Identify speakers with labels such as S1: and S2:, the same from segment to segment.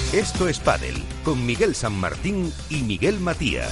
S1: Esto es Pádel, con Miguel San Martín y Miguel Matías.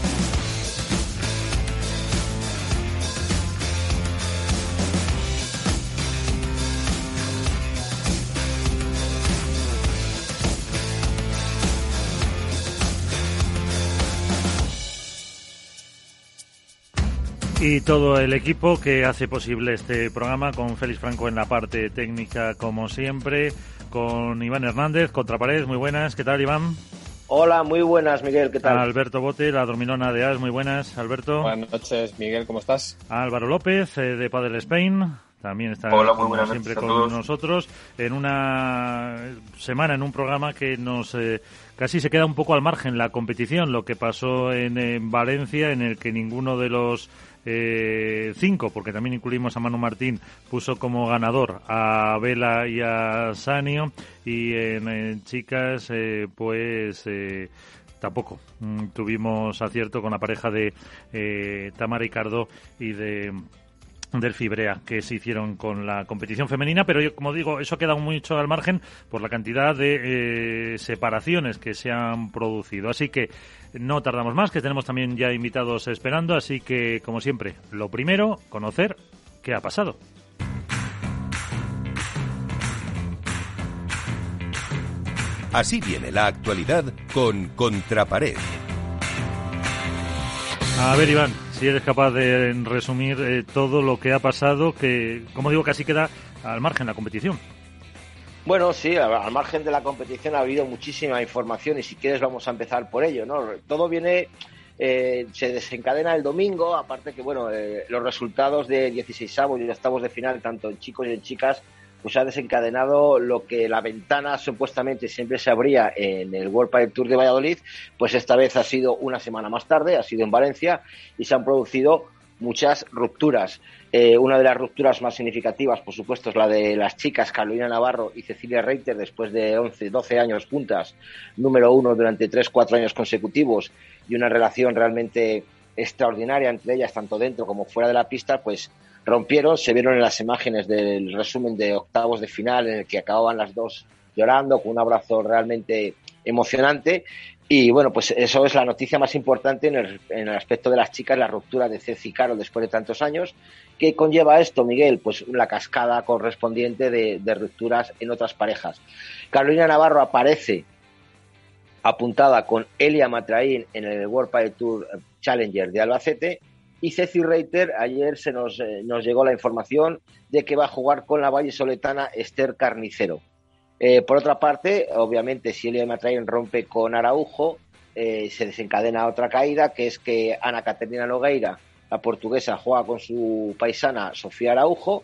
S2: Y todo el equipo que hace posible este programa, con Félix Franco en la parte técnica, como siempre, con Iván Hernández, Contrapared. Muy buenas, ¿qué tal, Iván?
S3: Hola, muy buenas, Miguel, ¿qué tal?
S2: Alberto Bote, la dormilona de AS, muy buenas, Alberto.
S4: Buenas noches, Miguel, ¿cómo estás?
S2: Álvaro López, de Padel Spain, también está como siempre con nosotros, en una semana, en un programa que nos casi se queda un poco al margen la competición, lo que pasó en Valencia, en el que ninguno de los 5, porque también incluimos a Manu Martín, puso como ganador a Vela y a Sanio, y en chicas tampoco tuvimos acierto con la pareja de Tamara Icardó y del Fibrea, que se hicieron con la competición femenina, pero yo, como digo, eso ha quedado mucho al margen por la cantidad de separaciones que se han producido. Así que no tardamos más, que tenemos también ya invitados esperando, así que, como siempre, lo primero, conocer qué ha pasado.
S1: Así viene la actualidad con Contrapared.
S2: A ver, Iván, si eres capaz de resumir todo lo que ha pasado, que, como digo, casi queda al margen la competición.
S3: Bueno, sí, al margen de la competición ha habido muchísima información y si quieres vamos a empezar por ello, ¿no? Todo viene, se desencadena el domingo, aparte que, bueno, los resultados de 16avos y octavos de final, tanto en chicos y en chicas, pues ha desencadenado lo que la ventana supuestamente siempre se abría en el World Padel Tour de Valladolid, pues esta vez ha sido una semana más tarde, ha sido en Valencia y se han producido muchas rupturas. Una de las rupturas más significativas, por supuesto, es la de las chicas Carolina Navarro y Cecilia Reiter, después de 11-12 años juntas, número 1 durante 3-4 años consecutivos, y una relación realmente extraordinaria entre ellas, tanto dentro como fuera de la pista, pues rompieron. Se vieron en las imágenes del resumen de octavos de final, en el que acababan las dos llorando, con un abrazo realmente emocionante. Y bueno, pues eso es la noticia más importante en el aspecto de las chicas, la ruptura de Ceci y Carol después de tantos años. ¿Qué conlleva esto, Miguel? Pues la cascada correspondiente de rupturas en otras parejas. Carolina Navarro aparece apuntada con Elia Matraín en el World Padel Tour Challenger de Albacete, y Ceci Reiter, ayer nos llegó la información de que va a jugar con la vallisoletana Esther Carnicero. Por otra parte, obviamente, si Elia Matraín rompe con Araujo, se desencadena otra caída, que es que Ana Caterina Nogueira, la portuguesa, juega con su paisana Sofía Araujo.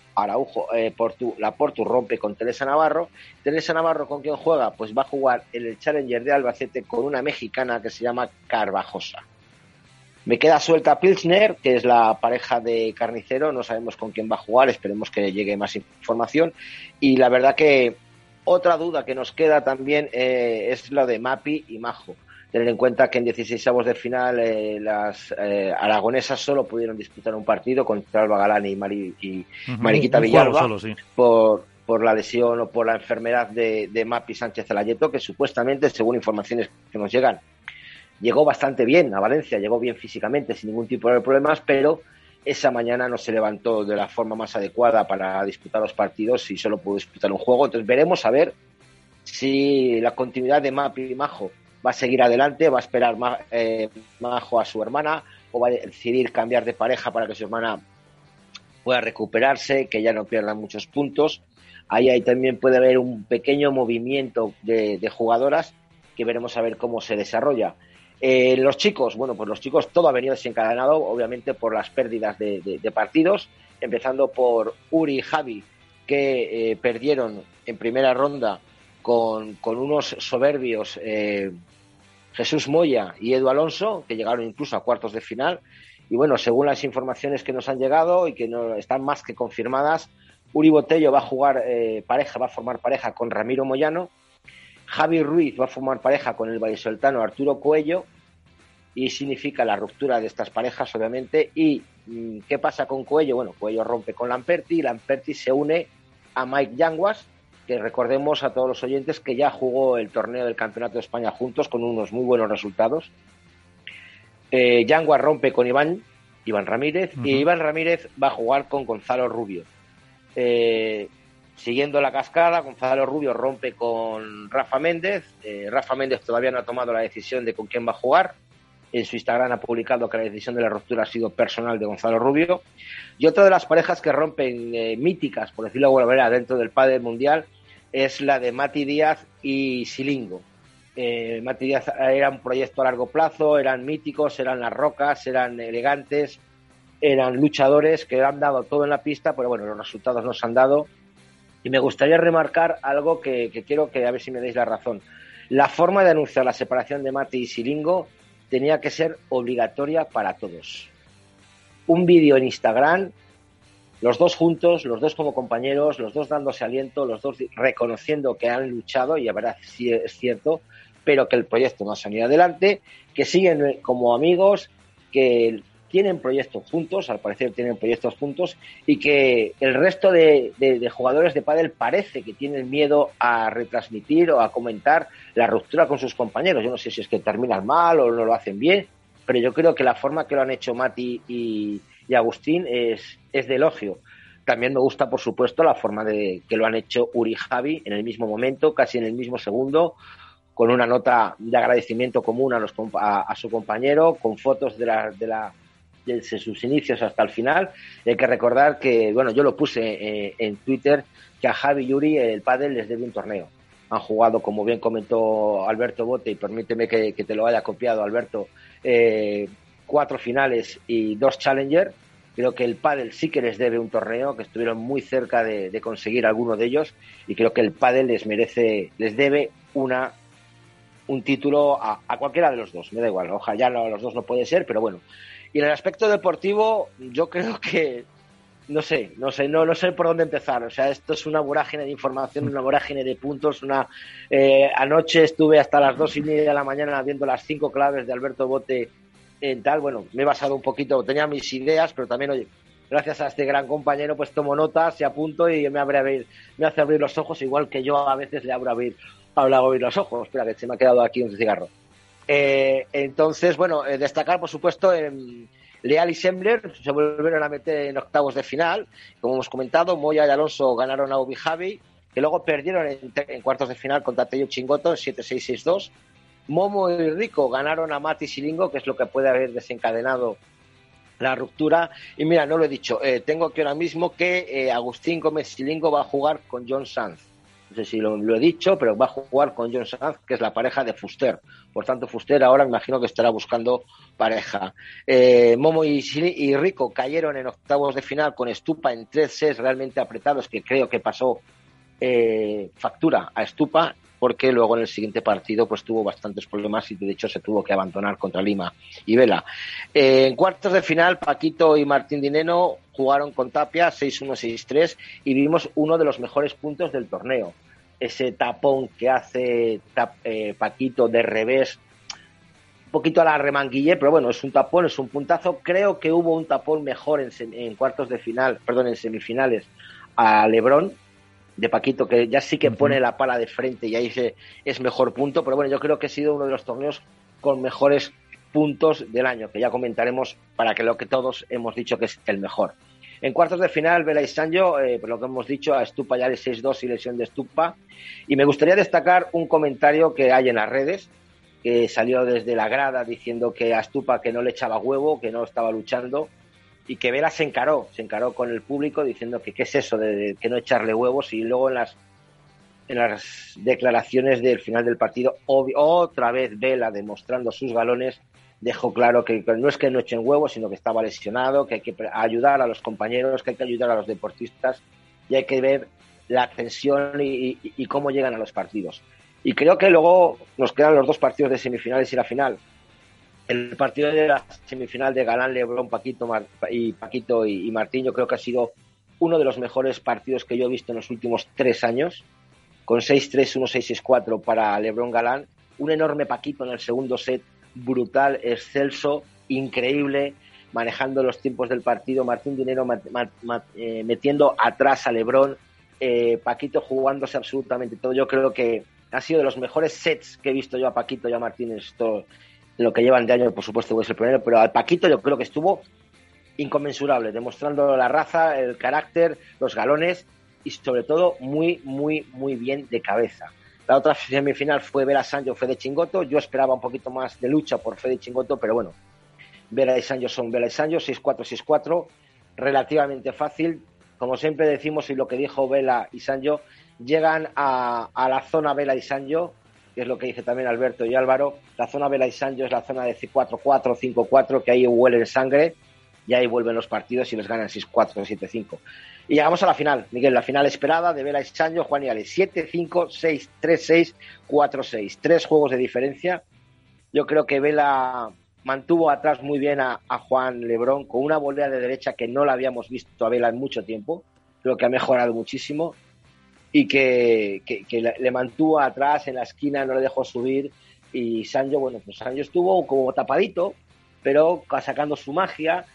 S3: La Portu rompe con Teresa Navarro. Teresa Navarro, ¿con quién juega? Pues va a jugar en el Challenger de Albacete con una mexicana que se llama Carvajosa. Me queda suelta Pilsner, que es la pareja de Carnicero, no sabemos con quién va a jugar, esperemos que llegue más información. Y la verdad que otra duda que nos queda también es lo de Mapi y Majo. Tener en cuenta que en 16avos de final las aragonesas solo pudieron disputar un partido contra Alba Galán y Mariquita Villalba solo, sí, por la lesión o por la enfermedad de Mapi Sánchez Alayeto, que supuestamente, según informaciones que nos llegan, llegó bastante bien a Valencia, llegó bien físicamente, sin ningún tipo de problemas, pero esa mañana no se levantó de la forma más adecuada para disputar los partidos y solo pudo disputar un juego. Entonces veremos a ver si la continuidad de Mapi y Majo va a seguir adelante, va a esperar Majo a su hermana o va a decidir cambiar de pareja para que su hermana pueda recuperarse, que ya no pierda muchos puntos. Ahí también puede haber un pequeño movimiento de jugadoras que veremos a ver cómo se desarrolla. Los chicos, bueno, pues los chicos todo ha venido desencadenado, obviamente, por las pérdidas de partidos, empezando por Uri y Javi, que perdieron en primera ronda con unos soberbios Jesús Moya y Edu Alonso, que llegaron incluso a cuartos de final. Y bueno, según las informaciones que nos han llegado y que no están más que confirmadas, Uri Botello va a jugar va a formar pareja con Ramiro Moyano. Javi Ruiz va a formar pareja con el vallisoletano Arturo Coello, y significa la ruptura de estas parejas, obviamente. ¿Y qué pasa con Coello? Bueno, Coello rompe con Lamperti, y Lamperti se une a Mike Yanguas, que recordemos a todos los oyentes que ya jugó el torneo del Campeonato de España juntos con unos muy buenos resultados. Yangua rompe con Iván Ramírez, y Iván Ramírez va a jugar con Gonzalo Rubio. Siguiendo la cascada, Gonzalo Rubio rompe con Rafa Méndez. Rafa Méndez todavía no ha tomado la decisión de con quién va a jugar. En su Instagram ha publicado que la decisión de la ruptura ha sido personal de Gonzalo Rubio. Y otra de las parejas que rompen míticas, por decirlo de alguna manera, dentro del pádel mundial, es la de Mati Díaz y Silingo. Mati Díaz era un proyecto a largo plazo, eran míticos, eran las rocas, eran elegantes, eran luchadores que han dado todo en la pista, pero bueno, los resultados no se han dado. Y me gustaría remarcar algo que quiero que a ver si me deis la razón. La forma de anunciar la separación de Mati y Silingo tenía que ser obligatoria para todos. Un vídeo en Instagram, los dos juntos, los dos como compañeros, los dos dándose aliento, los dos reconociendo que han luchado, y la verdad sí es cierto, pero que el proyecto no ha salido adelante, que siguen como amigos, que tienen proyectos juntos, al parecer tienen proyectos juntos, y que el resto de jugadores de pádel parece que tienen miedo a retransmitir o a comentar la ruptura con sus compañeros. Yo no sé si es que terminan mal o no lo hacen bien, pero yo creo que la forma que lo han hecho Mati y Agustín es de elogio. También me gusta, por supuesto, la forma de que lo han hecho Uri y Javi en el mismo momento, casi en el mismo segundo, con una nota de agradecimiento común a su compañero, con fotos desde sus inicios hasta el final. Hay que recordar que, bueno, yo lo puse en Twitter, que a Javi y Uri el pádel les debe un torneo. Han jugado, como bien comentó Alberto Bote, y permíteme que te lo haya copiado, Alberto, 4 finales y 2 Challenger. Creo que el pádel sí que les debe un torneo, que estuvieron muy cerca de conseguir alguno de ellos, y creo que el pádel les debe un título a cualquiera de los dos, me da igual, ojalá los dos no puede ser, pero bueno. Y en el aspecto deportivo, yo creo que no sé por dónde empezar. O sea, esto es una vorágine de información, una vorágine de puntos. Anoche estuve hasta las 2:30 de la mañana viendo las 5 claves de Alberto Bote en tal. Bueno, me he basado un poquito, tenía mis ideas, pero también, oye, gracias a este gran compañero, pues tomo notas y apunto, y me hace abrir los ojos, igual que yo a veces le abro abrir los ojos. Espera, que se me ha quedado aquí un cigarro. Entonces, bueno, destacar, por supuesto, Leal y Sembler se volvieron a meter en octavos de final. Como hemos comentado, Moya y Alonso ganaron a Ubi Javi, que luego perdieron en cuartos de final contra Tello Chingoto en 7-6-6-2. Momo y Rico ganaron a Mati Silingo, que es lo que puede haber desencadenado la ruptura. Y mira, no lo he dicho, tengo aquí ahora mismo que Agustín Gómez Silingo va a jugar con John Sanz. No sé si lo he dicho, pero va a jugar con John Sanz, que es la pareja de Fuster. Por tanto, Fuster ahora me imagino que estará buscando pareja. Momo y Rico cayeron en octavos de final con Stupa en 3 sets realmente apretados, que creo que pasó factura a Stupa, porque luego en el siguiente partido pues tuvo bastantes problemas y de hecho se tuvo que abandonar contra Lima y Vela. En cuartos de final, Paquito y Martín Dineno jugaron con Tapia 6-1, 6-3, y vimos uno de los mejores puntos del torneo. Ese tapón que hace Paquito de revés, un poquito a la Remanguillé, pero bueno, es un tapón, es un puntazo. Creo que hubo un tapón mejor en cuartos de final, en semifinales, a Lebrón, de Paquito, que ya sí que pone la pala de frente y ahí es mejor punto. Pero bueno, yo creo que ha sido uno de los torneos con mejores puntos del año, que ya comentaremos para que lo que todos hemos dicho que es el mejor. En cuartos de final, Vela y Sancho, por lo que hemos dicho, a Stupa ya le 6-2 y lesión de Stupa. Y me gustaría destacar un comentario que hay en las redes, que salió desde la grada diciendo que a Stupa que no le echaba huevo, que no estaba luchando, y que Vela se encaró con el público diciendo que qué es eso de que no echarle huevos, y luego en las declaraciones del final del partido, otra vez Vela, demostrando sus galones, dejó claro que no es que no echen huevos, sino que estaba lesionado, que hay que ayudar a los compañeros, que hay que ayudar a los deportistas, y hay que ver la tensión y cómo llegan a los partidos. Y creo que luego nos quedan los 2 partidos de semifinales y la final. El partido de la semifinal de Galán, Lebrón, Paquito y Martín, yo creo que ha sido uno de los mejores partidos que yo he visto en los últimos 3 años, con 6-3, 1-6, 6-4 para Lebrón Galán. Un enorme Paquito en el segundo set, brutal, excelso, increíble, manejando los tiempos del partido. Martín Dinero metiendo atrás a Lebrón, Paquito jugándose absolutamente todo. Yo creo que ha sido de los mejores sets que he visto yo a Paquito y a Martínez, todo lo que llevan de año, por supuesto, es el primero, pero al Paquito yo creo que estuvo inconmensurable, demostrando la raza, el carácter, los galones y sobre todo muy, muy, muy bien de cabeza. La otra semifinal fue Vela Sancho, Fede Chingoto. Yo esperaba un poquito más de lucha por Fede Chingoto, pero bueno, Vela y Sancho son Vela y Sancho, 6-4, 6-4, relativamente fácil. Como siempre decimos, y lo que dijo Vela y Sancho, llegan a la zona Vela y Sancho, que es lo que dice también Alberto y Álvaro. La zona Vela y Sancho es la zona de 4-4, 5-4, que ahí huelen sangre, y ahí vuelven los partidos y les ganan 6-4, 7-5. Y llegamos a la final, Miguel, la final esperada de Vela y Sancho, Juan y Ale, 7-5, 6-3, 6, 4-6. 3 juegos de diferencia. Yo creo que Vela mantuvo atrás muy bien a Juan Lebrón, con una volea de derecha que no la habíamos visto a Vela en mucho tiempo. Creo que ha mejorado muchísimo y que le mantuvo atrás en la esquina, no le dejó subir. Y Sancho, bueno, pues Sancho estuvo como tapadito, pero sacando su magia.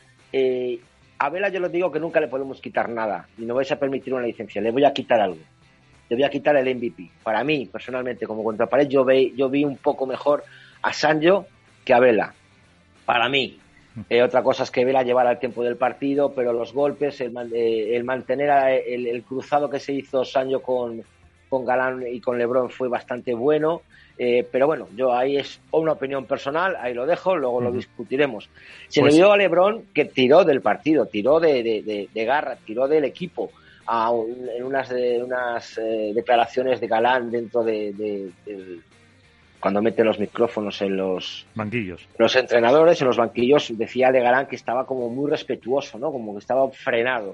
S3: A Vela yo les digo que nunca le podemos quitar nada, ni no vais a permitir una licencia. Le voy a quitar algo. Le voy a quitar el MVP. Para mí, personalmente, como contrapared, yo vi un poco mejor a Sancho que a Vela. Para mí. Otra cosa es que Vela llevara el tiempo del partido, pero los golpes, el mantener el cruzado que se hizo Sancho con Galán y con Lebrón fue bastante bueno. Pero bueno, yo ahí es una opinión personal, ahí lo dejo, luego lo discutiremos. Se le dio a Lebrón que tiró del partido, tiró de garra, tiró del equipo en unas declaraciones de Galán dentro de cuando mete los micrófonos en los
S2: banquillos.
S3: Los entrenadores en los banquillos, decía de Galán que estaba como muy respetuoso, ¿no? Como que estaba frenado.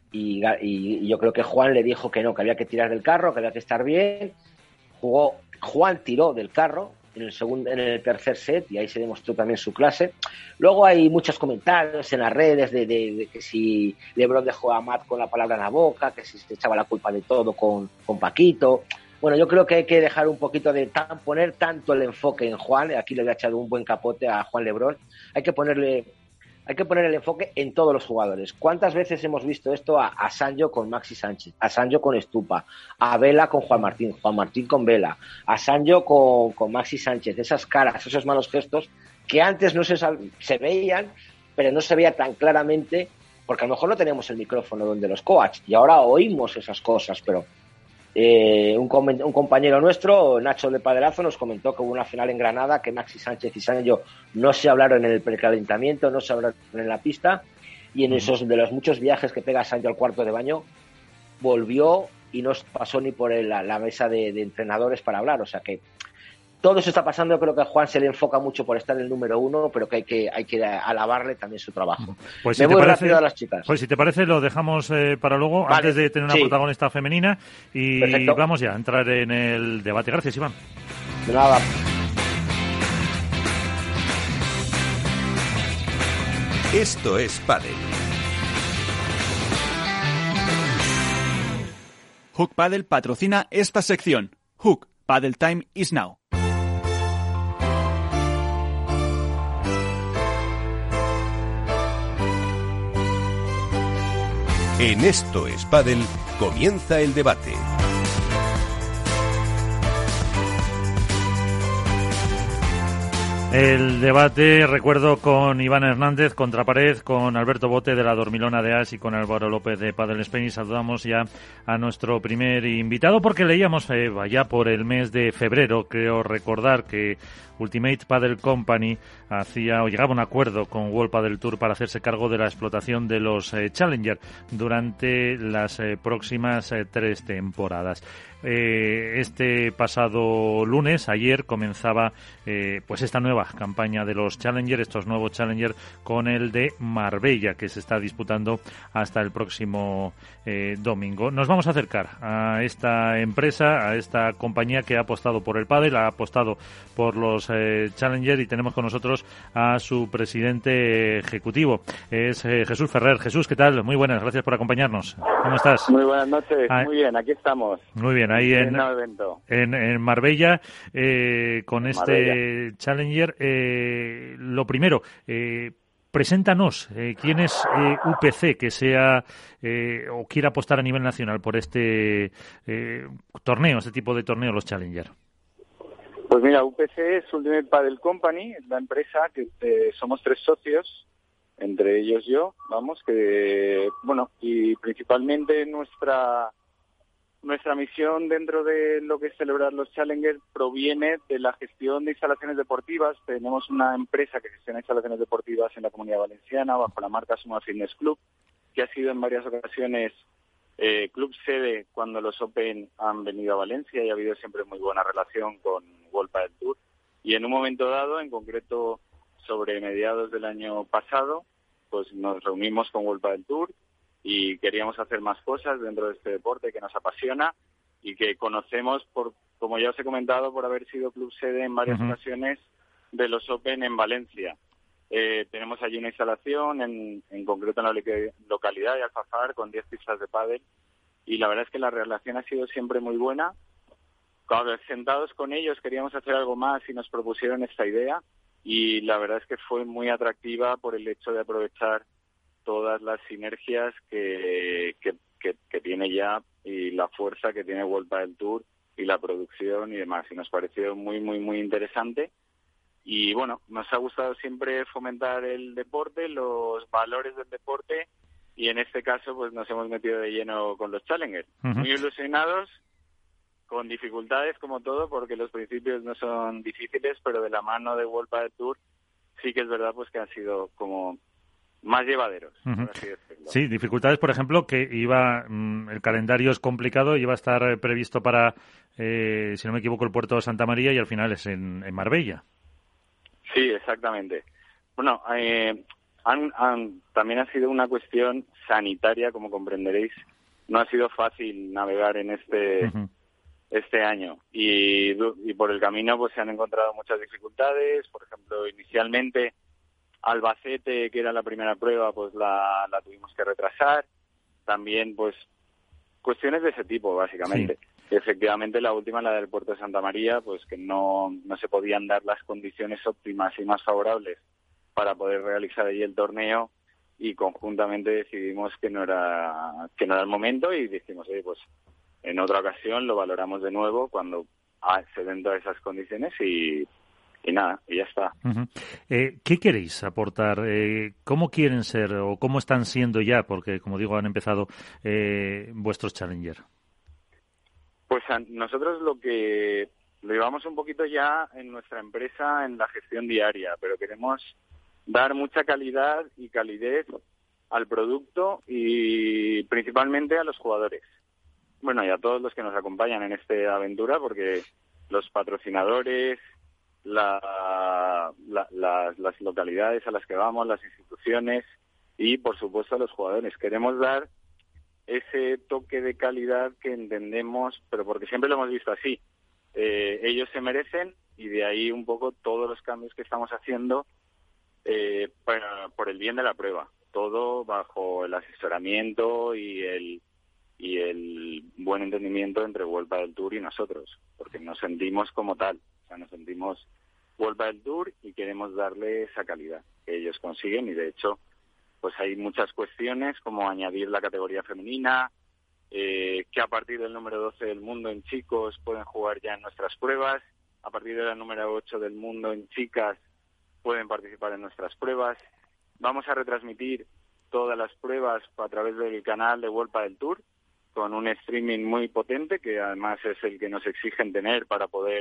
S3: Y yo creo que Juan le dijo que no, que había que tirar del carro, que había que estar bien. Juan tiró del carro en el tercer set y ahí se demostró también su clase. Luego hay muchos comentarios en las redes de que si Lebrón dejó a Matt con la palabra en la boca, que si se echaba la culpa de todo con Paquito. Bueno, yo creo que hay que dejar un poquito de poner tanto el enfoque en Juan. Aquí le voy a echar un buen capote a Juan Lebrón. Hay que poner el enfoque en todos los jugadores. ¿Cuántas veces hemos visto esto a Sancho con Maxi Sánchez, a Sancho con Estupa, a Vela con Juan Martín con Vela, a Sancho con Maxi Sánchez? Esas caras, esos malos gestos que antes no se veían, pero no se veía tan claramente, porque a lo mejor no teníamos el micrófono donde los coaches, y ahora oímos esas cosas, pero un compañero nuestro, Nacho de Padelazo, nos comentó que hubo una final en Granada que Maxi Sánchez y Sancho no se hablaron en el precalentamiento, no se hablaron en la pista, y en esos de los muchos viajes que pega Sancho al cuarto de baño, volvió y no pasó ni por la mesa de entrenadores para hablar. O sea que todo eso está pasando. Yo creo que a Juan se le enfoca mucho por estar en el número 1, pero que hay que alabarle también su trabajo.
S2: Pues
S3: Me voy rápido a las chicas.
S2: Pues si te parece lo dejamos para luego, vale, antes de tener una protagonista femenina, y perfecto. Vamos ya a entrar en el debate. Gracias, Iván.
S3: De nada.
S1: Esto es Pádel.
S5: Hook Paddle patrocina esta sección. Hook Paddle Time is now.
S1: En Esto es Pádel comienza el debate.
S2: El debate, recuerdo, con Iván Hernández, Contrapared, con Alberto Bote de la Dormilona de As y con Álvaro López de Padel Spain. Saludamos ya a nuestro primer invitado porque leíamos ya por el mes de febrero, creo recordar, que Ultimate Padel Company llegaba a un acuerdo con World Padel Tour para hacerse cargo de la explotación de los Challenger durante las próximas 3 temporadas. Este pasado lunes, ayer, comenzaba pues esta nueva campaña de los Challenger, estos nuevos Challenger, con el de Marbella, que se está disputando hasta el próximo domingo. Nos vamos a acercar a esta empresa, a esta compañía que ha apostado por el pádel, ha apostado por los Challenger, y tenemos con nosotros a su presidente ejecutivo, es Jesús Ferrer. Jesús, ¿qué tal? Muy buenas, gracias por acompañarnos. ¿Cómo estás?
S6: Muy buenas noches, muy bien, aquí estamos.
S2: Muy bien, ahí en Marbella, con este Marbella Challenger. Lo primero, Preséntanos, ¿quién es UPC que sea o quiera apostar a nivel nacional por este torneo, este tipo de torneo, los Challenger?
S6: Pues mira, UPC es Ultimate Padel Company, es la empresa que somos 3 socios, entre ellos yo, y principalmente nuestra misión dentro de lo que es celebrar los Challenger proviene de la gestión de instalaciones deportivas. Tenemos una empresa que gestiona instalaciones deportivas en la Comunidad Valenciana bajo la marca Suma Fitness Club, que ha sido en varias ocasiones club sede cuando los Open han venido a Valencia y ha habido siempre muy buena relación con World Padel Tour. Y en un momento dado, en concreto sobre mediados del año pasado, pues nos reunimos con World Padel Tour y queríamos hacer más cosas dentro de este deporte que nos apasiona y que conocemos, como ya os he comentado, por haber sido club sede en varias ocasiones de los Open en Valencia. Tenemos allí una instalación, en concreto en la localidad de Alfafar, con 10 pistas de pádel, y la verdad es que la relación ha sido siempre muy buena. Cuando sentados con ellos queríamos hacer algo más y nos propusieron esta idea, y la verdad es que fue muy atractiva por el hecho de aprovechar todas las sinergias que tiene ya y la fuerza que tiene World Padel Tour y la producción y demás. Y nos pareció muy, muy, muy interesante. Y bueno, nos ha gustado siempre fomentar el deporte, los valores del deporte, y en este caso pues nos hemos metido de lleno con los Challenger. Muy ilusionados, con dificultades como todo, porque los principios no son difíciles, pero de la mano de World Padel Tour sí que es verdad pues que han sido como más llevaderos, por así decirlo.
S2: Sí, dificultades, por ejemplo, que el calendario es complicado, iba a estar previsto para, si no me equivoco, el puerto de Santa María, y al final es en Marbella. Sí,
S6: exactamente. Bueno, también ha sido una cuestión sanitaria, como comprenderéis. No ha sido fácil navegar en este año y por el camino pues se han encontrado muchas dificultades. Por ejemplo, inicialmente Albacete, que era la primera prueba, pues la tuvimos que retrasar. También pues cuestiones de ese tipo, básicamente. Sí. Efectivamente, la última, la del puerto de Santa María, pues que no se podían dar las condiciones óptimas y más favorables para poder realizar allí el torneo, y conjuntamente decidimos que no era el momento, y dijimos, pues en otra ocasión lo valoramos de nuevo cuando se den todas esas condiciones y nada, y ya está.
S2: ¿Qué queréis aportar? ¿Cómo quieren ser o cómo están siendo ya? Porque, como digo, han empezado vuestros Challenger.
S6: Pues nosotros lo llevamos un poquito ya en nuestra empresa en la gestión diaria, pero queremos dar mucha calidad y calidez al producto y principalmente a los jugadores. Bueno, y a todos los que nos acompañan en esta aventura, porque los patrocinadores, las localidades a las que vamos, las instituciones y, por supuesto, a los jugadores. Queremos dar ese toque de calidad que entendemos, pero porque siempre lo hemos visto así. Ellos se merecen, y de ahí un poco todos los cambios que estamos haciendo por el bien de la prueba. Todo bajo el asesoramiento y el buen entendimiento entre World Padel Tour y nosotros, porque nos sentimos como tal. O sea, nos sentimos World Padel Tour y queremos darle esa calidad que ellos consiguen, y de hecho pues hay muchas cuestiones como añadir la categoría femenina, que a partir del número 12 del mundo en chicos pueden jugar ya en nuestras pruebas, a partir de la número 8 del mundo en chicas pueden participar en nuestras pruebas. Vamos a retransmitir todas las pruebas a través del canal de World Padel Tour con un streaming muy potente, que además es el que nos exigen tener para poder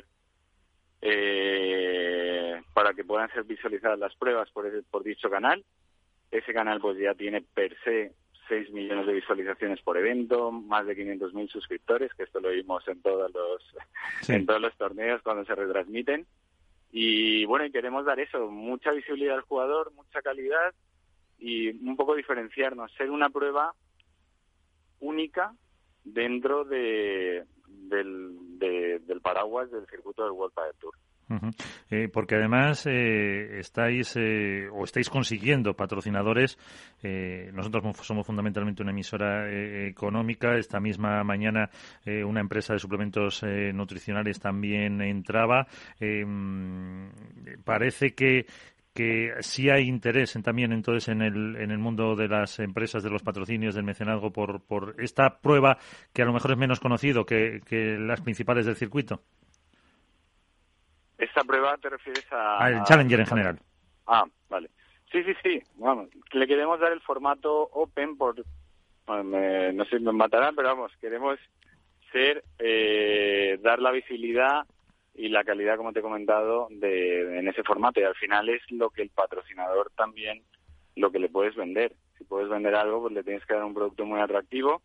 S6: para que puedan ser visualizadas las pruebas por dicho canal. Ese canal pues ya tiene per se 6 millones de visualizaciones por evento, más de 500.000 suscriptores, que esto lo vimos en todos los torneos cuando se retransmiten. Y bueno, y queremos dar eso, mucha visibilidad al jugador, mucha calidad y un poco diferenciarnos, ser una prueba única dentro del paraguas del circuito del World Padel Tour.
S2: Porque además estáis consiguiendo patrocinadores. Nosotros somos fundamentalmente una emisora económica. Esta misma mañana una empresa de suplementos nutricionales también entraba. Parece que que sí hay interés también entonces en el mundo de las empresas, de los patrocinios, del mecenazgo por esta prueba que a lo mejor es menos conocido que las principales del circuito.
S6: ¿Esta prueba te refieres
S2: al Challenger en general?
S6: Vale. Sí. Vamos, le queremos dar el formato open no sé si me matarán, pero vamos, queremos dar la visibilidad y la calidad, como te he comentado, en ese formato. Y al final es lo que el patrocinador también, lo que le puedes vender. Si puedes vender algo, pues le tienes que dar un producto muy atractivo.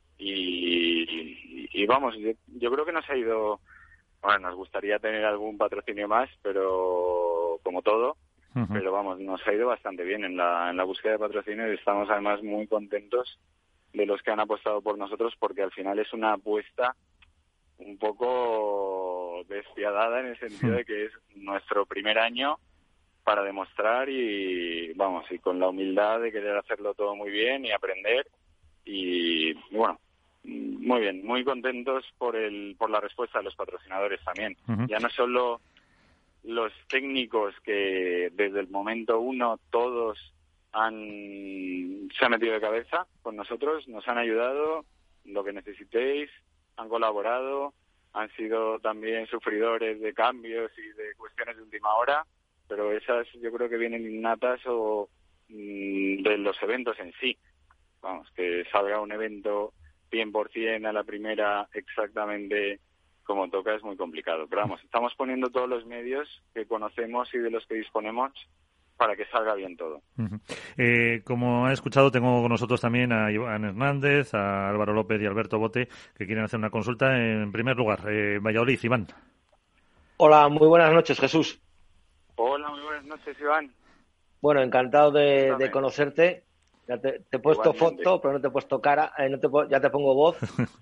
S6: Y vamos, yo creo que nos ha ido... Bueno, nos gustaría tener algún patrocinio más, pero como todo, pero vamos, nos ha ido bastante bien en la búsqueda de patrocinio y estamos además muy contentos de los que han apostado por nosotros, porque al final es una apuesta un poco despiadada en el sentido de que es nuestro primer año para demostrar y con la humildad de querer hacerlo todo muy bien y aprender y bueno, muy bien, muy contentos por la respuesta de los patrocinadores también. Ya no solo los técnicos que desde el momento uno todos se han metido de cabeza con nosotros, nos han ayudado, lo que necesitéis, han colaborado, han sido también sufridores de cambios y de cuestiones de última hora, pero esas yo creo que vienen innatas de los eventos en sí. Vamos, que salga un evento 100% a la primera exactamente como toca es muy complicado. Pero vamos, estamos poniendo todos los medios que conocemos y de los que disponemos para que salga bien todo.
S2: Como han escuchado, tengo con nosotros también a Iván Hernández, a Álvaro López y a Alberto Bote, que quieren hacer una consulta. En primer lugar, Valladolid, Iván.
S3: Hola, muy buenas noches, Jesús.
S6: Hola, muy buenas noches, Iván.
S3: Bueno, encantado de conocerte. Ya te he puesto
S6: Igualmente.
S3: foto, pero no te he puesto cara, ya te pongo voz.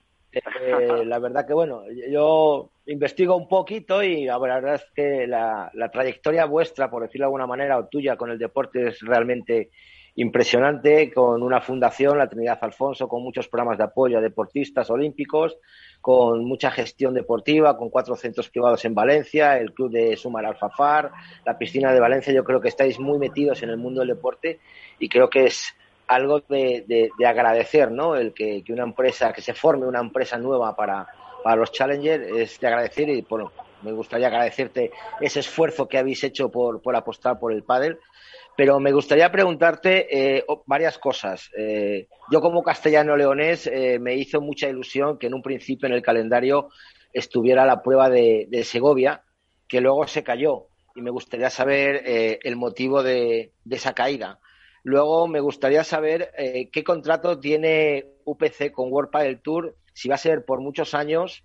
S3: La verdad que, bueno, yo investigo un poquito y la verdad es que la trayectoria vuestra, por decirlo de alguna manera, o tuya con el deporte es realmente impresionante, con una fundación, la Trinidad Alfonso, con muchos programas de apoyo a deportistas olímpicos, con mucha gestión deportiva, con 4 centros privados en Valencia, el club de Sumar Alfafar, la piscina de Valencia. Yo creo que estáis muy metidos en el mundo del deporte y creo que es algo de agradecer, ¿no? El que una empresa, que se forme una empresa nueva para los Challenger es de agradecer y, bueno, me gustaría agradecerte ese esfuerzo que habéis hecho por apostar por el pádel. Pero me gustaría preguntarte varias cosas. Yo como castellano-leonés me hizo mucha ilusión que en un principio en el calendario estuviera la prueba de Segovia, que luego se cayó. Y me gustaría saber el motivo de esa caída. Luego me gustaría saber qué contrato tiene UPC con World Padel Tour, si va a ser por muchos años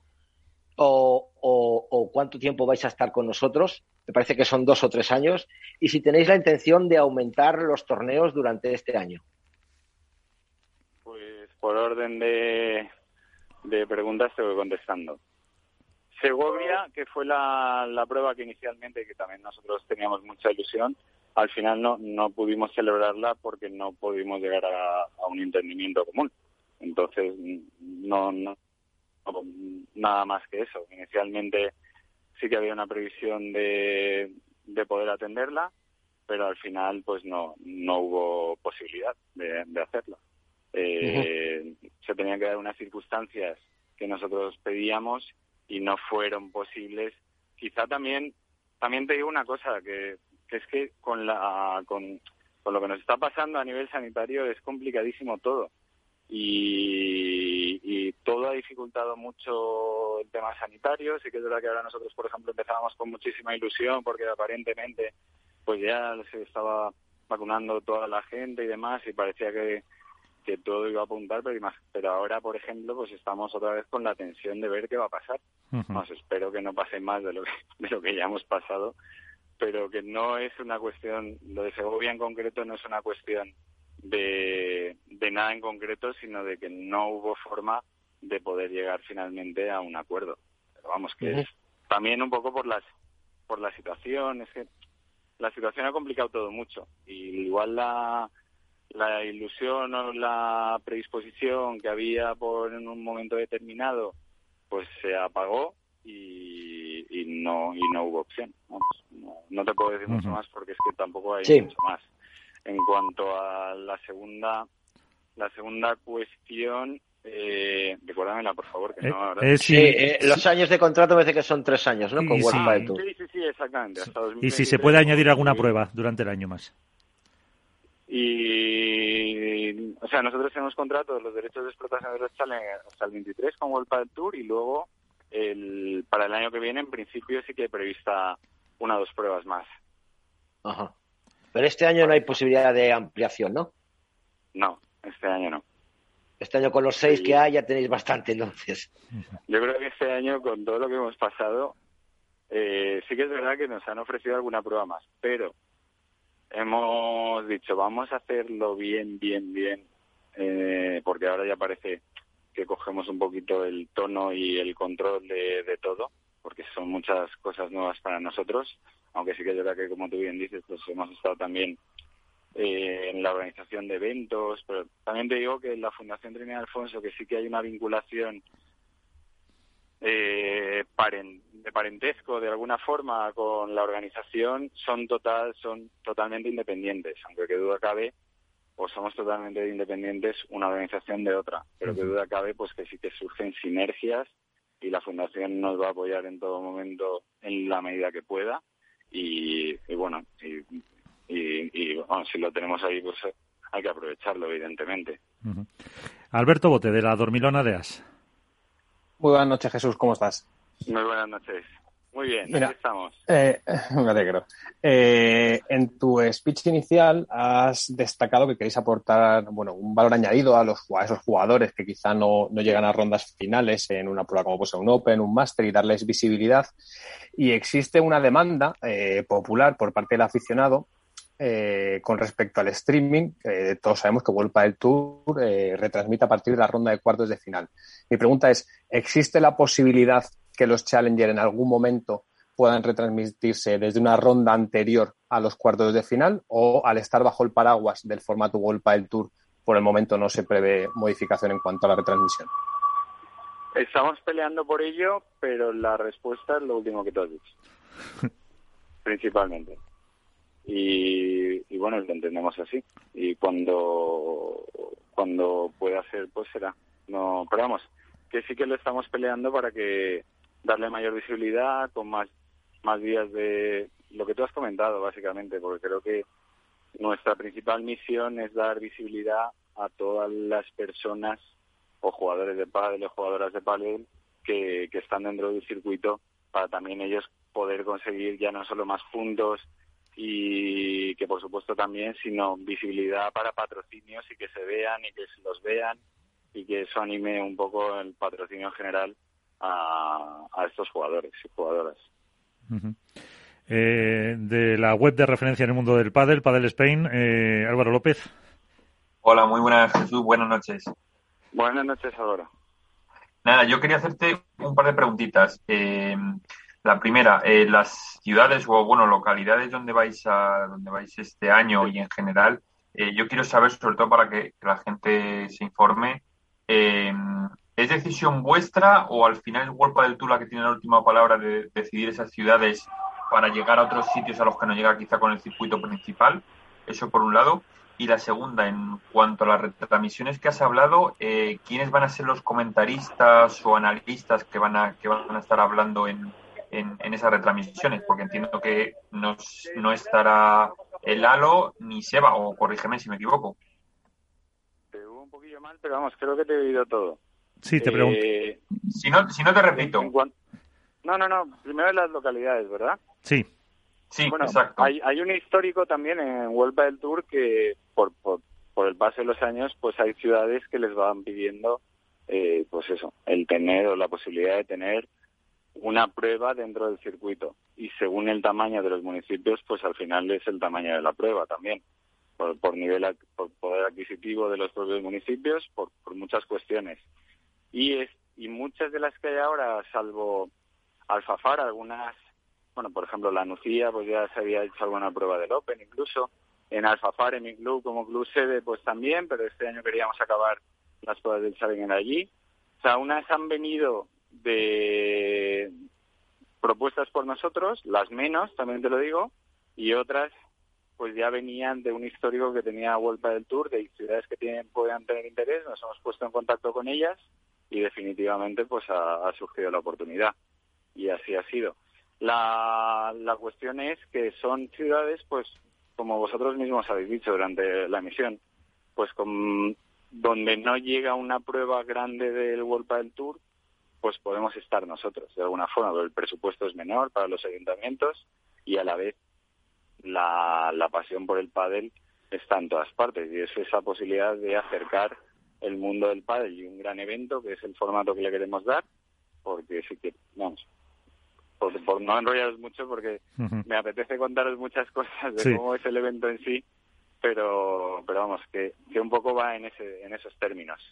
S3: o cuánto tiempo vais a estar con nosotros. Me parece que son 2 o 3 años. Y si tenéis la intención de aumentar los torneos durante este año.
S6: Pues por orden de preguntas te voy contestando. Segovia, que fue la prueba que inicialmente, que también nosotros teníamos mucha ilusión, al final no pudimos celebrarla porque no pudimos llegar a un entendimiento común. Entonces, no nada más que eso. Inicialmente sí que había una previsión de poder atenderla, pero al final pues no hubo posibilidad de hacerla. Se tenían que dar unas circunstancias que nosotros pedíamos y no fueron posibles. Quizá también te digo una cosa, que es que con lo que nos está pasando a nivel sanitario es complicadísimo todo. Y todo ha dificultado mucho el tema sanitario. Sí que es verdad que ahora nosotros, por ejemplo, empezábamos con muchísima ilusión porque aparentemente pues ya se estaba vacunando toda la gente y demás y parecía que todo iba a apuntar, pero ahora, por ejemplo, pues estamos otra vez con la tensión de ver qué va a pasar. Espero que no pase más de lo que ya hemos pasado, pero que no es una cuestión, lo de Segovia en concreto no es una cuestión de nada en concreto, sino de que no hubo forma de poder llegar finalmente a un acuerdo. Pero vamos, que es también un poco por la situación, es que la situación ha complicado todo mucho, y igual la ilusión o la predisposición que había en un momento determinado pues se apagó y y no hubo opción. Vamos, no te puedo decir mucho más porque es que tampoco hay mucho más. En cuanto a la segunda cuestión, recuérdamela, por favor, que no, ¿verdad?
S3: Los años de contrato me parece que son 3 años, ¿no? Con World Padel Tour.
S6: Sí, exactamente. Hasta 2023,
S2: y si se puede añadir alguna prueba durante el año más.
S6: Y, o sea, nosotros tenemos contrato de los derechos de explotación de los Challengers hasta el 23 con World Padel Tour y luego para el año que viene, en principio, sí que hay prevista 1 o 2 pruebas más.
S3: Ajá. Pero este año no hay posibilidad de ampliación, ¿no?
S6: No, este año no.
S3: Este año con los 6 que hay ya tenéis bastante, entonces.
S6: Yo creo que este año, con todo lo que hemos pasado, sí que es verdad que nos han ofrecido alguna prueba más, pero hemos dicho, vamos a hacerlo bien, porque ahora ya parece que cogemos un poquito el tono y el control de todo, porque son muchas cosas nuevas para nosotros, aunque sí que es verdad que, como tú bien dices, pues hemos estado también en la organización de eventos, pero también te digo que en la Fundación Trinidad Alfonso, que sí que hay una vinculación de parentesco de alguna forma con la organización, son totalmente independientes, aunque que duda cabe, pues somos totalmente independientes una organización de otra, pero que duda cabe pues que sí que surgen sinergias y la Fundación nos va a apoyar en todo momento en la medida que pueda y bueno, si lo tenemos ahí, pues hay que aprovecharlo, evidentemente.
S2: Alberto Bote, de la Dormilona de As.
S4: Muy buenas noches, Jesús, ¿cómo estás?
S6: Muy buenas noches. Muy bien,
S4: mira,
S6: aquí estamos.
S4: Me alegro. En tu speech inicial has destacado que queréis aportar un valor añadido a esos jugadores que quizá no llegan a rondas finales en una prueba como un Open, un Master y darles visibilidad. Y existe una demanda popular por parte del aficionado con respecto al streaming. Todos sabemos que World Padel Tour retransmite a partir de la ronda de cuartos de final. Mi pregunta es, ¿existe la posibilidad que los Challenger en algún momento puedan retransmitirse desde una ronda anterior a los cuartos de final o al estar bajo el paraguas del formato World Padel Tour por el momento no se prevé modificación en cuanto a la retransmisión?
S6: Estamos peleando por ello, pero la respuesta es lo último que tú has dicho. Principalmente. Y bueno, lo entendemos así. Y cuando pueda ser, pues será. No, pero vamos, que sí que lo estamos peleando para que darle mayor visibilidad, con más días de lo que tú has comentado, básicamente, porque creo que nuestra principal misión es dar visibilidad a todas las personas o jugadores de pádel o jugadoras de pádel que están dentro del circuito, para también ellos poder conseguir ya no solo más puntos y que por supuesto también, sino visibilidad para patrocinios y que se vean y que se los vean y que eso anime un poco el patrocinio en general a estos jugadores y jugadoras.
S2: De la web de referencia en el mundo del pádel, Padel Spain, Álvaro López.
S7: Hola, muy buenas, Jesús, buenas noches.
S6: Buenas noches, Álvaro.
S7: Nada, yo quería hacerte un par de preguntitas. La primera, las ciudades o localidades donde vais este año y en general, yo quiero saber, sobre todo para que la gente se informe, ¿es decisión vuestra o al final es World Padel Tour la que tiene la última palabra de decidir esas ciudades para llegar a otros sitios a los que no llega quizá con el circuito principal? Eso por un lado. Y la segunda, en cuanto a las retransmisiones que has hablado, ¿quiénes van a ser los comentaristas o analistas que van a estar hablando en esas retransmisiones? Porque entiendo que no estará el Lalo ni Seba, o corrígeme si me equivoco.
S6: Te hubo un poquillo mal, pero vamos, creo que te he oído todo.
S2: Sí, te pregunto.
S7: Si no te repito.
S6: No, primero las localidades, ¿verdad?
S2: Sí.
S7: Sí,
S6: bueno,
S7: exacto.
S6: Hay un histórico también en World Padel Tour que por el paso de los años pues hay ciudades que les van pidiendo pues eso, el tener o la posibilidad de tener una prueba dentro del circuito, y según el tamaño de los municipios pues al final es el tamaño de la prueba también, por poder adquisitivo de los propios municipios, por muchas cuestiones, y muchas de las que hay ahora, salvo Alfafar, algunas, bueno, por ejemplo, la Nucía, pues ya se había hecho alguna prueba del Open incluso. En Alfafar, en mi club, como club sede, pues también, pero este año queríamos acabar las pruebas del Challenger allí. O sea, unas han venido propuestas por nosotros, las menos, también te lo digo, y otras pues ya venían de un histórico que tenía World Padel Tour, de ciudades que podían tener interés. Nos hemos puesto en contacto con ellas y definitivamente pues ha surgido la oportunidad, y así ha sido. La cuestión es que son ciudades, pues como vosotros mismos habéis dicho durante la emisión, pues donde no llega una prueba grande del World Padel Tour, pues podemos estar nosotros de alguna forma, pero el presupuesto es menor para los ayuntamientos y a la vez la pasión por el pádel está en todas partes, y es esa posibilidad de acercar el mundo del pádel y un gran evento, que es el formato que le queremos dar, porque sí que, vamos, por no enrollaros mucho, porque me apetece contaros muchas cosas de cómo es el evento en sí, pero vamos, que un poco va en esos términos.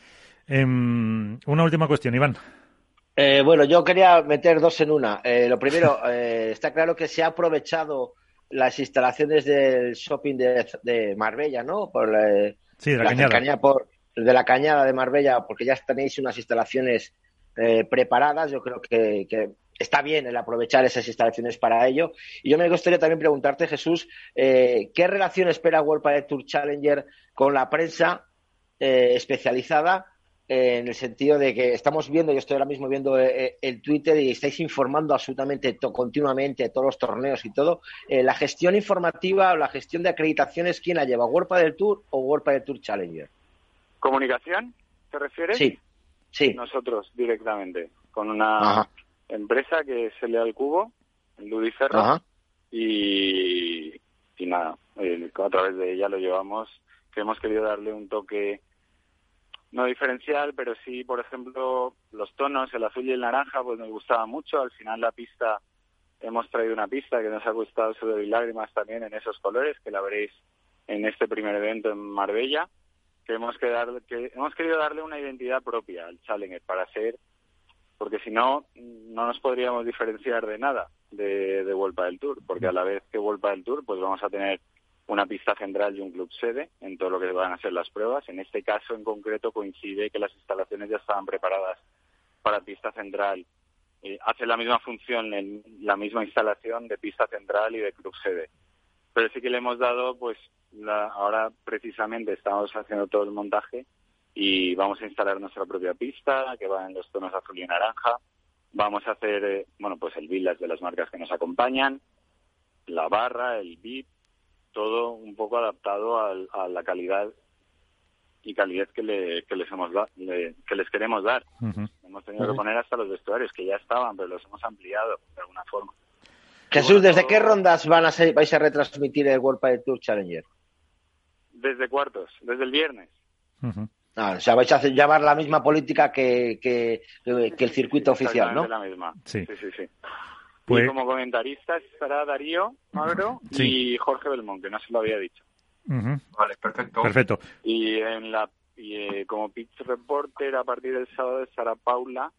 S2: Una última cuestión, Iván.
S3: Bueno, yo quería meter dos en una. Lo primero, está claro que se ha aprovechado las instalaciones del shopping de Marbella, ¿no? Por de la cercanía de la Cañada de Marbella, porque ya tenéis unas instalaciones preparadas. Yo creo que está bien el aprovechar esas instalaciones para ello. Y yo me gustaría también preguntarte, Jesús, ¿qué relación espera World Padel Tour Challenger con la prensa especializada? En el sentido de que estamos viendo, yo estoy ahora mismo viendo el Twitter y estáis informando absolutamente continuamente todos los torneos y todo. La gestión informativa o la gestión de acreditaciones, ¿quién la lleva? ¿World Padel Tour o World Padel Tour Challenger?
S6: ¿Comunicación te refieres?
S3: Sí.
S6: Nosotros directamente, con una empresa que es Leal Cubo, en Ludiferro, y nada, a través de ella lo llevamos, que hemos querido darle un toque no diferencial, pero sí, por ejemplo, los tonos, el azul y el naranja, pues nos gustaba mucho. Al final la pista, hemos traído una pista que nos ha gustado sudor y lágrimas también en esos colores, que la veréis en este primer evento en Marbella, que hemos querido darle una identidad propia al Challenger porque si no nos podríamos diferenciar de nada de World Padel Tour, porque a la vez que World Padel Tour, pues vamos a tener una pista central y un club sede en todo lo que van a ser las pruebas. En este caso en concreto coincide que las instalaciones ya estaban preparadas para pista central. Hace la misma función en la misma instalación de pista central y de club sede. Pero sí que le hemos dado, pues ahora precisamente estamos haciendo todo el montaje y vamos a instalar nuestra propia pista que va en los tonos azul y naranja. Vamos a hacer, pues el village de las marcas que nos acompañan, la barra, el VIP, todo un poco adaptado a la calidad y calidez que les queremos dar. Hemos tenido que poner hasta los vestuarios que ya estaban, pero los hemos ampliado de alguna forma.
S3: Jesús, ¿desde qué rondas vais a retransmitir el World Padel Tour Challenger?
S6: Desde cuartos, desde el viernes.
S3: O sea, vais a llevar la misma política que el circuito oficial, ¿no?
S6: La misma. Sí.
S2: Pues...
S6: Y como comentaristas estará Darío Magro y Jorge Belmont, que no se lo había dicho.
S7: Vale, perfecto.
S6: Y como pitch reporter a partir del sábado estará Paula.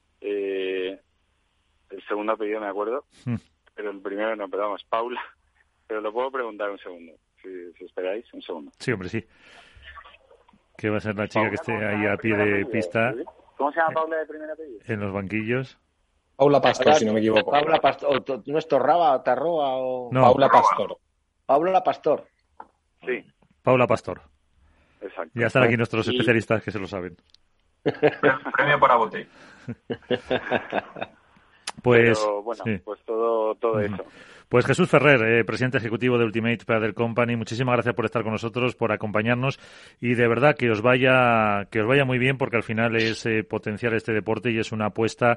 S6: El segundo apellido me acuerdo, pero el primero no, pero vamos, Paula. Pero lo puedo preguntar un segundo, si esperáis, un segundo.
S2: Sí, hombre, sí. Que va a ser la chica que esté ahí a pie de pista.
S6: ¿Cómo se llama Paula de primer apellido?
S2: En los banquillos.
S4: Paula Pastor, si no me equivoco.
S3: Paula Pastor, ¿no es Torraba, Tarroa o...?
S2: No,
S4: Paula Pastor.
S3: Paula Pastor.
S6: Sí.
S2: Paula Pastor.
S6: Exacto.
S2: Ya están aquí nuestros especialistas que se lo saben.
S7: Premio para bote.
S2: Pues,
S6: pero, pues todo eso.
S2: Pues Jesús Ferrer, presidente ejecutivo de Ultimate Padel Company, muchísimas gracias por estar con nosotros, por acompañarnos y de verdad que os vaya muy bien, porque al final es potenciar este deporte y es una apuesta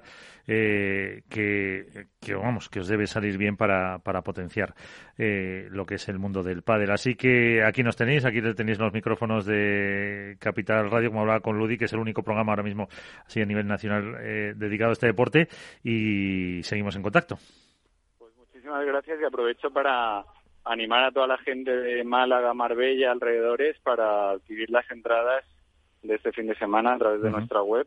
S2: que os debe salir bien para potenciar lo que es el mundo del pádel. Así que aquí nos tenéis, aquí tenéis los micrófonos de Capital Radio, como hablaba con Ludi, que es el único programa ahora mismo así a nivel nacional dedicado a este deporte, y seguimos en contacto.
S6: Muchísimas gracias, y aprovecho para animar a toda la gente de Málaga, Marbella, alrededores, para adquirir las entradas de este fin de semana a través de nuestra web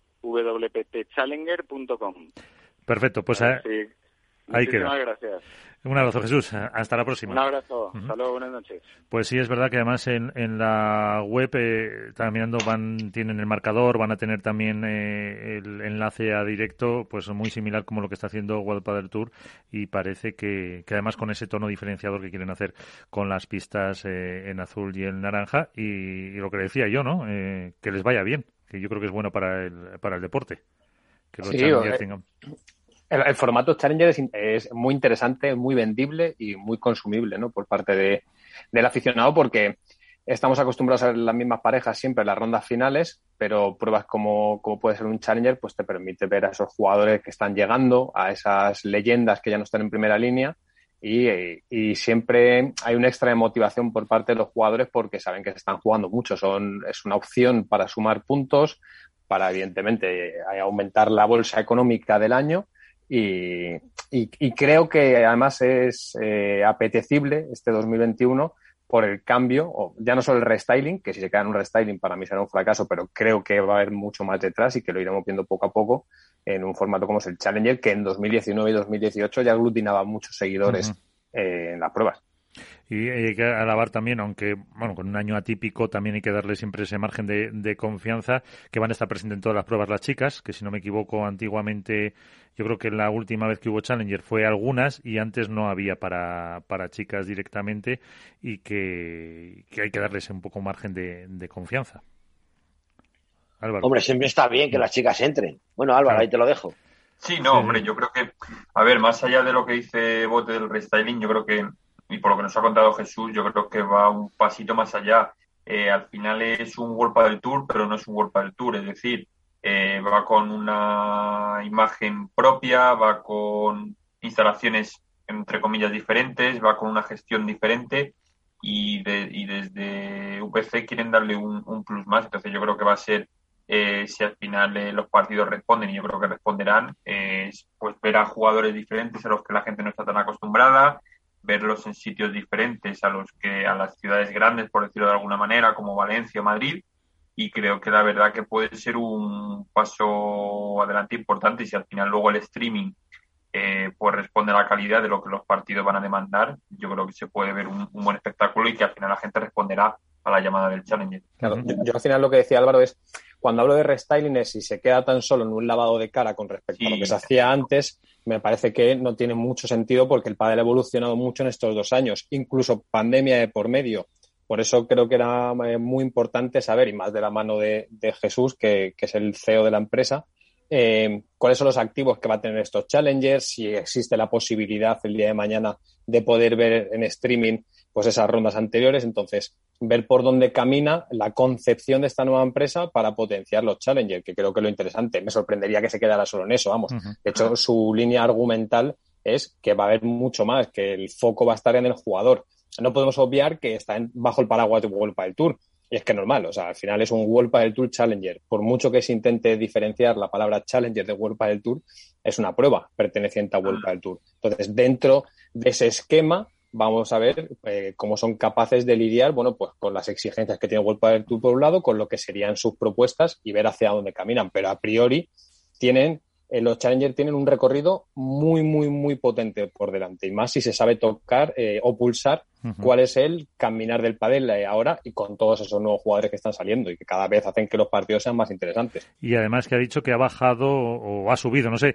S6: www.wptchallenger.com.
S2: Perfecto, pues ahí queda.
S6: Gracias.
S2: Un abrazo, Jesús. Hasta la próxima.
S6: Un abrazo. Hasta luego. Buenas noches.
S2: Pues sí, es verdad que además en la web están mirando, tienen el marcador, van a tener también el enlace a directo, pues muy similar como lo que está haciendo World Padel Tour, y parece que además con ese tono diferenciador que quieren hacer con las pistas en azul y en naranja, y lo que decía yo, ¿no? Que les vaya bien, que yo creo que es bueno para el deporte. Que los Challengers tengan...
S4: El formato Challenger es muy interesante, muy vendible y muy consumible, ¿no? Por parte del aficionado, porque estamos acostumbrados a ver las mismas parejas siempre en las rondas finales, pero pruebas como puede ser un Challenger, pues te permite ver a esos jugadores que están llegando, a esas leyendas que ya no están en primera línea, y siempre hay un extra de motivación por parte de los jugadores porque saben que se están jugando mucho. Es una opción para sumar puntos, para evidentemente aumentar la bolsa económica del año. Y creo que además es apetecible este 2021 por el cambio, o ya no solo el restyling, que si se queda en un restyling para mí será un fracaso, pero creo que va a haber mucho más detrás y que lo iremos viendo poco a poco en un formato como es el Challenger, que en 2019 y 2018 ya aglutinaba muchos seguidores en las pruebas.
S2: Y hay que alabar también, aunque bueno, con un año atípico también hay que darle siempre ese margen de confianza, que van a estar presentes en todas las pruebas las chicas, que si no me equivoco antiguamente, yo creo que la última vez que hubo Challenger fue algunas y antes no había para chicas directamente, y que hay que darles un poco margen de confianza. Álvaro.
S3: Hombre, siempre está bien que las chicas entren. Bueno, Álvaro, claro. Ahí te lo dejo.
S7: Sí, no, hombre, yo creo que, a ver, más allá de lo que dice Bote del restyling, yo creo que, y por lo que nos ha contado Jesús, yo creo que va un pasito más allá. Al final es un World Padel Tour, pero no es un World Padel Tour, es decir, va con una imagen propia, va con instalaciones entre comillas diferentes, va con una gestión diferente y desde UPC quieren darle un plus más. Entonces yo creo que va a ser, si al final los partidos responden, y yo creo que responderán, pues ver a jugadores diferentes a los que la gente no está tan acostumbrada, verlos en sitios diferentes a las ciudades grandes, por decirlo de alguna manera, como Valencia o Madrid, y creo que la verdad que puede ser un paso adelante importante. Y si al final luego el streaming pues responde a la calidad de lo que los partidos van a demandar, yo creo que se puede ver un buen espectáculo y que al final la gente responderá a la llamada del Challenger.
S4: Claro, yo al final lo que decía Álvaro es, cuando hablo de restyling es si se queda tan solo en un lavado de cara con respecto a lo que se hacía antes, me parece que no tiene mucho sentido porque el pádel ha evolucionado mucho en estos 2 años, incluso pandemia de por medio. Por eso creo que era muy importante saber, y más de la mano de Jesús, que es el CEO de la empresa, cuáles son los activos que va a tener estos Challengers, si existe la posibilidad el día de mañana de poder ver en streaming pues esas rondas anteriores. Entonces, ver por dónde camina la concepción de esta nueva empresa para potenciar los Challengers, que creo que es lo interesante. Me sorprendería que se quedara solo en eso, vamos. De hecho, su línea argumental es que va a haber mucho más, que el foco va a estar en el jugador. No podemos obviar que está bajo el paraguas de World Padel Tour. Y es que es normal, o sea, al final es un World Padel Tour Challenger. Por mucho que se intente diferenciar la palabra Challenger de World Padel Tour, es una prueba perteneciente a World Padel Tour. Entonces, dentro de ese esquema, vamos a ver cómo son capaces de lidiar, bueno, pues con las exigencias que tiene World Padel Tour por un lado, con lo que serían sus propuestas y ver hacia dónde caminan. Pero a priori los Challengers tienen un recorrido muy, muy, muy potente por delante, y más si se sabe tocar o pulsar cuál es el caminar del pádel ahora, y con todos esos nuevos jugadores que están saliendo y que cada vez hacen que los partidos sean más interesantes.
S2: Y además que ha dicho que ha bajado o ha subido, no sé,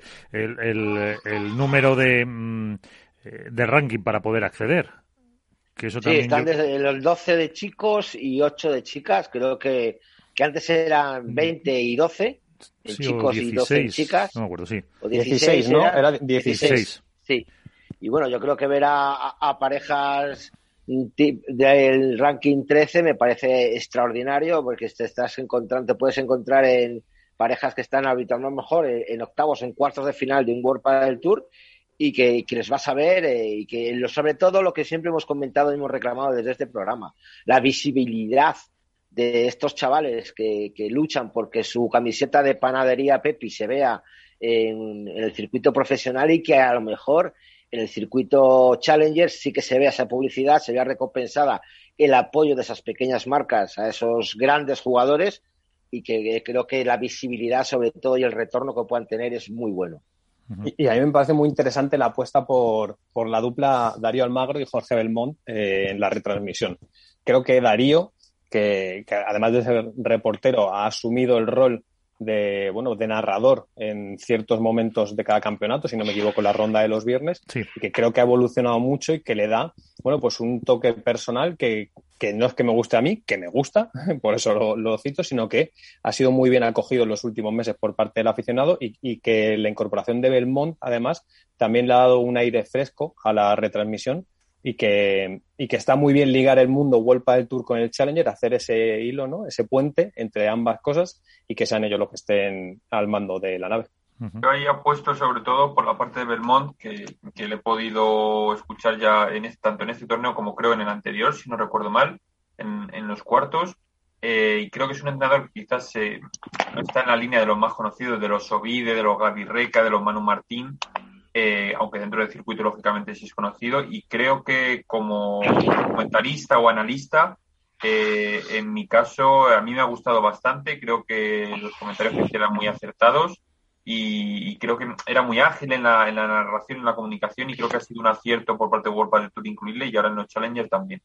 S2: el número de ranking para poder acceder. Que eso también
S3: están desde los 12 de chicos y 8 de chicas. Creo que antes eran 20 y 12 en chicos 16, y 12 en chicas.
S2: No me acuerdo, sí.
S3: O 16, ¿no?
S4: Era 16.
S3: Sí. Y bueno, yo creo que ver a parejas del ranking 13 me parece extraordinario, porque te puedes encontrar en parejas que están habitualmente mejor en octavos, en cuartos de final de un World Padel Tour, y que les vas a ver, y que sobre todo lo que siempre hemos comentado y hemos reclamado desde este programa, la visibilidad de estos chavales que luchan porque su camiseta de panadería Pepi se vea en el circuito profesional, y que a lo mejor en el circuito Challenger sí que se vea esa publicidad, se vea recompensada el apoyo de esas pequeñas marcas a esos grandes jugadores, y que creo que la visibilidad sobre todo y el retorno que puedan tener es muy bueno.
S4: Y a mí me parece muy interesante la apuesta por la dupla Darío Almagro y Jorge Belmont en la retransmisión. Creo que Darío, que además de ser reportero, ha asumido el rol de narrador en ciertos momentos de cada campeonato, si no me equivoco, la ronda de los viernes,
S2: sí.
S4: Y que creo que ha evolucionado mucho y que le da, pues un toque personal que no es que me guste a mí, que me gusta, por eso lo cito, sino que ha sido muy bien acogido en los últimos meses por parte del aficionado y que la incorporación de Belmont, además, también le ha dado un aire fresco a la retransmisión y que está muy bien ligar el mundo World Padel Tour con el Challenger, hacer ese hilo, ¿no? Ese puente entre ambas cosas y que sean ellos los que estén al mando de la nave.
S7: Yo ahí apuesto sobre todo por la parte de Belmont, que le he podido escuchar ya tanto en este torneo como creo en el anterior, si no recuerdo mal, en los cuartos. Y creo que es un entrenador que quizás no está en la línea de los más conocidos, de los Ovide, de los Gaby Reca, de los Manu Martín, aunque dentro del circuito lógicamente sí es conocido, y creo que como comentarista o analista, en mi caso a mí me ha gustado bastante. Creo que los comentarios que eran muy acertados y creo que era muy ágil en la narración, en la comunicación, y creo que ha sido un acierto por parte de World Padel Tour incluirle, y ahora en los Challenger también.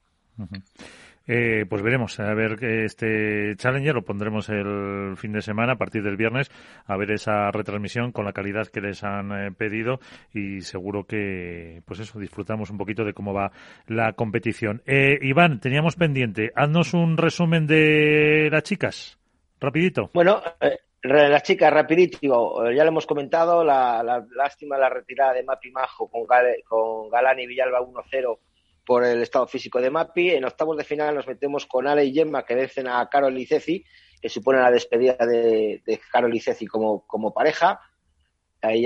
S2: Pues veremos, a ver que este Challenger lo pondremos el fin de semana, a partir del viernes, a ver esa retransmisión con la calidad que les han pedido, y seguro que, pues eso, disfrutamos un poquito de cómo va la competición. Iván, teníamos pendiente, haznos un resumen de las chicas, rapidito.
S3: Bueno, las chicas, rapidito, ya lo hemos comentado, la lástima la retirada de Mapi Majo con Galán y Villalba 1-0 por el estado físico de Mapi. En octavos de final nos metemos con Ale y Gemma, que vencen a Carol Liceci, que supone la despedida de Carol Liceci como pareja. Hay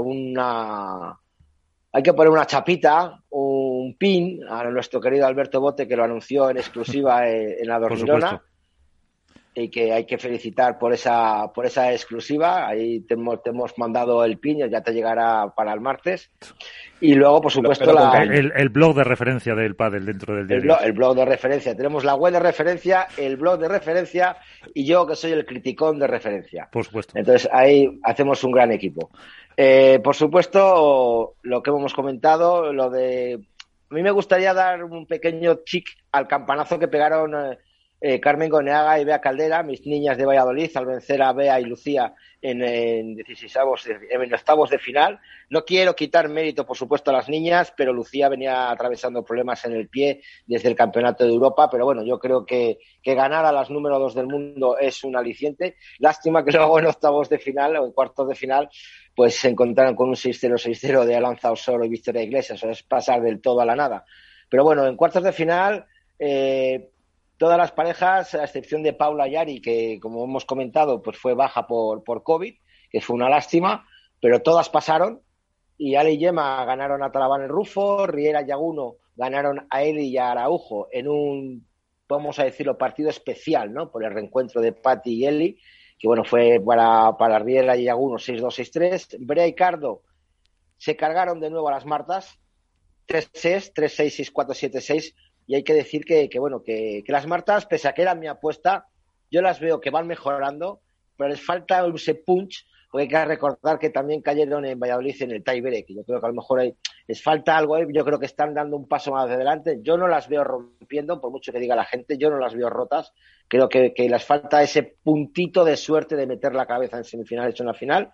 S3: que poner una chapita, un pin a nuestro querido Alberto Bote, que lo anunció en exclusiva en la Dormirona, y que hay que felicitar por esa exclusiva. Ahí te hemos mandado el pin, ya te llegará para el martes. Y luego, por supuesto,
S2: el blog de referencia del pádel dentro del diario.
S3: El blog de referencia. Tenemos la web de referencia, el blog de referencia y yo, que soy el criticón de referencia.
S2: Por supuesto.
S3: Entonces, ahí hacemos un gran equipo. Por supuesto, lo que hemos comentado, lo de... A mí me gustaría dar un pequeño chic al campanazo que pegaron Carmen Goneaga y Bea Caldera, mis niñas de Valladolid, al vencer a Bea y Lucía en octavos de final. No quiero quitar mérito, por supuesto, a las niñas, pero Lucía venía atravesando problemas en el pie desde el Campeonato de Europa, pero bueno, yo creo que ganar a las número 2 del mundo es un aliciente. Lástima que luego en octavos de final o en cuartos de final pues se encontraron con un 6-0 de Alanza Osoro y Victoria Iglesias, o es pasar del todo a la nada. Pero bueno, en cuartos de final todas las parejas, a excepción de Paula Yari, que como hemos comentado, pues fue baja por COVID, que fue una lástima, pero todas pasaron, y Ale y Gemma ganaron a Talabán el Rufo, Riera y Yaguno ganaron a Eli y a Araujo en un, vamos a decirlo, partido especial, ¿no? Por el reencuentro de Patti y Eli, que bueno, fue para Riera y Yaguno 6-2, 6-3. Brea y Cardo se cargaron de nuevo a las Martas, 3-6, 3-6, 6-4, 7-6. Y hay que decir que las Martas, pese a que era mi apuesta, yo las veo que van mejorando, pero les falta ese punch, porque hay que recordar que también cayeron en Valladolid en el tiebreak, y yo creo que a lo mejor les falta algo ahí. Yo creo que están dando un paso más adelante. Yo no las veo rompiendo, por mucho que diga la gente, yo no las veo rotas. Creo que les falta ese puntito de suerte de meter la cabeza en semifinales o en la final,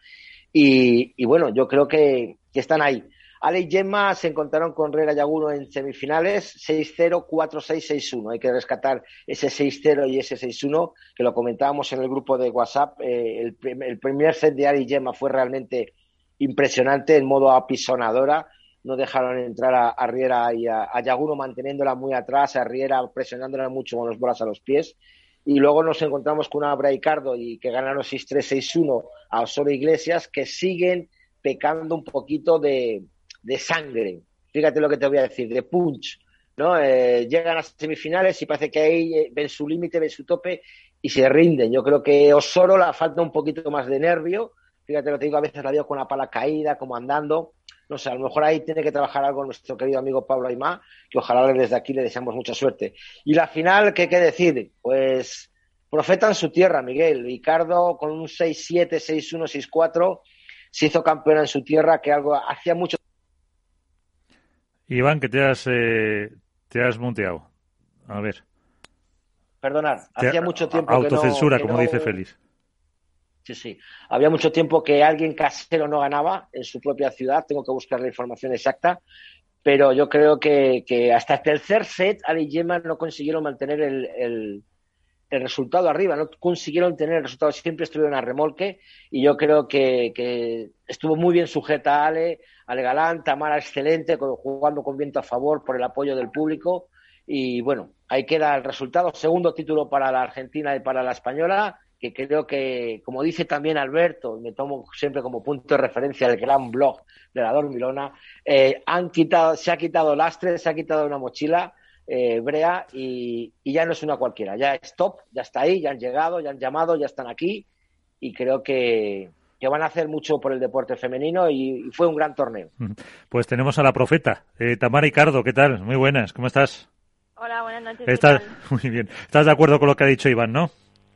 S3: y bueno, yo creo que están ahí. Ale y Gemma se encontraron con Riera Yaguno en semifinales, 6-0, 4-6, 6-1. Hay que rescatar ese 6-0 y ese 6-1, que lo comentábamos en el grupo de WhatsApp. El primer set de Ale y Gemma fue realmente impresionante, en modo apisonadora. No dejaron entrar a Riera y a Yaguno, manteniéndola muy atrás, a Riera presionándola mucho con los bolas a los pies. Y luego nos encontramos con una Brea y Cardo, y que ganaron 6-3, 6-1 a Osoro Iglesias, que siguen pecando un poquito de sangre. Fíjate lo que te voy a decir, de punch, ¿no? Llegan a semifinales y parece que ahí ven su límite, ven su tope y se rinden. Yo creo que Osoro le falta un poquito más de nervio. Fíjate lo que te digo, a veces la veo con la pala caída, como andando. No sé, a lo mejor ahí tiene que trabajar algo nuestro querido amigo Pablo Aimá, que ojalá desde aquí le deseamos mucha suerte. Y la final, ¿qué decir? Pues profetan su tierra, Miguel. Ricardo con un 6-7, 6-1, 6-4. se hizo campeona en su tierra, que algo hacía mucho.
S2: Iván, que te has muteado. A ver.
S3: Perdonad, hacía mucho tiempo
S2: autocensura,
S3: que no,
S2: como dice Félix.
S3: Sí. Había mucho tiempo que alguien casero no ganaba en su propia ciudad. Tengo que buscar la información exacta. Pero yo creo que hasta el tercer set, Ali y Gemma no consiguieron mantener el resultado arriba, no consiguieron tener el resultado, siempre estuvieron a remolque, y yo creo que estuvo muy bien sujeta Ale Galán, Tamara excelente, jugando con viento a favor por el apoyo del público, y bueno, ahí queda el resultado, segundo título para la Argentina y para la española, que creo que, como dice también Alberto, me tomo siempre como punto de referencia el gran blog de la Dormilona, se ha quitado lastre, se ha quitado una mochila, Brea, y ya no es una cualquiera, ya es top, ya está ahí, ya han llegado, ya han llamado, ya están aquí, y creo que van a hacer mucho por el deporte femenino, y fue un gran torneo.
S2: Pues tenemos a la profeta, Tamara Icardo, ¿qué tal? Muy buenas, ¿cómo estás?
S8: Hola, buenas noches.
S2: ¿Estás? Muy bien. ¿Estás de acuerdo con lo que ha dicho Iván, no?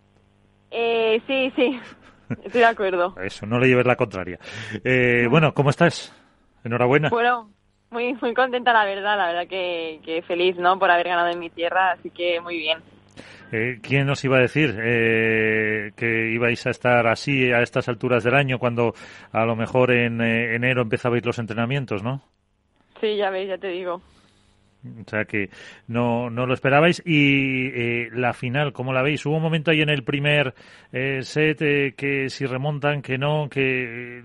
S8: Sí, estoy de acuerdo.
S2: Eso, no le lleves la contraria. Bueno, ¿cómo estás? Enhorabuena.
S8: Bueno, muy contenta, la verdad que feliz, ¿no?, por haber ganado en mi tierra, así que muy bien.
S2: ¿Quién os iba a decir que ibais a estar así a estas alturas del año, cuando a lo mejor en enero empezabais los entrenamientos, ¿no?
S8: Sí, ya veis, ya te digo.
S2: O sea que no lo esperabais. Y la final, ¿cómo la veis? Hubo un momento ahí en el primer set que si remontan, que no, que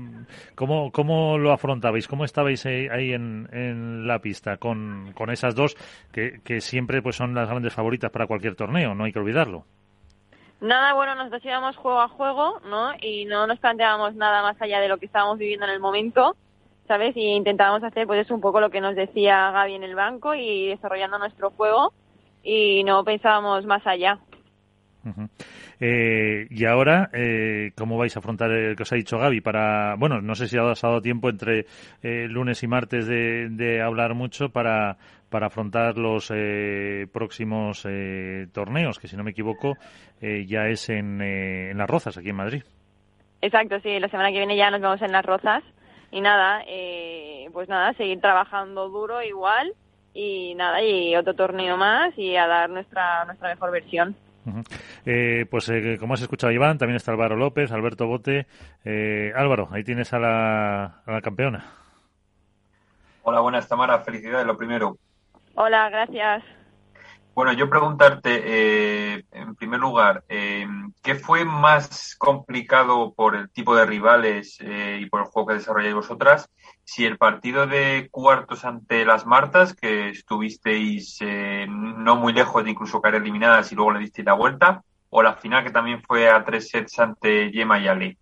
S2: ¿cómo lo afrontabais? ¿Cómo estabais ahí en la pista con esas dos que siempre pues son las grandes favoritas para cualquier torneo? No hay que olvidarlo.
S8: Nada, bueno, nosotros íbamos juego a juego, ¿no? Y no nos planteábamos nada más allá de lo que estábamos viviendo en el momento, ¿sabes? Y intentábamos hacer pues un poco lo que nos decía Gaby en el banco y desarrollando nuestro juego, y no pensábamos más allá.
S2: Uh-huh. Y ahora, ¿cómo vais a afrontar el que os ha dicho Gaby? Bueno, no sé si os ha dado tiempo entre lunes y martes de hablar mucho para afrontar los próximos torneos, que si no me equivoco ya es en Las Rozas, aquí en Madrid.
S8: Exacto, sí, la semana que viene ya nos vemos en Las Rozas. Y nada, pues nada, seguir trabajando duro igual, y nada, y otro torneo más, y a dar nuestra mejor versión.
S2: Uh-huh. Pues como has escuchado, Iván, también está Álvaro López, Alberto Bote. Álvaro, ahí tienes a la campeona.
S7: Hola, buenas, Tamara, felicidades, lo primero.
S8: Hola, gracias.
S7: Bueno, yo preguntarte, en primer lugar, ¿qué fue más complicado por el tipo de rivales y por el juego que desarrolláis vosotras? Si el partido de cuartos ante las Martas, que estuvisteis no muy lejos de incluso caer eliminadas y luego le disteis la vuelta, o la final, que también fue a 3 sets ante Gemma y Ali.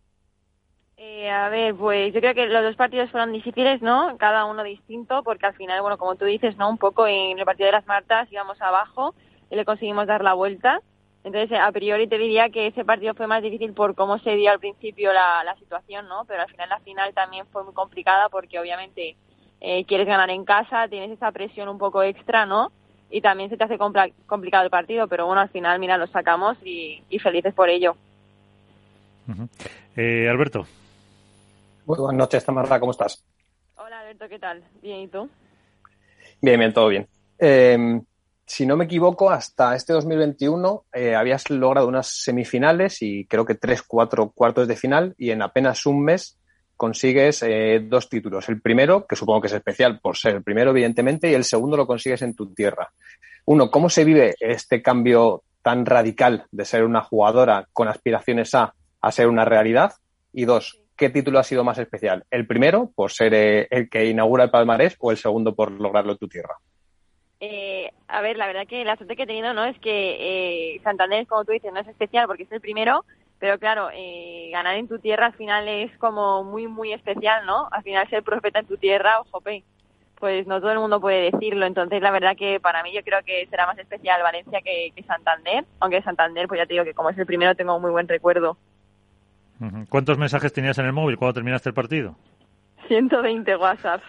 S8: A ver, pues yo creo que los dos partidos fueron difíciles, ¿no? Cada uno distinto, porque al final, bueno, como tú dices, ¿no? Un poco en el partido de las Martas íbamos abajo y le conseguimos dar la vuelta. Entonces, a priori te diría que ese partido fue más difícil por cómo se dio al principio la situación, ¿no? Pero al final la final también fue muy complicada, porque obviamente quieres ganar en casa, tienes esa presión un poco extra, ¿no? Y también se te hace complicado el partido, pero bueno, al final, mira, lo sacamos y felices por ello.
S2: Uh-huh. Alberto.
S4: Muy buenas noches, Tamara, ¿cómo estás?
S8: Hola, Alberto, ¿qué tal? Bien, ¿y tú?
S4: Bien, todo bien. Si no me equivoco, hasta este 2021 habías logrado unas semifinales y creo que 3-4 cuartos de final, y en apenas un mes consigues 2 títulos. El primero, que supongo que es especial por ser el primero, evidentemente, y el segundo lo consigues en tu tierra. Uno, ¿cómo se vive este cambio tan radical de ser una jugadora con aspiraciones a ser una realidad? Y 2, ¿qué título ha sido más especial? ¿El primero, por ser el que inaugura el palmarés, o el segundo por lograrlo en tu tierra?
S8: A ver, la verdad que la suerte que he tenido, ¿no?, es que Santander, como tú dices, no es especial porque es el primero, pero claro, ganar en tu tierra al final es como muy, muy especial, ¿no? Al final ser profeta en tu tierra, ojo, pues no todo el mundo puede decirlo. Entonces, la verdad que para mí yo creo que será más especial Valencia que Santander, aunque Santander, pues ya te digo que como es el primero tengo un muy buen recuerdo.
S2: ¿Cuántos mensajes tenías en el móvil cuando terminaste el partido?
S8: 120 WhatsApp.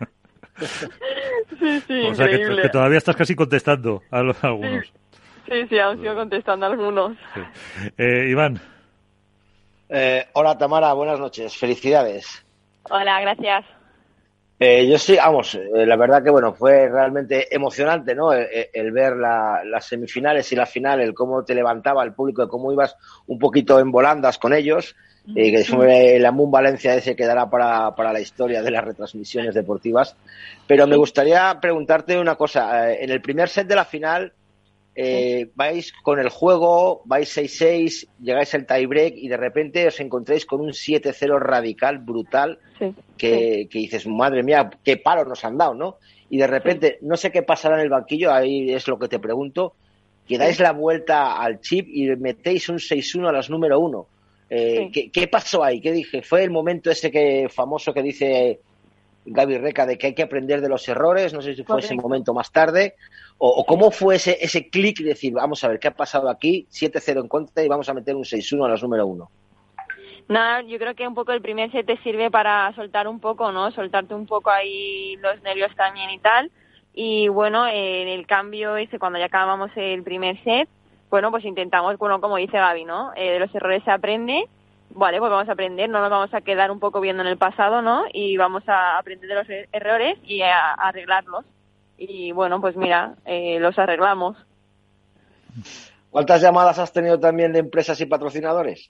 S8: Sí,
S2: o sea que todavía estás casi contestando a algunos.
S8: Sí, aún sigo contestando a algunos.
S2: Sí. Iván.
S3: Hola Tamara, buenas noches, felicidades.
S8: Hola, gracias.
S3: Yo sí, la verdad que bueno, fue realmente emocionante, ¿no? El ver las semifinales y la final, el cómo te levantaba el público, el cómo ibas un poquito en volandas con ellos, que fue el Amun Valencia ese quedará para la historia de las retransmisiones deportivas. Pero me gustaría preguntarte una cosa, en el primer set de la final vais con el juego, vais 6-6, llegáis al tiebreak y de repente os encontráis con un 7-0 radical, brutal, que dices, madre mía, qué palo nos han dado, ¿no? Y de repente, no sé qué pasará en el banquillo, ahí es lo que te pregunto, que dais la vuelta al chip y metéis un 6-1 a las número 1. ¿Qué pasó ahí? ¿Qué dije? ¿Fue el momento ese famoso que dice Gaby Reca de que hay que aprender de los errores? No sé si fue ese momento más tarde. ¿O cómo fue ese clic de decir, vamos a ver qué ha pasado aquí, 7-0 en contra y vamos a meter un 6-1 a las número 1?
S8: Nada, yo creo que un poco el primer set te sirve para soltar un poco, ¿no? Soltarte un poco ahí los nervios también y tal. Y bueno, en el cambio ese, cuando ya acabamos el primer set, bueno, pues intentamos, bueno, como dice Gaby, ¿no? De los errores se aprende. Vale, pues vamos a aprender, no nos vamos a quedar un poco viendo en el pasado, ¿no? Y vamos a aprender de los errores y a arreglarlos. Y bueno, pues mira, los arreglamos.
S3: ¿Cuántas llamadas has tenido también de empresas y patrocinadores?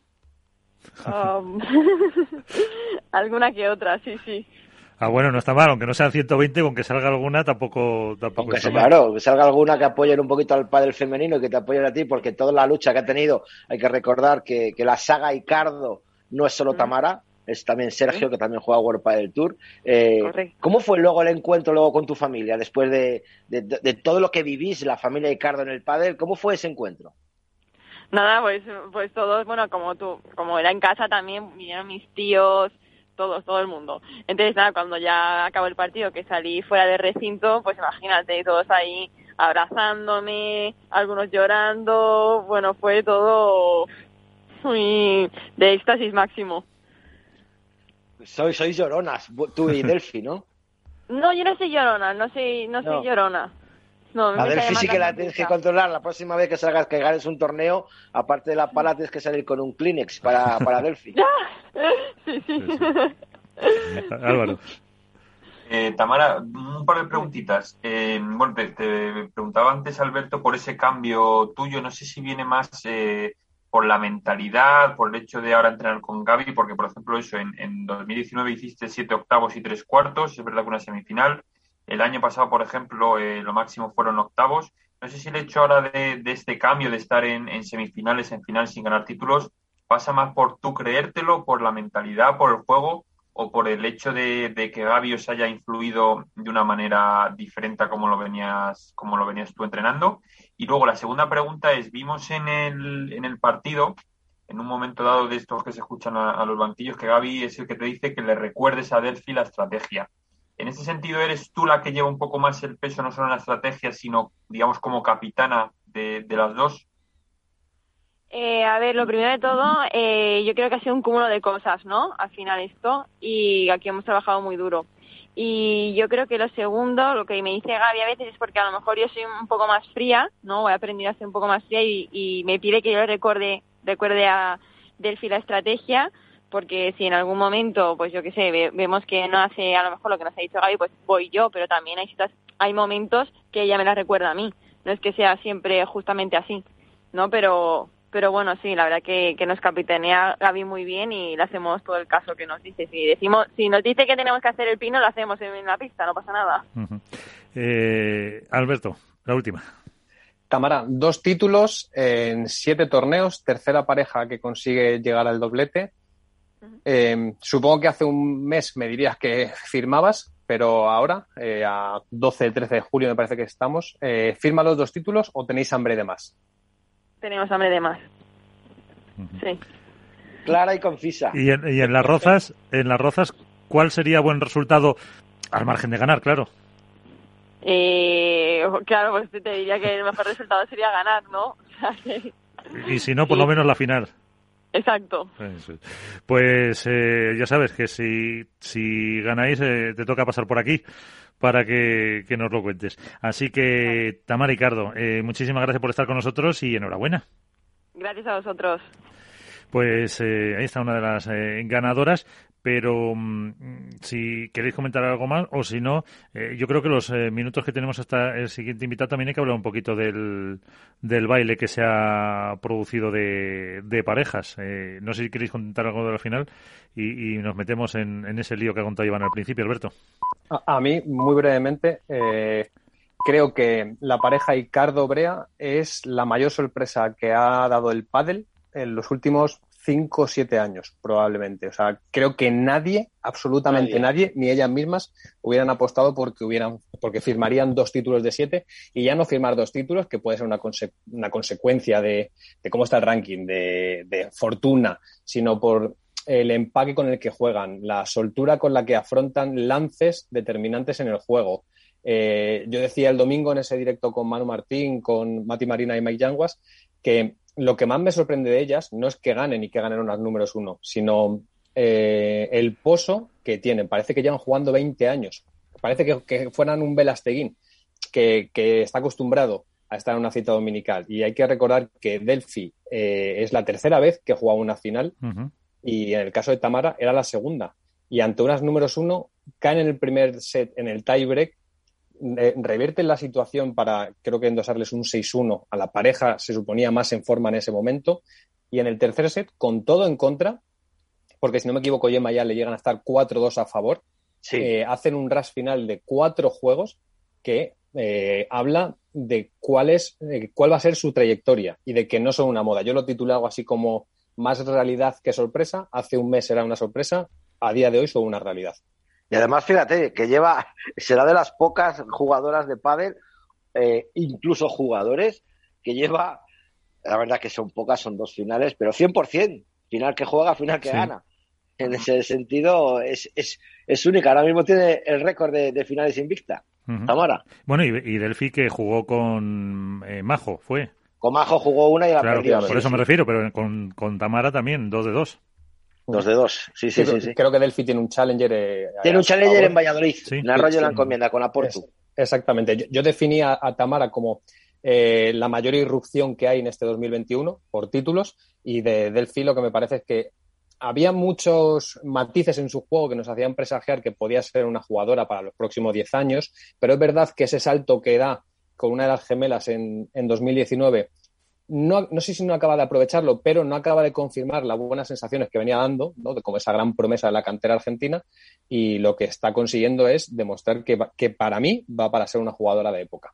S8: Alguna que otra, sí.
S2: Bueno, no está mal, aunque no sean 120, con que salga alguna tampoco
S3: aunque
S2: está
S3: mal. Claro, que salga alguna que apoye un poquito al pádel femenino y que te apoye a ti, porque toda la lucha que ha tenido, hay que recordar que la saga Icardo no es solo Tamara, es también Sergio, que también juega World Padel Tour. ¿Cómo fue luego el encuentro con tu familia, después de todo lo que vivís, la familia Icardo en el pádel? ¿Cómo fue ese encuentro?
S8: Nada, pues todos, bueno, como era en casa también, vinieron mis tíos, todo el mundo. Entonces, nada, cuando ya acabó el partido, que salí fuera del recinto, pues imagínate, todos ahí abrazándome, algunos llorando, bueno, fue todo muy de éxtasis máximo.
S3: Sois lloronas, tú y Delphi, ¿no?
S8: No, yo no soy llorona, no soy llorona. No,
S3: la Delphi sí que la tienes que controlar. La próxima vez que salgas, que ganes un torneo, aparte de la pala, tienes que salir con un Kleenex para Delphi.
S8: Sí.
S2: Álvaro.
S7: Tamara, un par de preguntitas. Bueno, te preguntaba antes, Alberto, por ese cambio tuyo. No sé si viene más por la mentalidad, por el hecho de ahora entrenar con Gaby, porque, por ejemplo, eso, en 2019 hiciste 7 octavos y 3 cuartos, es verdad que una semifinal. El año pasado, por ejemplo, lo máximo fueron octavos. No sé si el hecho ahora de este cambio, de estar en semifinales, en final sin ganar títulos, pasa más por tú creértelo, por la mentalidad, por el juego, o por el hecho de que Gaby os haya influido de una manera diferente a como lo venías tú entrenando. Y luego la segunda pregunta es, vimos en el partido, en un momento dado de estos que se escuchan a los banquillos, que Gaby es el que te dice que le recuerdes a Delphi la estrategia. En ese sentido, ¿eres tú la que lleva un poco más el peso, no solo en la estrategia, sino, digamos, como capitana de las dos?
S8: A ver, lo primero de todo, yo creo que ha sido un cúmulo de cosas, ¿no? Al final esto, y aquí hemos trabajado muy duro. Y yo creo que lo segundo, lo que me dice Gaby a veces es porque a lo mejor yo soy un poco más fría, ¿no? He aprendido a ser un poco más fría y me pide que yo le recuerde a Delphi la estrategia, porque si en algún momento, pues yo qué sé, vemos que no hace a lo mejor lo que nos ha dicho Gaby, pues voy yo, pero también hay momentos que ella me la recuerda a mí. No es que sea siempre justamente así, ¿no? Pero bueno, sí, la verdad que nos capitanea Gaby muy bien y le hacemos todo el caso que nos dice. Si nos dice que tenemos que hacer el pino, lo hacemos en la pista, no pasa nada.
S2: Alberto, la última.
S4: Tamara, 2 títulos en 7 torneos, tercera pareja que consigue llegar al doblete. Supongo que hace un mes me dirías que firmabas, pero ahora, a 12-13 de julio me parece que estamos, ¿firma los 2 títulos o tenéis hambre de más?
S8: Tenemos hambre de más. Sí.
S3: Clara y concisa.
S2: Y en las rozas, ¿cuál sería buen resultado al margen de ganar, claro?
S8: Claro, pues te diría que el mejor resultado sería ganar, ¿no? O sea,
S2: y si no, por lo menos la final.
S8: Exacto.
S2: Pues ya sabes que si ganáis te toca pasar por aquí para que nos lo cuentes. Así que, Tamara y Ricardo, muchísimas gracias por estar con nosotros y enhorabuena.
S8: Gracias a vosotros.
S2: Pues ahí está una de las ganadoras. Pero si queréis comentar algo más, o si no, yo creo que los minutos que tenemos hasta el siguiente invitado también hay que hablar un poquito del baile que se ha producido de parejas. No sé si queréis contar algo de la final y nos metemos en ese lío que ha contado Iván al principio, Alberto.
S4: A mí, muy brevemente, creo que la pareja Icardo-Brea es la mayor sorpresa que ha dado el pádel en los últimos 5 o 7 años, probablemente. O sea, creo que nadie, absolutamente nadie, ni ellas mismas, hubieran apostado porque firmarían 2 títulos de 7, y ya no firmar 2 títulos, que puede ser una consecuencia de cómo está el ranking, de fortuna, sino por el empaque con el que juegan, la soltura con la que afrontan lances determinantes en el juego. Yo decía el domingo en ese directo con Manu Martín, con Mati Marina y Mike Yanguas, que lo que más me sorprende de ellas no es que ganen y que ganen unas números 1, sino el pozo que tienen. Parece que llevan jugando 20 años. Parece que fueran un Velasteguín que está acostumbrado a estar en una cita dominical. Y hay que recordar que Delphi es la 3ª vez que juega una final, y en el caso de Tamara era la 2ª. Y ante unas números 1 caen en el primer set en el tiebreak, revierten la situación para, creo que endosarles un 6-1 a la pareja, se suponía más en forma en ese momento, y en el tercer set, con todo en contra, porque si no me equivoco, Gemma ya le llegan a estar 4-2 a favor, hacen un rush final de 4 juegos que habla de cuál va a ser su trayectoria y de que no son una moda. Yo lo titulé algo así como más realidad que sorpresa. Hace un mes era una sorpresa, a día de hoy son una realidad.
S3: Y además, fíjate, que será de las pocas jugadoras de pádel, incluso jugadores, que lleva, la verdad que son pocas, son 2 finales, pero 100%, final que juega, final que gana. En ese sentido, es única. Ahora mismo tiene el récord de finales invicta, Tamara.
S2: Bueno, y Delphi, que jugó con Majo, fue.
S3: Con Majo jugó una y la perdió.
S2: Por eso me refiero, pero con Tamara también, 2 de 2.
S3: 2 de 2, sí.
S4: Creo que Delphi tiene un challenger.
S3: Tiene un challenger en Valladolid, en Arroyo de la Encomienda, con Aportu.
S4: Exactamente. Yo definía a Tamara como la mayor irrupción que hay en este 2021 por títulos, y de Delphi lo que me parece es que había muchos matices en su juego que nos hacían presagiar que podía ser una jugadora para los próximos 10 años, pero es verdad que ese salto que da con una de las gemelas en 2019, no sé si no acaba de aprovecharlo, pero no acaba de confirmar las buenas sensaciones que venía dando, ¿no? Como esa gran promesa de la cantera argentina, y lo que está consiguiendo es demostrar que para mí va para ser una jugadora de época.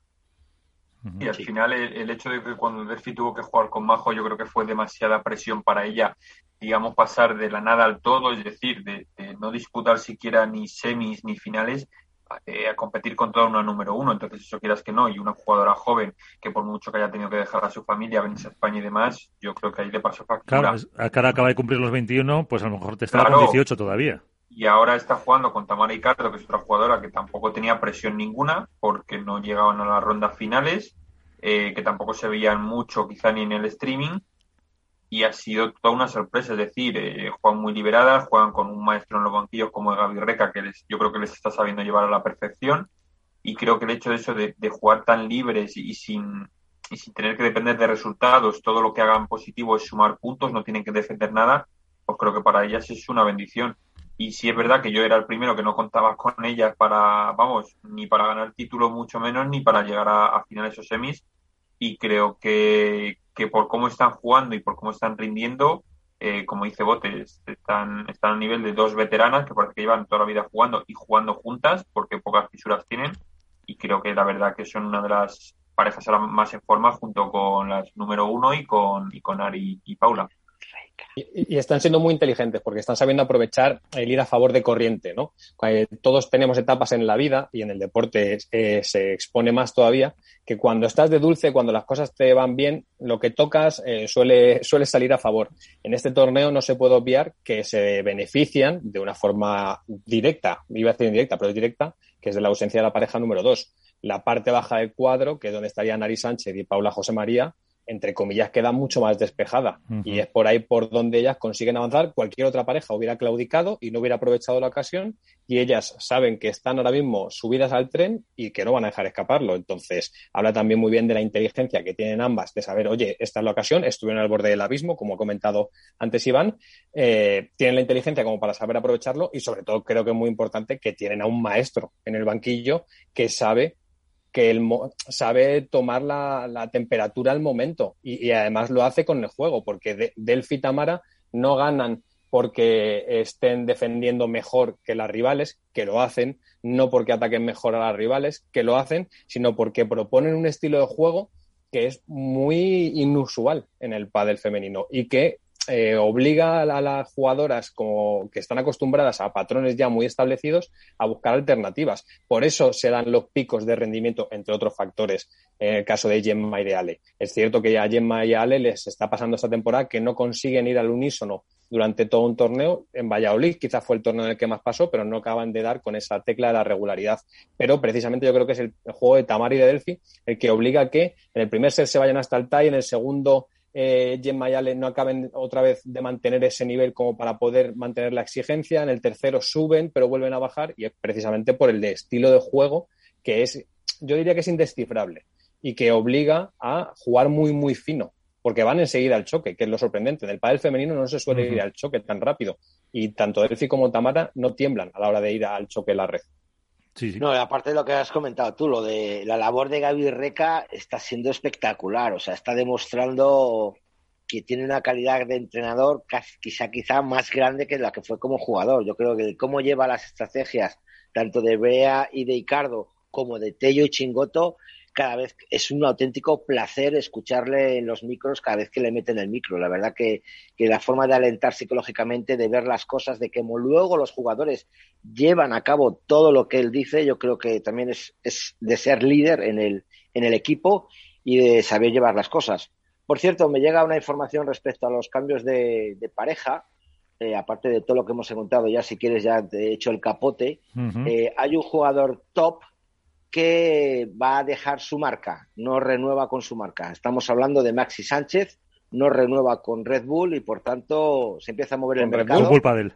S7: Y al final el hecho de que cuando Delphi tuvo que jugar con Majo, yo creo que fue demasiada presión para ella, digamos, pasar de la nada al todo, es decir, de no disputar siquiera ni semis ni finales, a competir contra una número 1. Entonces, eso quieras que no, y una jugadora joven que por mucho que haya tenido que dejar a su familia, venirse a España y demás, yo creo que ahí le pasó factura.
S2: Claro, acaba de cumplir los 21, pues a lo mejor te estaba con 18 todavía.
S7: Y ahora está jugando con Tamara Icardo, que es otra jugadora que tampoco tenía presión ninguna, porque no llegaban a las rondas finales, que tampoco se veían mucho quizá ni en el streaming, y ha sido toda una sorpresa. Es decir, juegan muy liberadas, juegan con un maestro en los banquillos como Gaby Reca, que yo creo que les está sabiendo llevar a la perfección, y creo que el hecho de eso, de jugar tan libres y sin tener que depender de resultados, todo lo que hagan positivo es sumar puntos, no tienen que defender nada, pues creo que para ellas es una bendición. Y sí es verdad que yo era el primero que no contaba con ellas ni para ganar título, mucho menos, ni para llegar a finales o semis, y creo que por cómo están jugando y por cómo están rindiendo, como dice Botes, están a nivel de 2 veteranas que parece que llevan toda la vida jugando y jugando juntas, porque pocas fisuras tienen, y creo que la verdad que son una de las parejas ahora más en forma, junto con las número 1 y con Ari y Paula.
S4: Y están siendo muy inteligentes porque están sabiendo aprovechar el ir a favor de corriente, ¿no? Todos tenemos etapas en la vida, y en el deporte se expone más todavía, que cuando estás de dulce, cuando las cosas te van bien, lo que tocas suele salir a favor. En este torneo no se puede obviar que se benefician de una forma directa, iba a decir indirecta, pero es directa, que es de la ausencia de la pareja número 2. La parte baja del cuadro, que es donde estarían Ari Sánchez y Paula José María, entre comillas, queda mucho más despejada. Uh-huh. Y es por ahí por donde ellas consiguen avanzar. Cualquier otra pareja hubiera claudicado y no hubiera aprovechado la ocasión, y ellas saben que están ahora mismo subidas al tren y que no van a dejar escaparlo. Entonces, habla también muy bien de la inteligencia que tienen ambas, de saber, oye, esta es la ocasión, estuvieron al borde del abismo, como ha comentado antes Iván, tienen la inteligencia como para saber aprovecharlo, y sobre todo creo que es muy importante que tienen a un maestro en el banquillo que sabe tomar la temperatura al momento, y además lo hace con el juego, porque Delphi y Tamara no ganan porque estén defendiendo mejor que las rivales, que lo hacen, no porque ataquen mejor a las rivales, que lo hacen, sino porque proponen un estilo de juego que es muy inusual en el pádel femenino y que obliga a las jugadoras como que están acostumbradas a patrones ya muy establecidos a buscar alternativas. Por eso se dan los picos de rendimiento, entre otros factores, en el caso de Gemma y de Ale. Es cierto que a Gemma y a Ale les está pasando esta temporada que no consiguen ir al unísono durante todo un torneo. En Valladolid quizás fue el torneo en el que más pasó, pero no acaban de dar con esa tecla de la regularidad. Pero precisamente yo creo que es el juego de Tamara y de Delphi el que obliga a que en el primer set se vayan hasta el tie, en el segundo Gemma y Ale no acaben otra vez de mantener ese nivel como para poder mantener la exigencia, en el tercero suben pero vuelven a bajar, y es precisamente por el estilo de juego que es, yo diría que es indescifrable y que obliga a jugar muy muy fino, porque van enseguida al choque, que es lo sorprendente. En el pádel femenino no se suele ir al choque tan rápido, y tanto Delphi como Tamara no tiemblan a la hora de ir al choque en la red.
S3: Sí. No, aparte de lo que has comentado tú, lo de la labor de Gaby Reca está siendo espectacular. O sea, está demostrando que tiene una calidad de entrenador quizá más grande que la que fue como jugador. Yo creo que cómo lleva las estrategias tanto de Bea y de Icardo como de Tello y Chingoto, cada vez es un auténtico placer escucharle en los micros cada vez que le meten el micro. La verdad que la forma de alentar psicológicamente, de ver las cosas, de que luego los jugadores llevan a cabo todo lo que él dice, yo creo que también es de ser líder en el equipo y de saber llevar las cosas. Por cierto, me llega una información respecto a los cambios de pareja, aparte de todo lo que hemos contado ya, si quieres ya te he hecho el capote. Uh-huh. Hay un jugador top que va a dejar su marca, no renueva con su marca. Estamos hablando de Maxi Sánchez, no renueva con Red Bull y por tanto se empieza a mover el mercado.
S2: Con Bull Padel.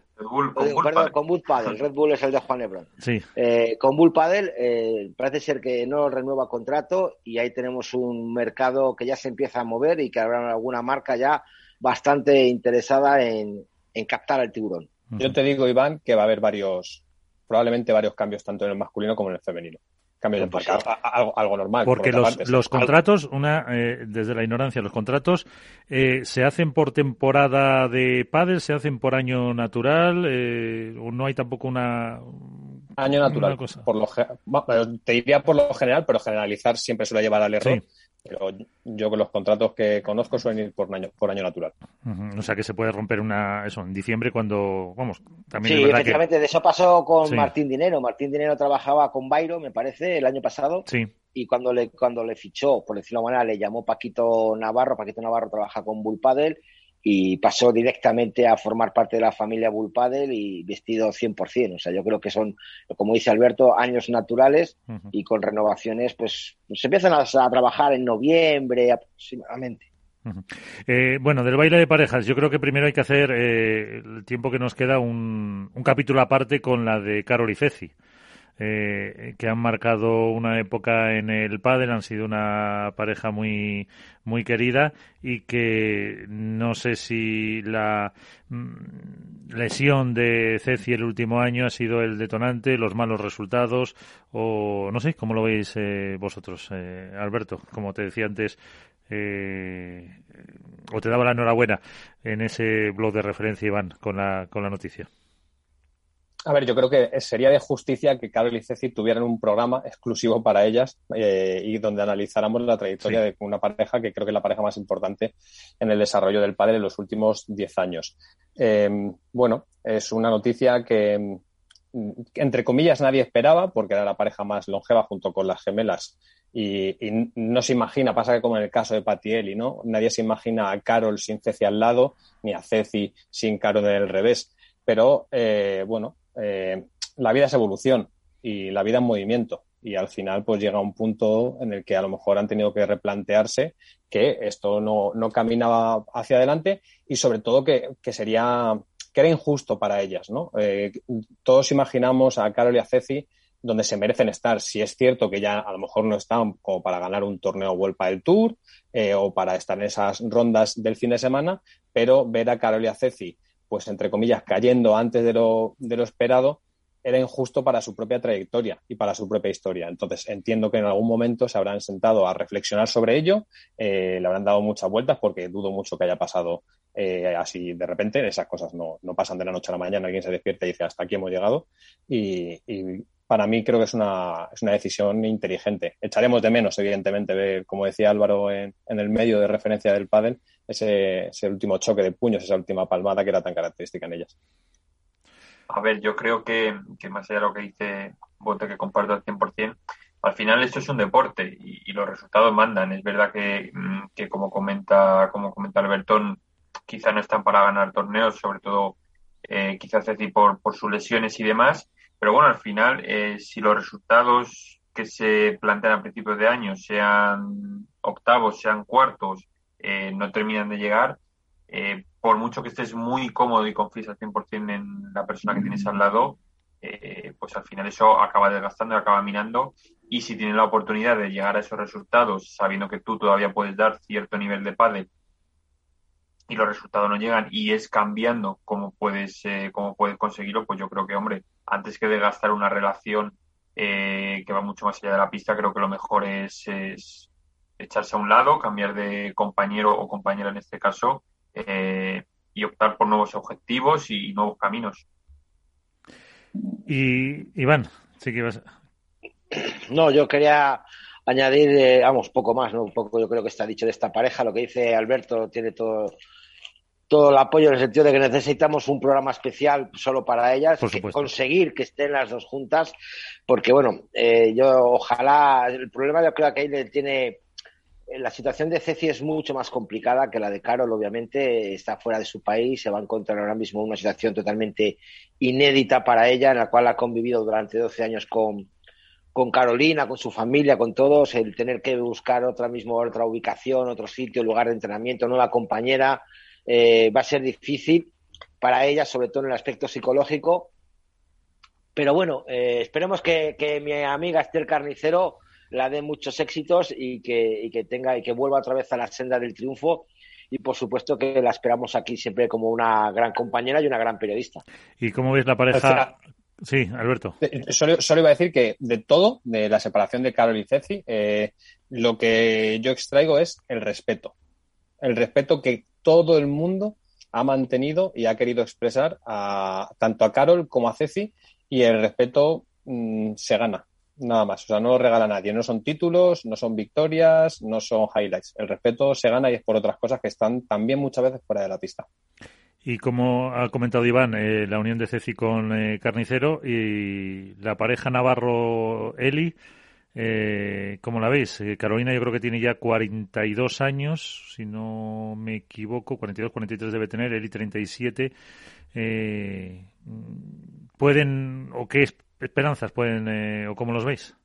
S3: Con Bull Padel. Red Bull es el de Juan Lebrón.
S2: Sí.
S3: Con Bull Padel parece ser que no renueva contrato y ahí tenemos un mercado que ya se empieza a mover y que habrá alguna marca ya bastante interesada en captar al tiburón.
S4: Yo te digo, Iván, que va a haber probablemente varios cambios tanto en el masculino como en el femenino. Cambios de algo normal.
S2: Porque los contratos, desde la ignorancia, los contratos se hacen por temporada de pádel, se hacen por año natural, o no hay tampoco una...
S4: Año natural. Te diría por lo general, pero generalizar siempre suele llevar al error. Sí. Pero yo con los contratos que conozco suelen ir por año natural.
S2: Uh-huh. O sea que se puede romper en diciembre cuando, también
S3: sí,
S2: es verdad
S3: efectivamente, de eso pasó con Martín Dinero. Martín Dinero trabajaba con Bairo, me parece, el año pasado.
S2: Sí.
S3: Y cuando le fichó, por decirlo de manera, le llamó Paquito Navarro. Paquito Navarro trabaja con Bull Padel y pasó directamente a formar parte de la familia Bull Padel y vestido 100%. O sea, yo creo que son, como dice Alberto, años naturales uh-huh. Y con renovaciones, pues se empiezan a trabajar en noviembre aproximadamente.
S2: Uh-huh. Bueno, del baile de parejas, yo creo que primero hay que hacer, el tiempo que nos queda, un capítulo aparte con la de Carol y Ceci. Que han marcado una época en el pádel, han sido una pareja muy muy querida y que no sé si la lesión de Ceci el último año ha sido el detonante, los malos resultados o no sé, ¿cómo lo veis vosotros, Alberto? Como te decía antes, o te daba la enhorabuena en ese blog de referencia, Iván, con la noticia.
S4: A ver, yo creo que sería de justicia que Carol y Ceci tuvieran un programa exclusivo para ellas y donde analizáramos la trayectoria de una pareja que creo que es la pareja más importante en el desarrollo del pádel en los últimos 10 años. Bueno, es una noticia que, entre comillas, nadie esperaba porque era la pareja más longeva junto con las gemelas y no se imagina, pasa que como en el caso de Patielli, ¿no? Nadie se imagina a Carol sin Ceci al lado ni a Ceci sin Carol en el revés. Pero, bueno, la vida es evolución y la vida es movimiento. y al final pues llega un punto en el que a lo mejor han tenido que replantearse que esto no caminaba hacia adelante y sobre todo que era injusto para ellas, ¿no? Todos imaginamos a Carol y a Ceci donde se merecen estar. Si es cierto que ya a lo mejor no están como para ganar un torneo Vuelta del Tour o para estar en esas rondas del fin de semana, pero ver a Carol y a Ceci, pues entre comillas, cayendo antes de lo esperado, era injusto para su propia trayectoria y para su propia historia. Entonces, entiendo que en algún momento se habrán sentado a reflexionar sobre ello, le habrán dado muchas vueltas porque dudo mucho que haya pasado así de repente. Esas cosas no pasan de la noche a la mañana, alguien se despierta y dice hasta aquí hemos llegado y para mí creo que es una decisión inteligente. Echaremos de menos, evidentemente, ver, como decía Álvaro en el medio de referencia del pádel, ese último choque de puños, esa última palmada que era tan característica en ellas.
S7: A ver, yo creo que más allá de lo que dice Bote, que comparto al 100%, al final esto es un deporte y los resultados mandan. Es verdad que como comenta Albertón, quizá no están para ganar torneos, sobre todo quizás Ceci por sus lesiones y demás, pero bueno, al final si los resultados que se plantean a principios de año, sean octavos, sean cuartos, no terminan de llegar, por mucho que estés muy cómodo y confíes al 100% en la persona que tienes al lado, pues al final eso acaba desgastando y acaba minando. Y si tienes la oportunidad de llegar a esos resultados sabiendo que tú todavía puedes dar cierto nivel de pádel y los resultados no llegan y es cambiando cómo puedes conseguirlo, pues yo creo que, hombre, antes que desgastar una relación que va mucho más allá de la pista, creo que lo mejor es echarse a un lado, cambiar de compañero o compañera en este caso, y optar por nuevos objetivos y nuevos caminos.
S2: Y Iván, sí que ibas.
S3: No, yo quería añadir, poco más, ¿no? Un poco yo creo que está dicho de esta pareja. Lo que dice Alberto tiene todo el apoyo en el sentido de que necesitamos un programa especial solo para ellas, conseguir que estén las dos juntas, porque bueno, yo ojalá, el problema yo creo que ahí tiene. La situación de Ceci es mucho más complicada que la de Carol, obviamente, está fuera de su país, se va a encontrar ahora mismo en una situación totalmente inédita para ella, en la cual ha convivido durante 12 años con Carolina, con su familia, con todos, el tener que buscar otra ubicación, otro sitio, lugar de entrenamiento, nueva compañera, va a ser difícil para ella, sobre todo en el aspecto psicológico, pero bueno, esperemos que mi amiga Esther Carnicero la dé muchos éxitos y que vuelva otra vez a la senda del triunfo y por supuesto que la esperamos aquí siempre como una gran compañera y una gran periodista.
S2: ¿Y cómo ves la pareja? Sí, Alberto.
S4: Solo iba a decir que de la separación de Carol y Ceci, lo que yo extraigo es el respeto que todo el mundo ha mantenido y ha querido expresar tanto a Carol como a Ceci, y el respeto se gana. Nada más, o sea, no lo regala nadie, no son títulos, no son victorias, no son highlights. El respeto se gana y es por otras cosas que están también muchas veces fuera de la pista.
S2: Y como ha comentado Iván, la unión de Ceci con Carnicero y la pareja Navarro-Eli, ¿cómo la veis? Carolina yo creo que tiene ya 42 años, si no me equivoco, 42, 43 debe tener, Eli 37. ¿Pueden, o qué esperanzas pueden, o cómo los veis?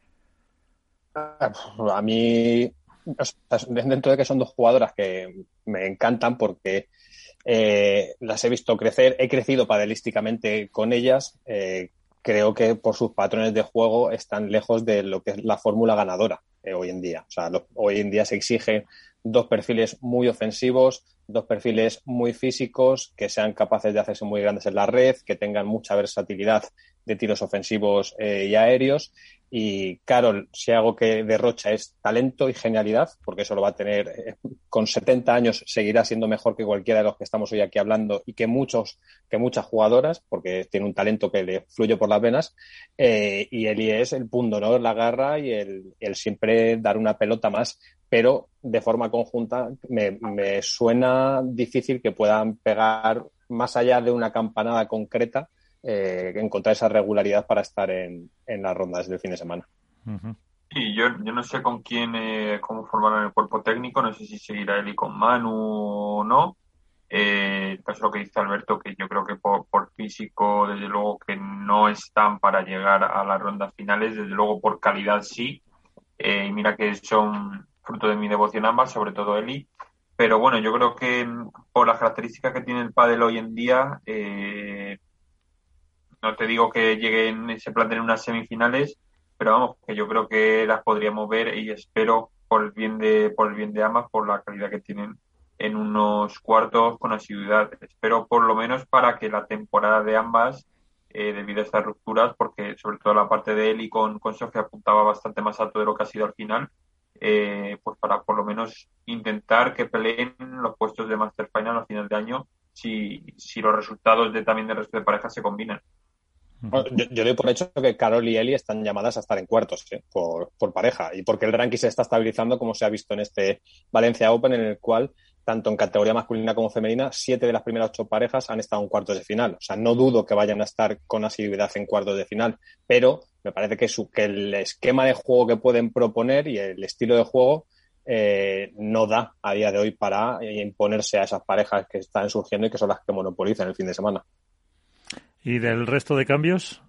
S4: A mí, dentro de que son dos jugadoras que me encantan porque las he visto crecer, he crecido padelísticamente con ellas, creo que por sus patrones de juego están lejos de lo que es la fórmula ganadora hoy en día. O sea, hoy en día se exigen dos perfiles muy ofensivos, dos perfiles muy físicos, que sean capaces de hacerse muy grandes en la red, que tengan mucha versatilidad de tiros ofensivos y aéreos. Y Carol, si algo que derrocha es talento y genialidad, porque eso lo va a tener con 70 años, seguirá siendo mejor que cualquiera de los que estamos hoy aquí hablando y que muchas jugadoras, porque tiene un talento que le fluye por las venas, y Eli es el pundonor, la garra y el siempre dar una pelota más, pero de forma conjunta me suena difícil que puedan pegar más allá de una campanada concreta, encontrar esa regularidad para estar en las rondas del fin de semana.
S2: Uh-huh.
S7: Sí, yo no sé con quién, cómo formarán el cuerpo técnico, no sé si seguirá Eli con Manu o no, El caso lo que dice Alberto, que yo creo que por físico, desde luego que no están para llegar a las rondas finales, desde luego por calidad sí, y mira que son fruto de mi devoción ambas, sobre todo Eli, pero bueno, yo creo que por las características que tiene el pádel hoy en día, no te digo que lleguen, se planteen unas semifinales, pero vamos, que yo creo que las podríamos ver y espero por el bien de ambas, por la calidad que tienen en unos cuartos con asiduidad. Espero por lo menos para que la temporada de ambas, debido a estas rupturas, porque sobre todo la parte de Eli con Sofía apuntaba bastante más alto de lo que ha sido al final, pues para por lo menos intentar que peleen los puestos de Master Final a final de año si los resultados también del resto de parejas se combinan.
S4: Yo doy por hecho que Carol y Eli están llamadas a estar en cuartos, por pareja, y porque el ranking se está estabilizando, como se ha visto en este Valencia Open, en el cual tanto en categoría masculina como femenina 7 de las primeras 8 parejas han estado en cuartos de final. O sea, no dudo que vayan a estar con asiduidad en cuartos de final, pero me parece que el esquema de juego que pueden proponer y el estilo de juego no da a día de hoy para imponerse a esas parejas que están surgiendo y que son las que monopolizan el fin de semana.
S2: ¿Y del resto de cambios?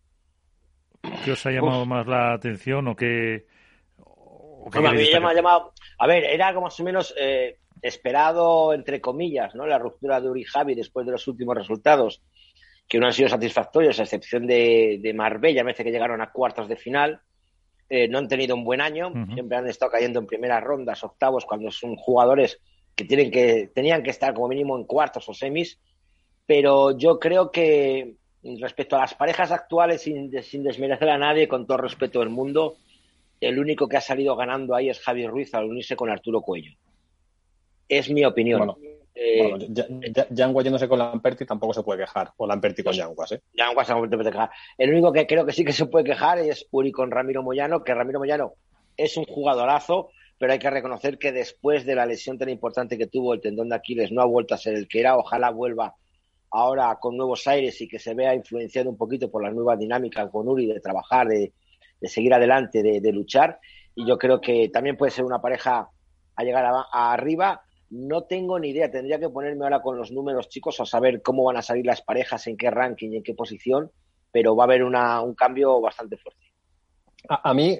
S2: ¿Qué os ha llamado más la atención o qué?
S3: A mí me ha llamado... A ver, era algo más o menos esperado, entre comillas, ¿no? La ruptura de Uri y Javi después de los últimos resultados, que no han sido satisfactorios, a excepción de Marbella, me parece que llegaron a cuartos de final. No han tenido un buen año, siempre han estado cayendo en primeras rondas, octavos, cuando son jugadores que tenían que estar como mínimo en cuartos o semis. Pero yo creo que respecto a las parejas actuales, sin desmerecer a nadie, con todo el respeto del mundo, el único que ha salido ganando ahí es Javi Ruiz al unirse con Arturo Coello. Es mi opinión.
S4: Yanguas yéndose con Lamperti tampoco se puede quejar, o Lamperti con Yanguas.
S3: Yanguas no se puede quejar. El único que creo que sí que se puede quejar es Uri con Ramiro Moyano, que Ramiro Moyano es un jugadorazo, pero hay que reconocer que después de la lesión tan importante que tuvo el tendón de Aquiles no ha vuelto a ser el que era. Ojalá vuelva ahora con nuevos aires y que se vea influenciado un poquito por la nueva dinámica con Uri de trabajar, de seguir adelante, de luchar. Y yo creo que también puede ser una pareja a llegar arriba. No tengo ni idea, tendría que ponerme ahora con los números, chicos, a saber cómo van a salir las parejas, en qué ranking y en qué posición, pero va a haber un cambio bastante fuerte.
S4: A mí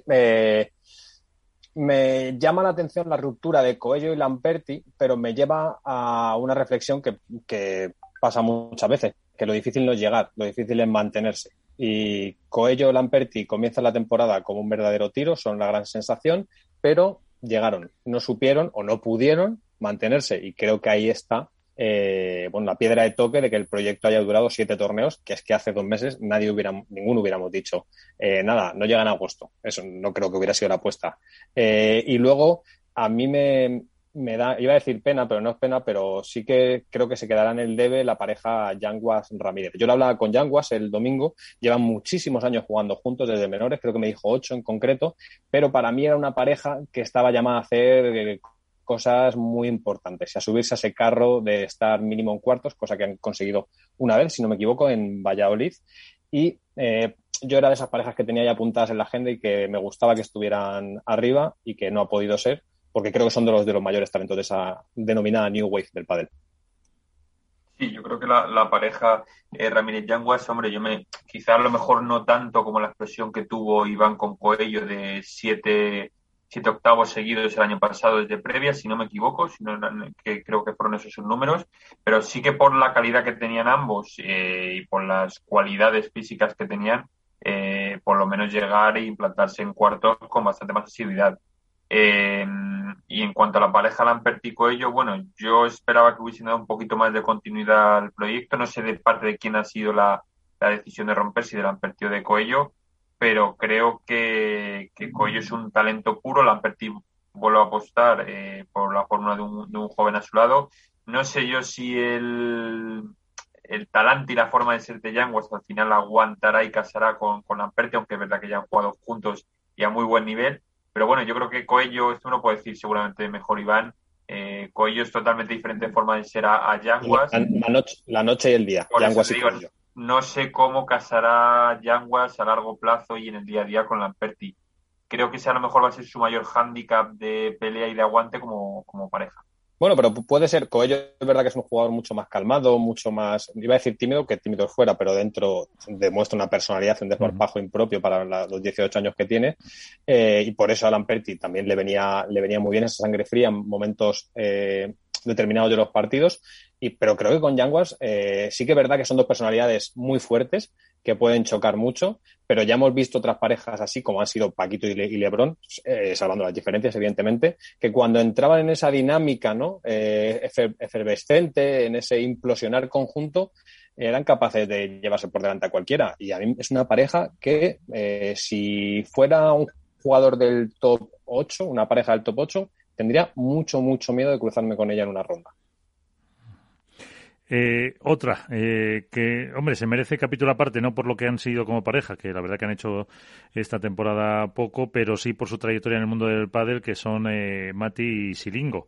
S4: me llama la atención la ruptura de Coello y Lamperti, pero me lleva a una reflexión que pasa muchas veces, que lo difícil no es llegar, lo difícil es mantenerse. Y Coello y Lamperti comienzan la temporada como un verdadero tiro, son la gran sensación, pero llegaron, no supieron o no pudieron mantenerse, y creo que ahí está la piedra de toque de que el proyecto haya durado 7 torneos, que es que hace 2 meses ninguno hubiéramos dicho nada, no llegan a agosto. Eso no creo que hubiera sido la apuesta. Y luego a mí me da, iba a decir pena, pero no es pena, pero sí que creo que se quedará en el debe la pareja Yanguas-Ramírez. Yo lo hablaba con Yanguas el domingo, llevan muchísimos años jugando juntos desde menores, creo que me dijo 8 en concreto, pero para mí era una pareja que estaba llamada a hacer cosas muy importantes y a subirse a ese carro de estar mínimo en cuartos, cosa que han conseguido una vez, si no me equivoco, en Valladolid. Y yo era de esas parejas que tenía ya apuntadas en la agenda y que me gustaba que estuvieran arriba y que no ha podido ser, porque creo que son de los mayores talentos de esa denominada New Wave del pádel.
S7: Sí, yo creo que la pareja Ramírez-Yanguas, hombre, quizás a lo mejor no tanto como la explosión que tuvo Iván con Coello de 7 octavos seguidos el año pasado desde previa, si no me equivoco, que creo que fueron esos sus números, pero sí que por la calidad que tenían ambos y por las cualidades físicas que tenían, por lo menos llegar e implantarse en cuartos con bastante más asiduidad. Y en cuanto a la pareja Lamperti-Coello, bueno, yo esperaba que hubiesen dado un poquito más de continuidad al proyecto. No sé de parte de quién ha sido la decisión de romper, si de Lamperti o de Coello, pero creo que Coello es un talento puro. Lamperti vuelve a apostar por la fórmula de un joven a su lado. No sé yo si el talante y la forma de ser de Yanguas al final aguantará y casará con Lamperti, aunque es verdad que ya han jugado juntos y a muy buen nivel. Pero bueno, yo creo que Coello, esto uno puede decir seguramente mejor Iván, Coello es totalmente diferente en forma de ser a Yanguas.
S4: La noche y el día, Yanguas y Coello.
S7: No sé cómo casará Yanguas a largo plazo y en el día a día con Lamperti. Creo que ese a lo mejor va a ser su mayor hándicap de pelea y de aguante como pareja.
S4: Bueno, pero puede ser. Coello es verdad que es un jugador mucho más calmado, mucho más, iba a decir tímido, que tímido fuera, pero dentro demuestra una personalidad, un desparpajo impropio para los 18 años que tiene. Y por eso a Lamperti también le venía muy bien esa sangre fría en momentos determinados de los partidos. Pero creo que con Jaguars sí que es verdad que son dos personalidades muy fuertes que pueden chocar mucho, pero ya hemos visto otras parejas así como han sido Paquito y LeBron, salvando las diferencias evidentemente, que cuando entraban en esa dinámica, ¿no? Efervescente, en ese implosionar conjunto, eran capaces de llevarse por delante a cualquiera. Y a mí es una pareja que si fuera un jugador del top 8, una pareja del top 8, tendría mucho miedo de cruzarme con ella en una ronda.
S2: Otra que, hombre, se merece capítulo aparte, no por lo que han sido como pareja, que la verdad que han hecho esta temporada poco, pero sí por su trayectoria en el mundo del pádel, que son Mati y Silingo.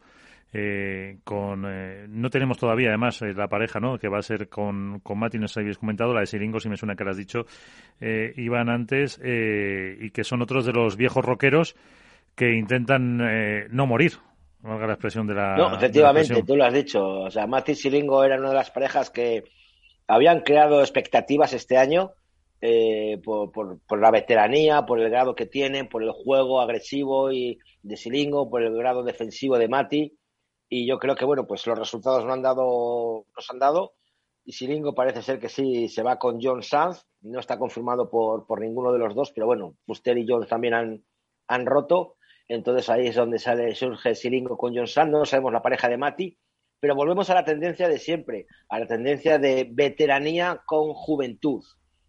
S2: No tenemos todavía, además, la pareja, ¿no? Que va a ser con Mati, no sé si habéis comentado, la de Silingo, si me suena que lo has dicho, Iván, antes, y que son otros de los viejos rockeros que intentan no morir. Valga la expresión de la...
S3: No, efectivamente, tú lo has dicho. O sea, Mati y Silingo eran una de las parejas que habían creado expectativas este año por la veteranía, por el grado que tienen, por el juego agresivo y de Silingo, por el grado defensivo de Mati. Y yo creo que, bueno, pues los resultados nos han dado. Y Silingo parece ser que sí se va con John Sanz. No está confirmado por ninguno de los dos, pero bueno, Fuster y Jones también han roto. Entonces ahí es donde surge Silingo con John Sanz. No sabemos la pareja de Mati, pero volvemos a la tendencia de siempre, a la tendencia de veteranía con juventud.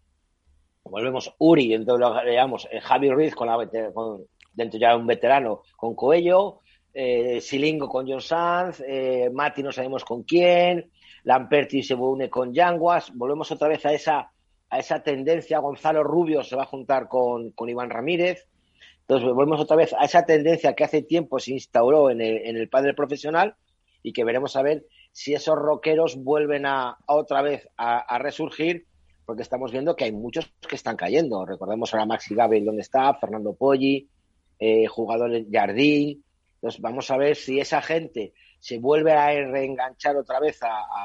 S3: Volvemos Uri, entonces lo llamamos Javi Ruiz con dentro ya un veterano con Coello, Silingo con John Sanz, Mati no sabemos con quién, Lamperti se une con Jaguars. Volvemos otra vez a esa tendencia. Gonzalo Rubio se va a juntar con Iván Ramírez. Entonces volvemos otra vez a esa tendencia que hace tiempo se instauró en el pádel profesional y que veremos a ver si esos rockeros vuelven otra vez a resurgir, porque estamos viendo que hay muchos que están cayendo. Recordemos ahora Maxi Gabriel donde está, Fernando Poggi, jugadores Jardín. Entonces vamos a ver si esa gente se vuelve a reenganchar otra vez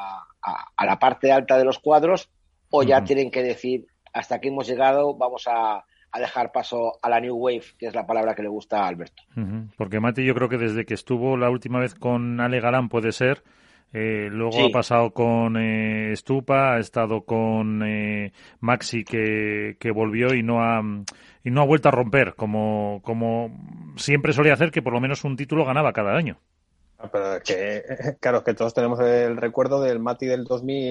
S3: a la parte alta de los cuadros o ya tienen que decir hasta aquí hemos llegado, vamos a dejar paso a la New Wave, que es la palabra que le gusta a Alberto.
S2: Porque Mati yo creo que desde que estuvo la última vez con Ale Galán puede ser, luego sí. Ha pasado con Stupa, ha estado con Maxi que volvió y no ha vuelto a romper, como siempre solía hacer, que por lo menos un título ganaba cada año.
S4: Pero claro, es que todos tenemos el recuerdo del Mati del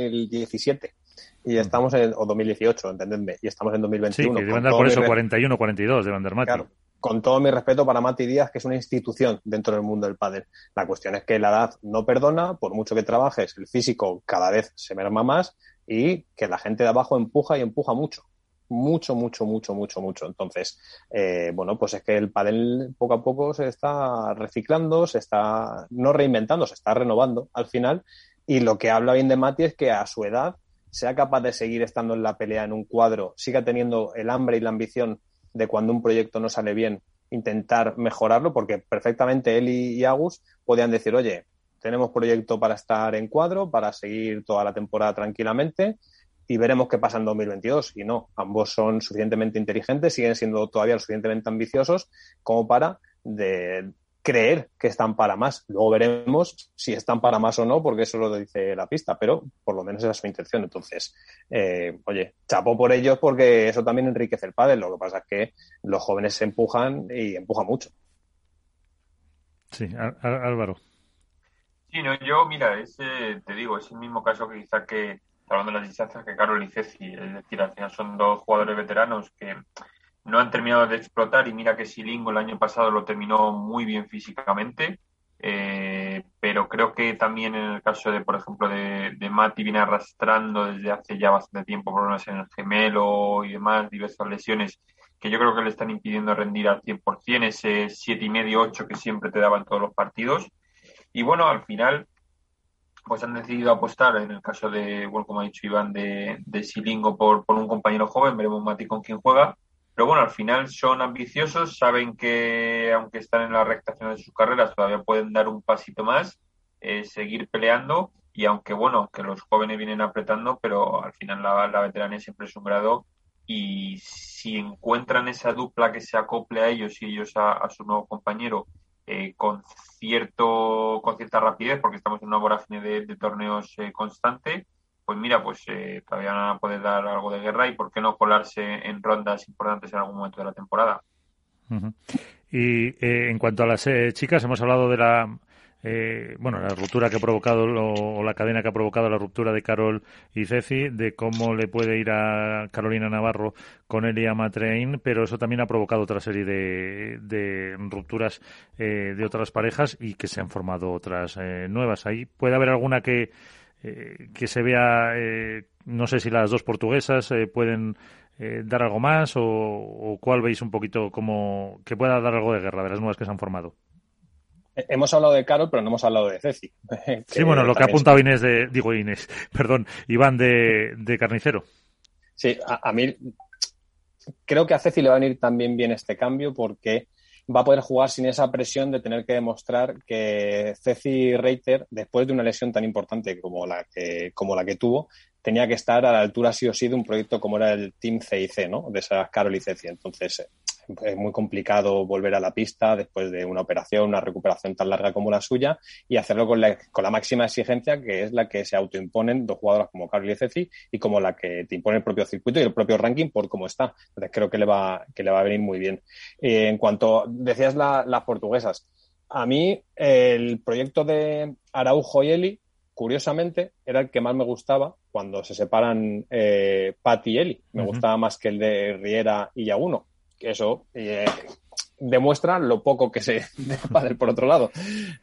S4: 2017 y estamos o 2018, entendedme, y estamos en 2021.
S2: Sí, que deben dar por eso 41, 42 de Van der Mati.
S4: Claro, con todo mi respeto para Mati Díaz, que es una institución dentro del mundo del pádel. La cuestión es que la edad no perdona, por mucho que trabajes, el físico cada vez se merma más y que la gente de abajo empuja y empuja mucho. Mucho. Entonces, bueno, pues es que el pádel poco a poco se está reciclando, se está no reinventando, se está renovando al final. Y lo que habla bien de Mati es que a su edad sea capaz de seguir estando en la pelea en un cuadro, siga teniendo el hambre y la ambición de cuando un proyecto no sale bien, intentar mejorarlo, porque perfectamente él y Agus podían decir, oye, tenemos proyecto para estar en cuadro, para seguir toda la temporada tranquilamente y veremos qué pasa en 2022. Y no, ambos son suficientemente inteligentes, siguen siendo todavía lo suficientemente ambiciosos como para creer que están para más. Luego veremos si están para más o no, porque eso lo dice la pista, pero por lo menos esa es su intención. Entonces, oye, chapó por ellos porque eso también enriquece el pádel. Lo que pasa es que los jóvenes se empujan y empujan mucho.
S2: Sí, Álvaro.
S7: Sí, no, yo, mira, te digo, es el mismo caso que quizá que, hablando de las distancias, que Carol y Ceci. Es decir, al final son dos jugadores veteranos que no han terminado de explotar, y mira que Silingo el año pasado lo terminó muy bien físicamente, pero creo que también en el caso de, por ejemplo, de Mati, viene arrastrando desde hace ya bastante tiempo problemas en el gemelo y demás, diversas lesiones que yo creo que le están impidiendo rendir al 100%, ese 7,5-8 que siempre te daban todos los partidos. Y bueno, al final pues han decidido apostar, en el caso de, bueno, como ha dicho Iván, de Silingo por un compañero joven. Veremos Mati con quién juega. Pero bueno, al final son ambiciosos, saben que aunque están en la recta final de sus carreras, todavía pueden dar un pasito más. seguir peleando, y aunque bueno, que los jóvenes vienen apretando, pero al final la veteranía siempre es un grado, y si encuentran esa dupla que se acople a ellos y ellos a su nuevo compañero con cierta rapidez, porque estamos en una vorágine de torneos constante, pues mira, pues todavía van a poder dar algo de guerra, y por qué no colarse en rondas importantes en algún momento de la temporada.
S2: Uh-huh. Y en cuanto a las chicas, hemos hablado de la ruptura que ha provocado o la cadena que ha provocado la ruptura de Carol y Ceci, de cómo le puede ir a Carolina Navarro con Elia Matrein, pero eso también ha provocado otra serie de rupturas de otras parejas, y que se han formado otras nuevas. Ahí puede haber alguna que se vea, no sé si las dos portuguesas pueden dar algo más, o cuál veis un poquito como que pueda dar algo de guerra de las nuevas que se han formado.
S4: Hemos hablado de Carol, pero no hemos hablado de Ceci.
S2: Sí, bueno, lo que ha apuntado Iván de Carnicero.
S4: Sí, a mí creo que a Ceci le va a venir también bien este cambio, porque va a poder jugar sin esa presión de tener que demostrar que Ceci Reiter, después de una lesión tan importante como la que tuvo, tenía que estar a la altura sí o sí de un proyecto como era el Team CIC, ¿no? De esas Carol y Ceci. Entonces es muy complicado volver a la pista después de una operación, una recuperación tan larga como la suya, y hacerlo con la máxima exigencia, que es la que se autoimponen dos jugadoras como Carol y Ceci, y como la que te impone el propio circuito y el propio ranking por cómo está. Entonces creo que le va a venir muy bien. En cuanto decías las portuguesas, a mí el proyecto de Araujo y Eli, curiosamente, era el que más me gustaba cuando se separan Pat y Eli. Me gustaba más que el de Riera y Yaguno. Eso demuestra lo poco que sé de pádel por otro lado.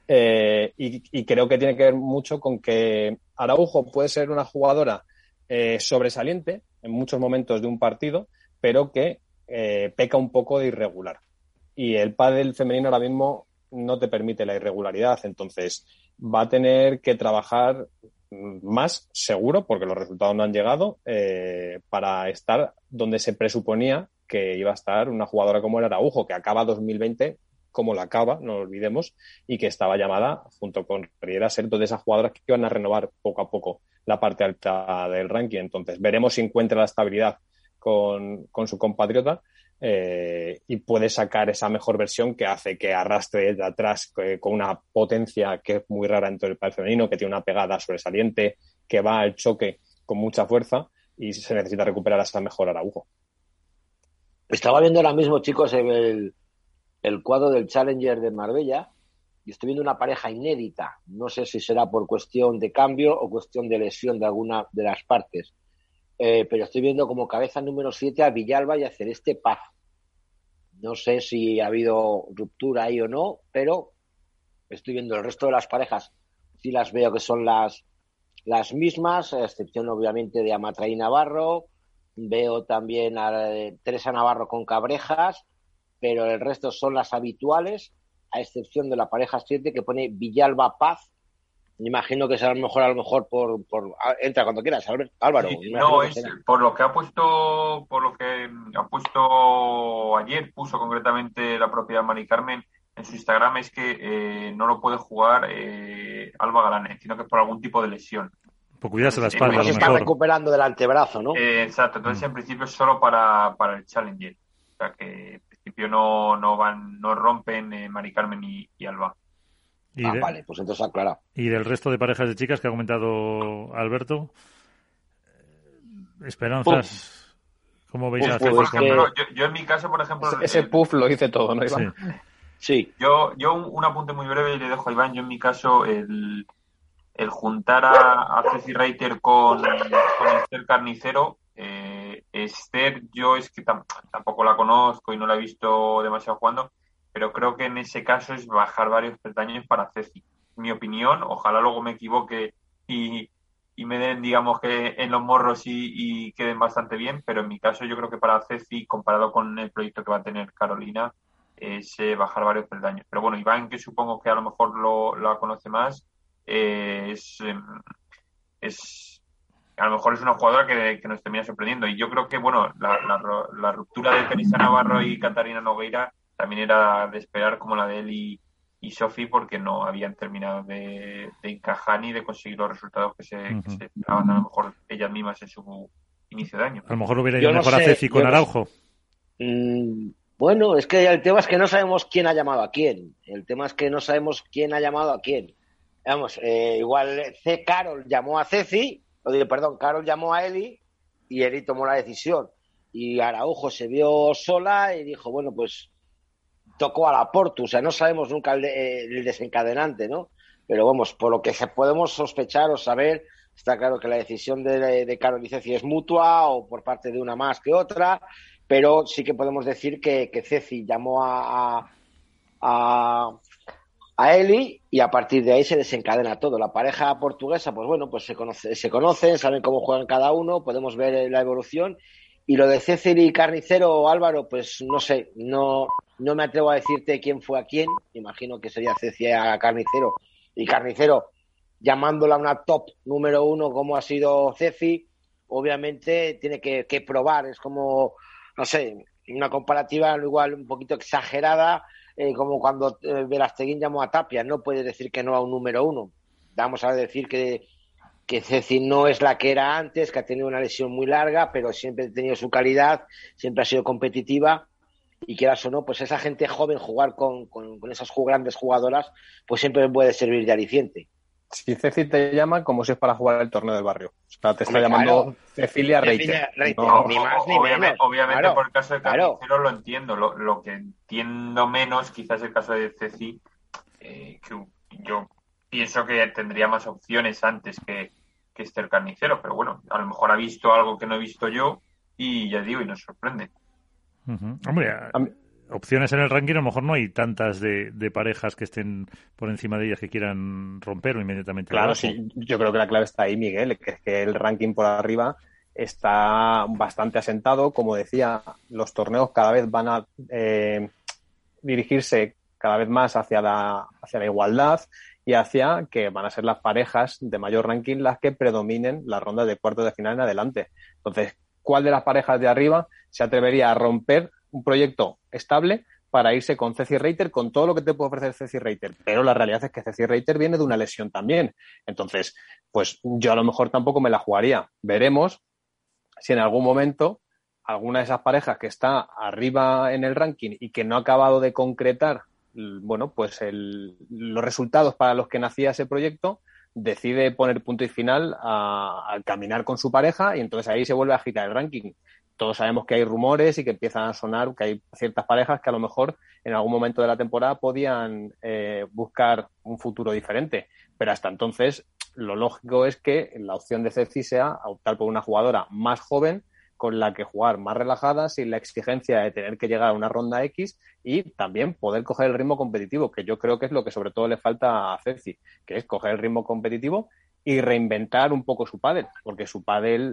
S4: Y creo que tiene que ver mucho con que Araujo puede ser una jugadora sobresaliente en muchos momentos de un partido, pero que peca un poco de irregular. Y el pádel femenino ahora mismo no te permite la irregularidad, entonces va a tener que trabajar más, seguro, porque los resultados no han llegado, para estar donde se presuponía que iba a estar una jugadora como el Araujo, que acaba 2020 como la acaba, no lo olvidemos, y que estaba llamada, junto con Riera, a ser dos de esas jugadoras que iban a renovar poco a poco la parte alta del ranking. Entonces veremos si encuentra la estabilidad con su compatriota y puede sacar esa mejor versión que hace que arrastre de atrás con una potencia que es muy rara en todo el pádel femenino, que tiene una pegada sobresaliente, que va al choque con mucha fuerza, y se necesita recuperar a esa mejor Araujo.
S3: Estaba viendo ahora mismo, chicos, el cuadro del Challenger de Marbella, y estoy viendo una pareja inédita. No sé si será por cuestión de cambio o cuestión de lesión de alguna de las partes. Pero estoy viendo como cabeza número 7 a Villalba y a Celeste Paz. No sé si ha habido ruptura ahí o no, pero estoy viendo el resto de las parejas. Sí las veo que son las mismas, a excepción obviamente de Amatrai Navarro. Veo también a Teresa Navarro con Cabrejas, pero el resto son las habituales, a excepción de la pareja 7 que pone Villalba Paz. Me imagino que será a lo mejor por entra cuando quieras, Álvaro.
S7: No, es por lo que ha puesto ayer, puso concretamente la propia Mari Carmen en su Instagram, es que no lo puede jugar Alba Galán, sino que es por algún tipo de lesión.
S2: Por cuidarse la espalda,
S3: no se está recuperando del antebrazo, ¿no?
S7: Exacto, entonces en principio es solo para el Challenger. O sea que en principio no rompen Mari Carmen y Alba.
S3: Vale, pues entonces aclara.
S2: Y del resto de parejas de chicas que ha comentado Alberto, esperanzas, ¿cómo veis?
S7: Por ejemplo, yo en mi caso, por ejemplo...
S4: Ese puff lo hice todo, ¿no, Iván?
S3: Sí.
S7: Yo un apunte muy breve y le dejo a Iván. Yo en mi caso, el juntar a Ceci Reiter con Esther Carnicero, Esther, yo es que tampoco la conozco y no la he visto demasiado jugando, pero creo que en ese caso es bajar varios peldaños para Ceci. Mi opinión, ojalá luego me equivoque y me den, digamos, que en los morros y queden bastante bien, pero en mi caso yo creo que para Ceci, comparado con el proyecto que va a tener Carolina, es bajar varios peldaños. Pero bueno, Iván, que supongo que a lo mejor la conoce más, a lo mejor es una jugadora que nos termina sorprendiendo, y yo creo que bueno, la ruptura de Teresa Navarro y Catarina Nogueira también era de esperar, como la de Eli y Sophie porque no habían terminado de encajar ni de conseguir los resultados que se esperaban a lo mejor ellas mismas en su inicio de año.
S2: A lo mejor hubiera ido mejor a Ceci con Araujo.
S3: Bueno, es que el tema es que no sabemos quién ha llamado a quién. El tema es que no sabemos quién ha llamado a quién. Vamos, igual Carol llamó a Ceci, Carol llamó a Eli y Eli tomó la decisión. Y Araujo se vio sola y dijo, bueno, pues tocó a la Portu. O sea, no sabemos nunca el desencadenante, ¿no? Pero vamos, por lo que podemos sospechar o saber, está claro que la decisión de Carol y Ceci es mutua o por parte de una más que otra, pero sí que podemos decir que Ceci llamó a Eli y a partir de ahí se desencadena todo. La pareja portuguesa, pues bueno, pues se conocen, saben cómo juegan cada uno, podemos ver la evolución. Y lo de Ceci y Carnicero, Álvaro, pues no sé, no me atrevo a decirte quién fue a quién. Imagino que sería Ceci a Carnicero. Y Carnicero, llamándola una top número 1 como ha sido Ceci, obviamente tiene que probar. Es como, no sé, una comparativa igual un poquito exagerada, como cuando Verasteguín llamó a Tapia. No puede decir que no a un número 1. Vamos a decir que Ceci no es la que era antes, que ha tenido una lesión muy larga, pero siempre ha tenido su calidad, siempre ha sido competitiva y quieras o no, pues esa gente joven jugar con esas grandes jugadoras, pues siempre puede servir de aliciente.
S4: Si Ceci te llama, como si es para jugar el torneo del barrio. O sea, te está llamando Cecilia Reiter.
S3: No, ni más ni menos.
S7: Obviamente,
S3: claro,
S7: por el caso de Carnicero lo entiendo. Lo que entiendo menos, quizás el caso de Ceci, que yo pienso que tendría más opciones antes que esté el Carnicero, pero bueno, a lo mejor ha visto algo que no he visto yo y ya digo, y nos sorprende.
S2: Hombre, opciones en el ranking a lo mejor no hay tantas de parejas que estén por encima de ellas que quieran romperlo inmediatamente.
S4: Claro, sí, yo creo que la clave está ahí, Miguel, que es que el ranking por arriba está bastante asentado. Como decía, los torneos cada vez van a dirigirse cada vez más hacia la igualdad y hacia que van a ser las parejas de mayor ranking las que predominen las rondas de cuartos de final en adelante. Entonces, ¿cuál de las parejas de arriba se atrevería a romper un proyecto estable para irse con Ceci Reiter, con todo lo que te puede ofrecer Ceci Reiter? Pero la realidad es que Ceci Reiter viene de una lesión también. Entonces, pues yo a lo mejor tampoco me la jugaría. Veremos si en algún momento alguna de esas parejas que está arriba en el ranking y que no ha acabado de concretar, bueno, pues los resultados para los que nacía ese proyecto, decide poner punto y final al caminar con su pareja y entonces ahí se vuelve a agitar el ranking. Todos sabemos que hay rumores y que empiezan a sonar que hay ciertas parejas que a lo mejor en algún momento de la temporada podían buscar un futuro diferente, pero hasta entonces lo lógico es que la opción de Ceci sea optar por una jugadora más joven con la que jugar más relajada, sin la exigencia de tener que llegar a una ronda X y también poder coger el ritmo competitivo, que yo creo que es lo que sobre todo le falta a Ceci, que es coger el ritmo competitivo y reinventar un poco su pádel, porque su pádel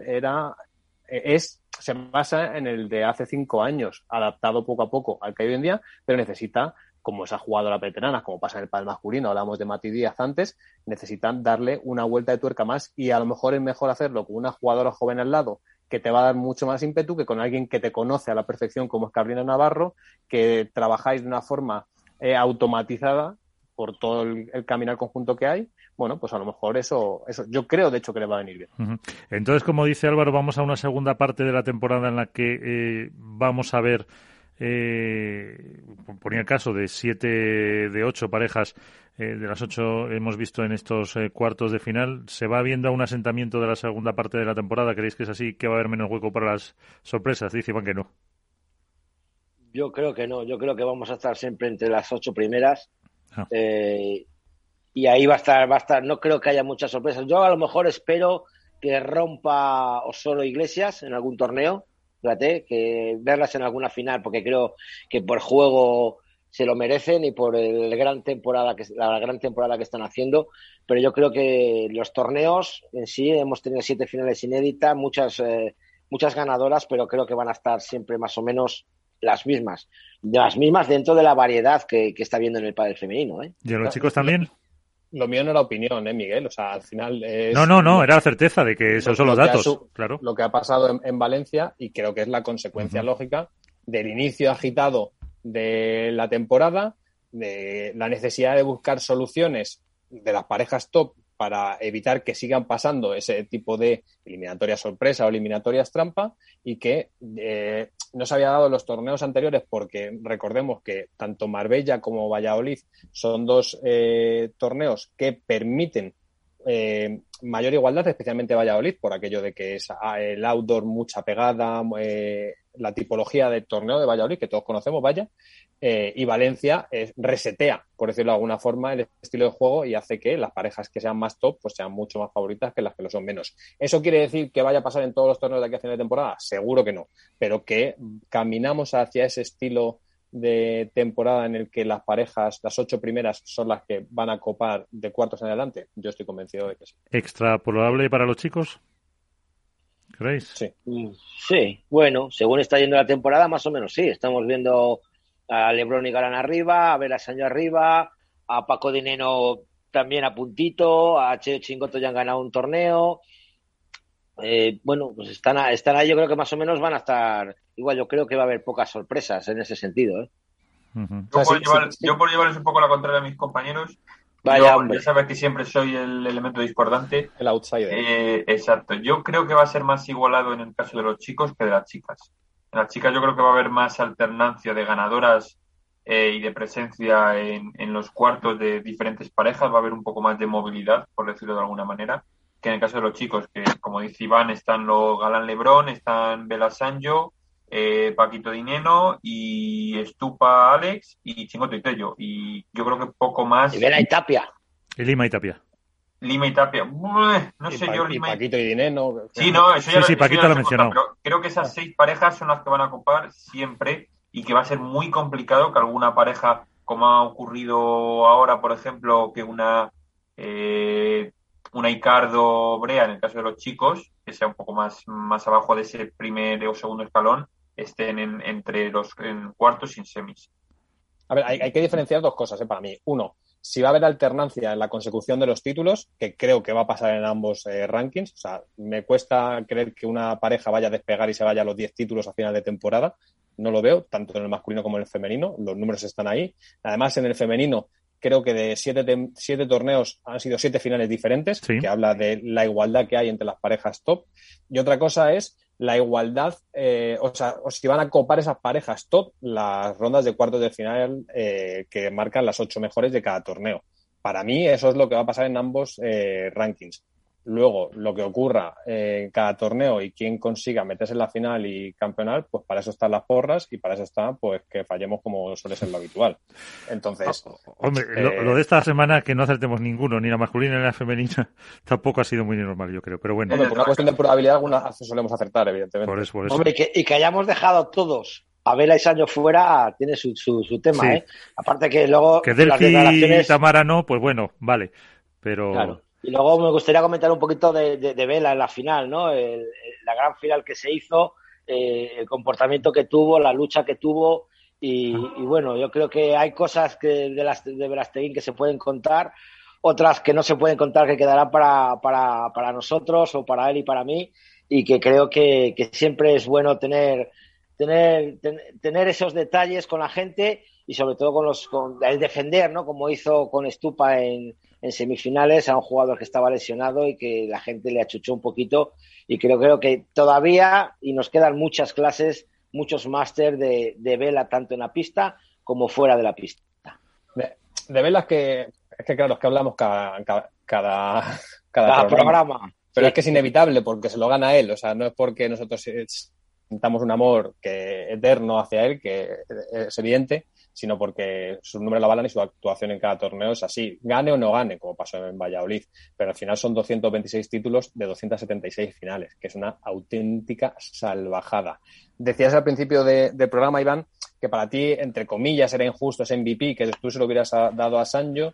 S4: se basa en el de hace 5 años, adaptado poco a poco al que hay hoy en día, pero necesita, como esas jugadoras veteranas, como pasa en el pádel masculino, hablamos de Mati Díaz antes, necesitan darle una vuelta de tuerca más y a lo mejor es mejor hacerlo con una jugadora joven al lado que te va a dar mucho más ímpetu que con alguien que te conoce a la perfección como es Carolina Navarro, que trabajáis de una forma automatizada por todo el caminar conjunto que hay. Bueno, pues a lo mejor eso yo creo, de hecho, que le va a venir bien.
S2: Entonces, como dice Álvaro, vamos a una segunda parte de la temporada en la que vamos a ver, ponía el caso de 7 de 8 parejas, de las 8 hemos visto en estos cuartos de final. ¿Se va viendo un asentamiento de la segunda parte de la temporada? ¿Creéis que es así, que va a haber menos hueco para las sorpresas? Dice Iván que no.
S3: Yo creo que no, yo creo que vamos a estar siempre entre las 8 primeras. Y ahí va a estar, no creo que haya muchas sorpresas. Yo a lo mejor espero que rompa Osoro Iglesias en algún torneo, fíjate, que verlas en alguna final, porque creo que por juego se lo merecen y por la gran temporada que están haciendo, pero yo creo que los torneos en sí, hemos tenido 7 finales inéditas, muchas ganadoras, pero creo que van a estar siempre más o menos las mismas dentro de la variedad que está viendo en el pádel femenino, ¿eh?
S2: ¿Y a los chicos también?
S4: Lo mío no era opinión, Miguel. O sea, al final es...
S2: No, era la certeza de que esos son los datos. Claro.
S4: Lo que ha pasado en Valencia, y creo que es la consecuencia lógica del inicio agitado de la temporada, de la necesidad de buscar soluciones de las parejas top para evitar que sigan pasando ese tipo de eliminatorias sorpresa o eliminatorias trampa, y que no se había dado en los torneos anteriores, porque recordemos que tanto Marbella como Valladolid son dos torneos que permiten mayor igualdad, especialmente Valladolid, por aquello de que es el outdoor, mucha pegada, la tipología de torneo de Valladolid, que todos conocemos, vaya, y Valencia resetea, por decirlo de alguna forma, el estilo de juego y hace que las parejas que sean más top pues sean mucho más favoritas que las que lo son menos. ¿Eso quiere decir que vaya a pasar en todos los torneos de aquí a final de temporada? Seguro que no, pero que caminamos hacia ese estilo de temporada en el que las parejas, las 8 primeras, son las que van a copar de cuartos en adelante. Yo estoy convencido de que sí.
S2: ¿Extrapolable para los chicos? ¿Creéis?
S4: Sí.
S3: Sí, bueno, según está yendo la temporada, más o menos sí. Estamos viendo a Lebron y Galán arriba, a Vela Sancho arriba, a Paco Dineno también a puntito, a Cheo Chingoto ya han ganado un torneo. Bueno, pues están ahí, yo creo que más o menos van a estar igual. Yo creo que va a haber pocas sorpresas en ese sentido, ¿eh?
S2: Uh-huh.
S7: Yo por llevarles un poco la contraria a mis compañeros, ya sabes que siempre soy el elemento discordante,
S4: el outsider.
S7: Exacto, yo creo que va a ser más igualado en el caso de los chicos que de las chicas. En las chicas yo creo que va a haber más alternancia de ganadoras y de presencia en los cuartos de diferentes parejas, va a haber un poco más de movilidad, por decirlo de alguna manera, que en el caso de los chicos, que como dice Iván, están los Galán Lebrón, están Vela Sancho, Paquito Dineno y Estupa Alex y Chingoto y Tello. Y yo creo que poco más.
S3: Y Vela y Tapia.
S2: Y Lima y Tapia.
S7: No sé yo, Lima
S4: y Paquito y Dineno.
S7: Sí, no, eso ya,
S2: sí, Paquito lo ha mencionado.
S7: Pero creo que esas 6 parejas son las que van a copar siempre y que va a ser muy complicado que alguna pareja, como ha ocurrido ahora, por ejemplo, que una Icardo Brea, en el caso de los chicos, que sea un poco más abajo de ese primer o segundo escalón, estén entre los cuartos sin semis.
S4: A ver, hay que diferenciar dos cosas, para mí. Uno, si va a haber alternancia en la consecución de los títulos, que creo que va a pasar en ambos rankings. O sea, me cuesta creer que una pareja vaya a despegar y se vaya a los 10 títulos a final de temporada. No lo veo, tanto en el masculino como en el femenino. Los números están ahí. Además, en el femenino, creo que de 7 torneos han sido 7 finales diferentes, sí, que habla de la igualdad que hay entre las parejas top. Y otra cosa es la igualdad, o si van a copar esas parejas top las rondas de cuartos de final que marcan las 8 mejores de cada torneo. Para mí eso es lo que va a pasar en ambos rankings. Luego, lo que ocurra en cada torneo y quién consiga meterse en la final y campeonar, pues para eso están las porras y para eso está pues que fallemos como suele ser lo habitual. Entonces...
S2: Hombre, lo de esta semana que no acertemos ninguno, ni la masculina ni la femenina, tampoco ha sido muy normal, yo creo. Pero bueno.
S4: Hombre, por una cuestión de probabilidad, algunas solemos acertar, evidentemente.
S2: Por eso.
S3: Hombre, y que hayamos dejado todos a Vela y Sancho fuera tiene su tema, sí. Aparte que luego...
S2: Que Delphi y Tamara no, pues bueno, vale. Pero...
S3: Claro. Y luego me gustaría comentar un poquito de Vela en la final, ¿no? La gran final que se hizo, el comportamiento que tuvo, la lucha que tuvo y bueno, yo creo que hay cosas que de Velasteguín que se pueden contar, otras que no se pueden contar que quedarán para nosotros o para él y para mí, y que creo que siempre es bueno tener esos detalles con la gente y sobre todo con el defender, ¿no? Como hizo con Estupa en semifinales a un jugador que estaba lesionado y que la gente le achuchó un poquito, y creo que todavía, y nos quedan muchas clases, muchos máster de Vela tanto en la pista como fuera de la pista.
S4: De Vela es que claro, es que hablamos cada
S3: programa.
S4: Pero sí, es que es inevitable porque se lo gana él, o sea, no es porque nosotros sintamos un amor eterno hacia él, que es evidente, sino porque su número de la balan y su actuación en cada torneo es así, gane o no gane, como pasó en Valladolid, pero al final son 226 títulos de 276 finales, que es una auténtica salvajada. Decías al principio del programa, Iván, que para ti, entre comillas, era injusto ese MVP, que tú se lo hubieras dado a Sancho.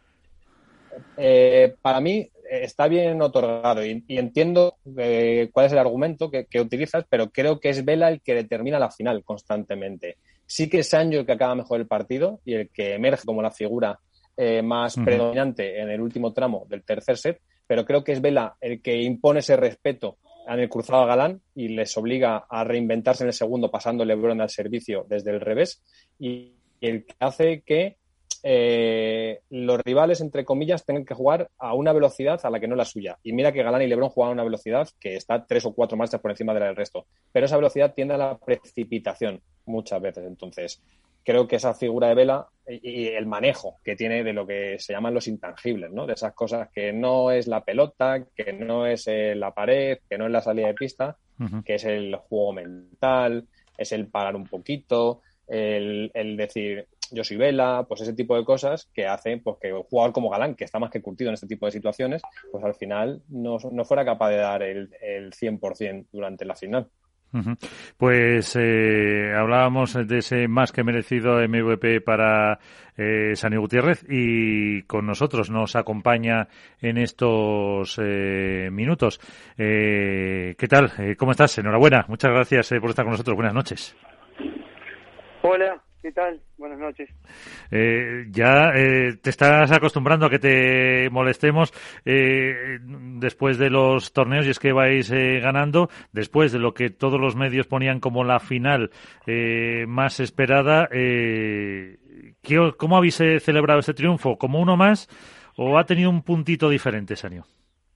S4: Para mí está bien otorgado y entiendo cuál es el argumento que utilizas, pero creo que es Vela el que determina la final constantemente. Sí que es Sancho el que acaba mejor el partido y el que emerge como la figura más predominante en el último tramo del tercer set, pero creo que es Vela el que impone ese respeto en el cruzado a Galán y les obliga a reinventarse en el segundo pasando Lebron al servicio desde el revés, y el que hace que los rivales, entre comillas, tengan que jugar a una velocidad a la que no es la suya. Y mira que Galán y LeBron juegan a una velocidad que está 3 o 4 marchas por encima de la del resto. Pero esa velocidad tiende a la precipitación muchas veces. Entonces, creo que esa figura de Vela y el manejo que tiene de lo que se llaman los intangibles, ¿no? De esas cosas que no es la pelota, que no es la pared, que no es la salida de pista, que es el juego mental, es el parar un poquito, el decir yo soy Vela, pues ese tipo de cosas que hacen pues que un jugador como Galán, que está más que curtido en este tipo de situaciones, pues al final no fuera capaz de dar el 100% durante la final.
S2: Pues hablábamos de ese más que merecido MVP para Santi Gutiérrez, y con nosotros nos acompaña en estos minutos. ¿Qué tal? ¿Cómo estás? Enhorabuena. Muchas gracias por estar con nosotros. Buenas noches.
S9: Hola. ¿Qué tal? Buenas noches.
S2: Ya te estás acostumbrando a que te molestemos después de los torneos, y es que vais ganando, después de lo que todos los medios ponían como la final más esperada. ¿Cómo habéis celebrado este triunfo? ¿Como uno más o ha tenido un puntito diferente, Sanio?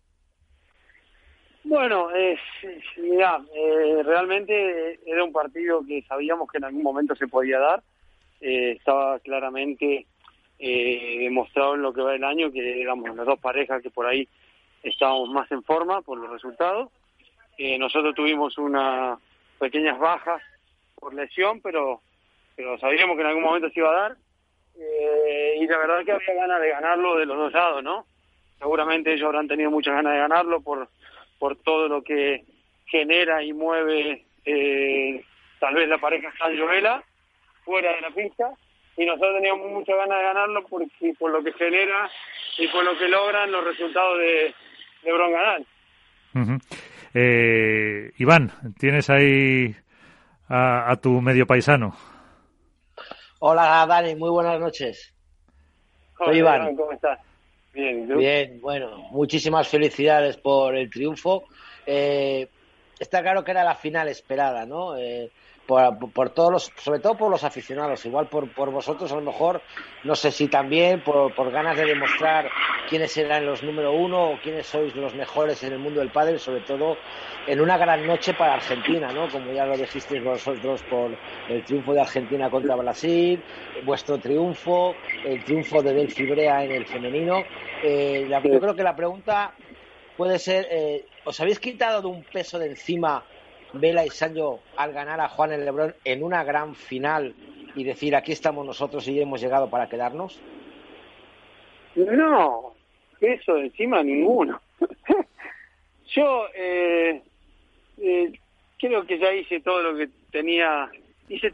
S9: Bueno, mirá, realmente era un partido que sabíamos que en algún momento se podía dar. Estaba claramente demostrado en lo que va el año que éramos las dos parejas que por ahí estábamos más en forma por los resultados. Nosotros tuvimos unas pequeñas bajas por lesión, pero sabíamos que en algún momento se iba a dar, y la verdad que había ganas de ganarlo de los dos lados, ¿no? Seguramente ellos habrán tenido muchas ganas de ganarlo por todo lo que genera y mueve tal vez la pareja Sancho-Vela fuera de la pista, y nosotros teníamos muchas ganas de ganarlo por lo que genera y por lo que logran los resultados de LeBron Galán.
S2: Iván, tienes ahí a tu medio paisano.
S3: Hola, Dani, muy buenas noches. Soy Iván.
S9: ¿Cómo estás? Bien, ¿tú?
S3: Bien, bueno, muchísimas felicidades por el triunfo. Está claro que era la final esperada, ¿no? Por todos sobre todo por los aficionados, igual por vosotros a lo mejor, no sé si también por ganas de demostrar quiénes eran los número uno o quiénes sois los mejores en el mundo del pádel, sobre todo en una gran noche para Argentina, ¿no? Como ya lo dijisteis vosotros por el triunfo de Argentina contra Brasil, vuestro triunfo, el triunfo de Delphi Brea en el femenino. Yo creo que la pregunta puede ser, ¿os habéis quitado de un peso de encima Vela y Sancho al ganar a Juan el LeBron en una gran final y decir aquí estamos nosotros y hemos llegado para quedarnos?
S9: No, peso de encima ninguno. Yo creo que ya hice todo lo que tenía, hice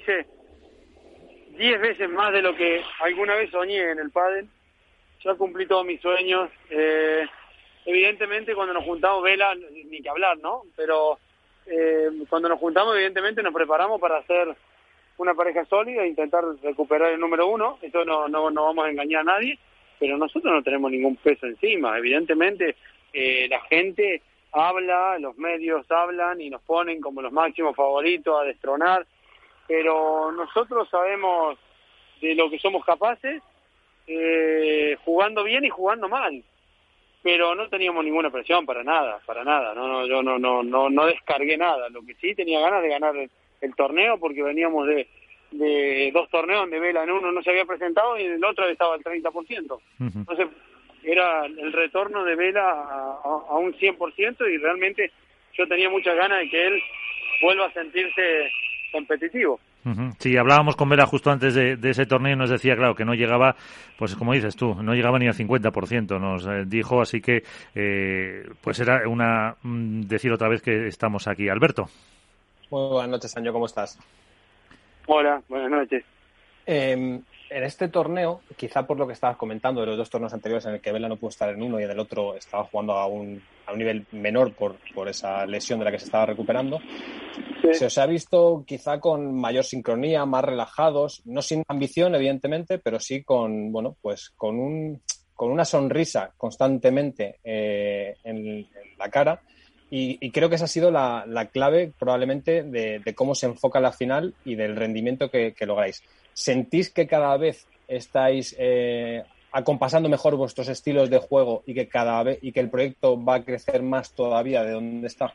S9: 10 veces más de lo que alguna vez soñé en el pádel. Ya cumplí todos mis sueños. Evidentemente cuando nos juntamos, Vela, ni que hablar, ¿no? Pero cuando nos juntamos, evidentemente nos preparamos para hacer una pareja sólida e intentar recuperar el número uno. Eso no vamos a engañar a nadie, pero nosotros no tenemos ningún peso encima. Evidentemente la gente habla, los medios hablan y nos ponen como los máximos favoritos a destronar, pero nosotros sabemos de lo que somos capaces, jugando bien y jugando mal. Pero no teníamos ninguna presión para nada. Yo no descargué nada. Lo que sí tenía ganas de ganar el torneo, porque veníamos de dos torneos donde Vela en uno no se había presentado y en el otro estaba al 30%. Entonces era el retorno de Vela a un 100%, y realmente yo tenía muchas ganas de que él vuelva a sentirse competitivo.
S2: Sí, hablábamos con Vela justo antes de ese torneo y nos decía, claro, que no llegaba, pues como dices tú, no llegaba ni al 50%, nos dijo, así que pues era decir otra vez que estamos aquí. Alberto.
S4: Muy buenas noches, Sancho, ¿cómo estás?
S9: Hola, buenas noches.
S4: En este torneo, quizá por lo que estabas comentando de los dos torneos anteriores en el que Vela no pudo estar en uno y en el otro estaba jugando a un nivel menor por esa lesión de la que se estaba recuperando, sí. Se os ha visto quizá con mayor sincronía, más relajados, no sin ambición evidentemente, pero sí con una sonrisa constantemente en la cara, y creo que esa ha sido la clave probablemente de cómo se enfoca la final y del rendimiento que lográis. ¿Sentís que cada vez estáis acompasando mejor vuestros estilos de juego y que cada vez y que el proyecto va a crecer más todavía de donde está?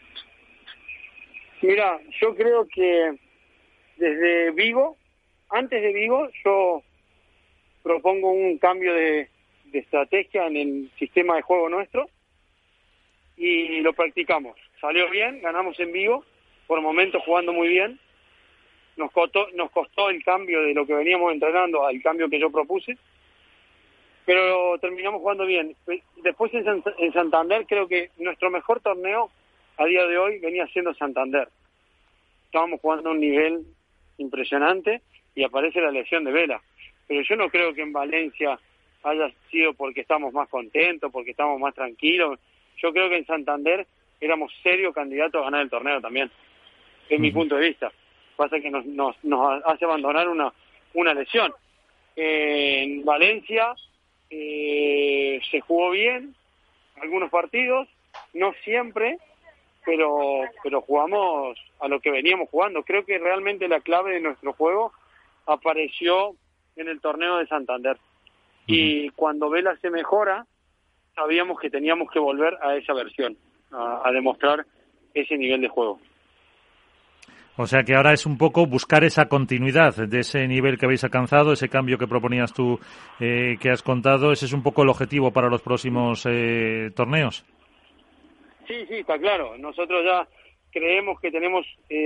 S9: Mira, yo creo que desde Vigo, antes de Vigo, yo propongo un cambio de estrategia en el sistema de juego nuestro y lo practicamos. Salió bien, ganamos en Vigo, por momentos jugando muy bien. Nos costó el cambio de lo que veníamos entrenando al cambio que yo propuse, pero terminamos jugando bien. Después en Santander creo que nuestro mejor torneo a día de hoy venía siendo Santander. Estábamos jugando a un nivel impresionante y aparece la lesión de Vela. Pero yo no creo que en Valencia haya sido porque estamos más contentos, porque estamos más tranquilos. Yo creo que en Santander éramos serios candidatos a ganar el torneo también, en mi punto de vista. Pasa que nos hace abandonar una lesión. En Valencia se jugó bien algunos partidos, no siempre, pero jugamos a lo que veníamos jugando. Creo que realmente la clave de nuestro juego apareció en el torneo de Santander. Y cuando Vela se mejora, sabíamos que teníamos que volver a esa versión, a demostrar ese nivel de juego.
S2: O sea que ahora es un poco buscar esa continuidad de ese nivel que habéis alcanzado, ese cambio que proponías tú, que has contado. Ese es un poco el objetivo para los próximos torneos.
S9: Sí, está claro. Nosotros ya creemos que tenemos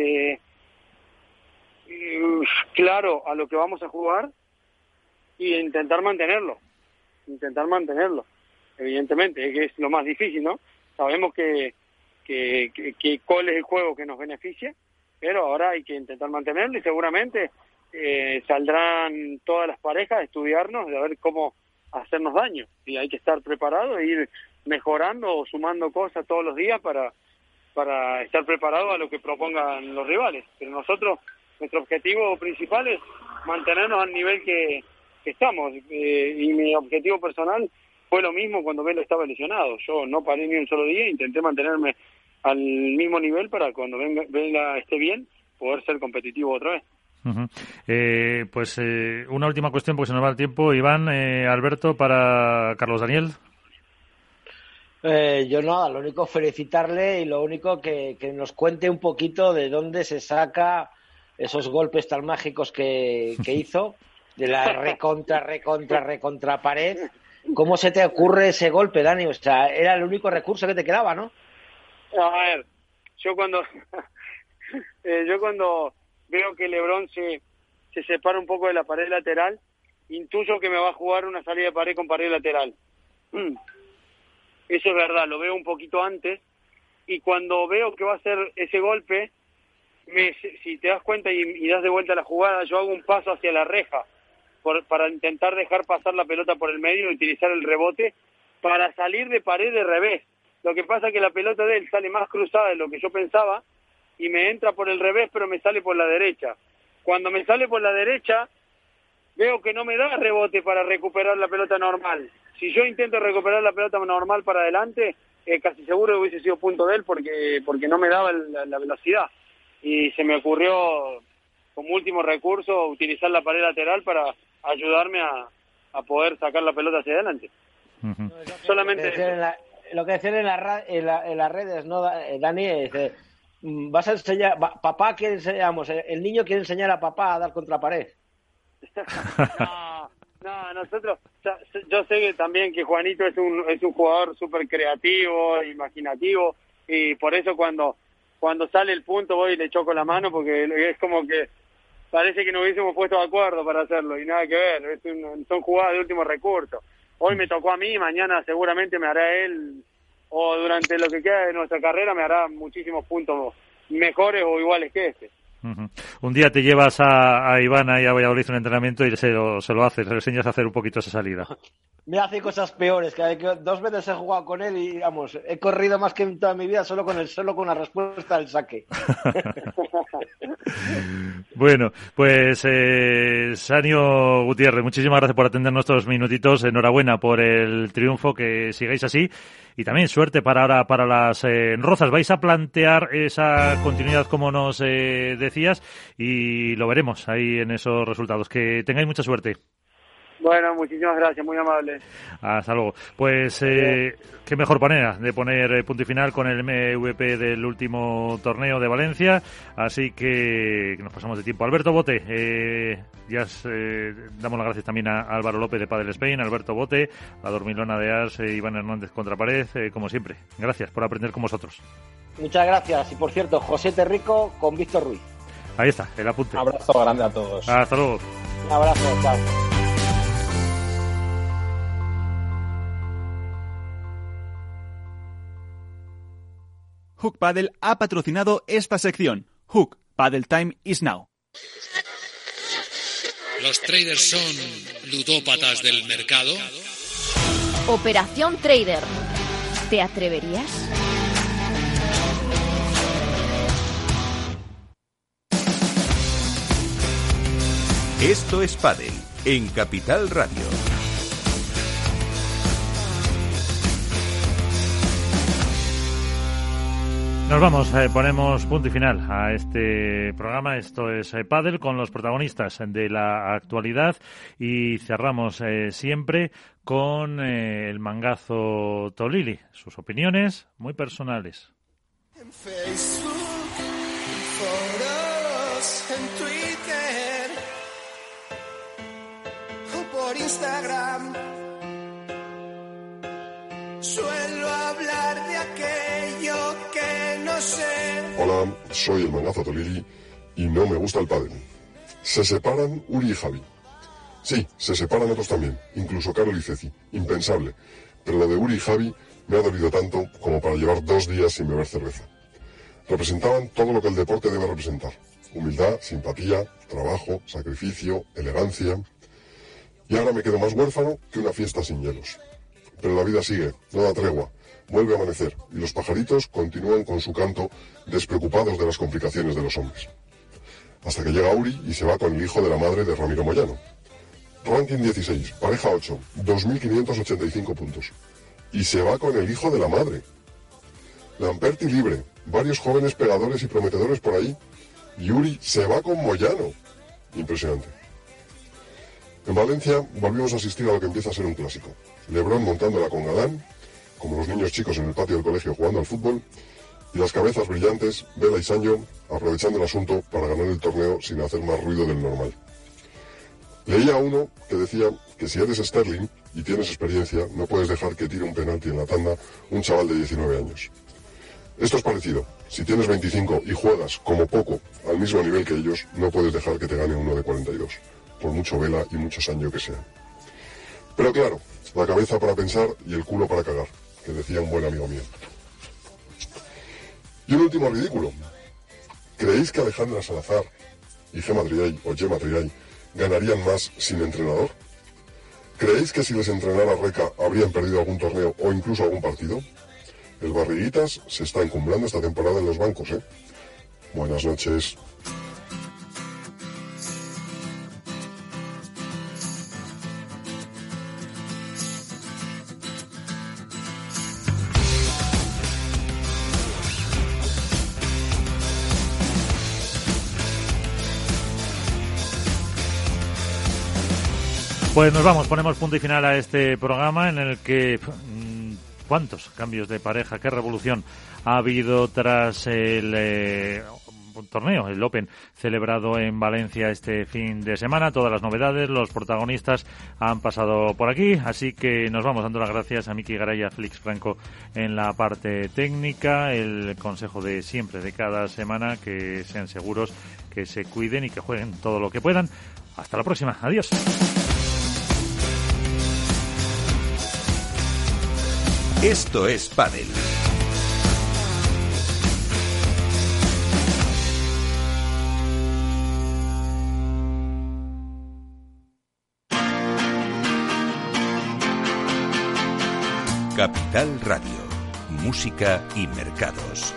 S9: claro a lo que vamos a jugar y intentar mantenerlo. Evidentemente, es que es lo más difícil, ¿no? Sabemos que cuál es el juego que nos beneficia, pero ahora hay que intentar mantenerlo y seguramente saldrán todas las parejas a estudiarnos, de ver cómo hacernos daño. Y hay que estar preparado e ir mejorando o sumando cosas todos los días para estar preparado a lo que propongan los rivales. Pero nosotros, nuestro objetivo principal es mantenernos al nivel que estamos. Y mi objetivo personal fue lo mismo cuando Vela estaba lesionado. Yo no paré ni un solo día, intenté mantenerme al mismo nivel para cuando Vela esté bien, poder ser competitivo otra vez.
S2: Pues una última cuestión porque se nos va el tiempo. Iván, Alberto, para Carlos Daniel.
S3: Yo nada, lo único felicitarle y lo único que nos cuente un poquito de dónde se saca esos golpes tan mágicos que hizo, de la recontra pared. ¿Cómo se te ocurre ese golpe, Dani? O sea, era el único recurso que te quedaba, ¿no?
S9: A ver, yo cuando veo que LeBron se separa un poco de la pared lateral, intuyo que me va a jugar una salida de pared con pared lateral. Eso es verdad, lo veo un poquito antes, y cuando veo que va a ser ese golpe, si te das cuenta y das de vuelta la jugada, yo hago un paso hacia la reja para intentar dejar pasar la pelota por el medio y utilizar el rebote para salir de pared de revés. Lo que pasa es que la pelota de él sale más cruzada de lo que yo pensaba y me entra por el revés, pero me sale por la derecha. Cuando me sale por la derecha, veo que no me da rebote para recuperar la pelota normal. Si yo intento recuperar la pelota normal para adelante, casi seguro hubiese sido punto de él porque no me daba la velocidad. Y se me ocurrió, como último recurso, utilizar la pared lateral para ayudarme a poder sacar la pelota hacia adelante. Solamente
S3: lo que decían en las redes, ¿no, Dani? Vas a enseñar, papá quiere enseñamos, el niño quiere enseñar a papá a dar contra pared.
S9: No, nosotros, yo sé que también que Juanito es un jugador súper creativo, imaginativo, y por eso cuando sale el punto voy y le choco la mano, porque es como que parece que nos hubiésemos puesto de acuerdo para hacerlo, y nada que ver, son jugadas de último recurso. Hoy me tocó a mí, mañana seguramente me hará él, o durante lo que queda de nuestra carrera me hará muchísimos puntos mejores o iguales que este.
S2: Un día te llevas a Iván ahí a Valladolid un entrenamiento y se lo haces, le enseñas a hacer un poquito esa salida.
S3: Me hace cosas peores, que 2 veces he jugado con él y, vamos, he corrido más que en toda mi vida solo con la respuesta al saque.
S2: Bueno, pues Sanio Gutiérrez, muchísimas gracias por atender nuestros minutitos. Enhorabuena por el triunfo, que sigáis así. Y también suerte para ahora para las Rozas. Vais a plantear esa continuidad, como nos decías, y lo veremos ahí en esos resultados. Que tengáis mucha suerte.
S9: Bueno, muchísimas gracias, muy amable.
S2: Hasta luego. Pues qué mejor manera de poner punto y final con el MVP del último torneo de Valencia. Así que nos pasamos de tiempo. Alberto Bote, damos las gracias también a Álvaro López de Padel Spain, Alberto Bote, a Dormilona de Ars, Iván Hernández Contrapared, como siempre. Gracias por aprender con vosotros.
S3: Muchas gracias. Y por cierto, José Terrico con Víctor Ruiz.
S2: Ahí está, el apunte.
S4: Un abrazo grande a todos.
S2: Hasta luego.
S3: Un abrazo, chao.
S5: Hook Paddle ha patrocinado esta sección. Hook Paddle Time is now.
S10: ¿Los traders son ludópatas del mercado?
S11: Operación Trader. ¿Te atreverías?
S1: Esto es Padel en Capital Radio.
S2: Nos vamos, ponemos punto y final a este programa. Esto es Padel con los protagonistas de la actualidad y cerramos siempre con el mangazo Tolili. Sus opiniones muy personales.
S12: En Facebook, en foros, en Twitter o por Instagram suelo hablar de aquello que no sé.
S13: Hola, soy el mangazo Tolili y no me gusta el pádel. Se separan Uri y Javi. Sí, se separan otros también, incluso Karol y Ceci. Impensable. Pero lo de Uri y Javi me ha dolido tanto como para llevar 2 días sin beber cerveza. Representaban todo lo que el deporte debe representar. Humildad, simpatía, trabajo, sacrificio, elegancia. Y ahora me quedo más huérfano que una fiesta sin hielos. Pero la vida sigue, no da tregua. Vuelve a amanecer y los pajaritos continúan con su canto despreocupados de las complicaciones de los hombres. Hasta que llega Uri y se va con el hijo de la madre de Ramiro Moyano. Ranking 16, pareja 8, 2.585 puntos. Y se va con el hijo de la madre. Lamperti libre, varios jóvenes pegadores y prometedores por ahí. Y Uri se va con Moyano. Impresionante. En Valencia volvimos a asistir a lo que empieza a ser un clásico. Lebrón montándola con Galán, como los niños chicos en el patio del colegio jugando al fútbol, y las cabezas brillantes, Vela y Sancho, aprovechando el asunto para ganar el torneo sin hacer más ruido del normal. Leía a uno que decía que si eres Sterling y tienes experiencia, no puedes dejar que tire un penalti en la tanda un chaval de 19 años. Esto es parecido. Si tienes 25 y juegas, como poco, al mismo nivel que ellos, no puedes dejar que te gane uno de 42, por mucho Vela y mucho Sancho que sea. Pero claro, la cabeza para pensar y el culo para cagar, que decía un buen amigo mío. Y un último ridículo. ¿Creéis que Alejandra Salazar y Gemma Triay ganarían más sin entrenador? ¿Creéis que si les entrenara Reca habrían perdido algún torneo o incluso algún partido? El Barriguitas se está encumbrando esta temporada en los bancos, ¿eh? Buenas noches.
S2: Pues nos vamos, ponemos punto y final a este programa en el que cuántos cambios de pareja, qué revolución ha habido tras el torneo, el Open, celebrado en Valencia este fin de semana. Todas las novedades, los protagonistas han pasado por aquí, así que nos vamos dando las gracias a Miki Garay y a Félix Franco en la parte técnica, el consejo de siempre, de cada semana, que sean seguros, que se cuiden y que jueguen todo lo que puedan. Hasta la próxima, adiós.
S1: Esto es Padel. Capital Radio, música y mercados.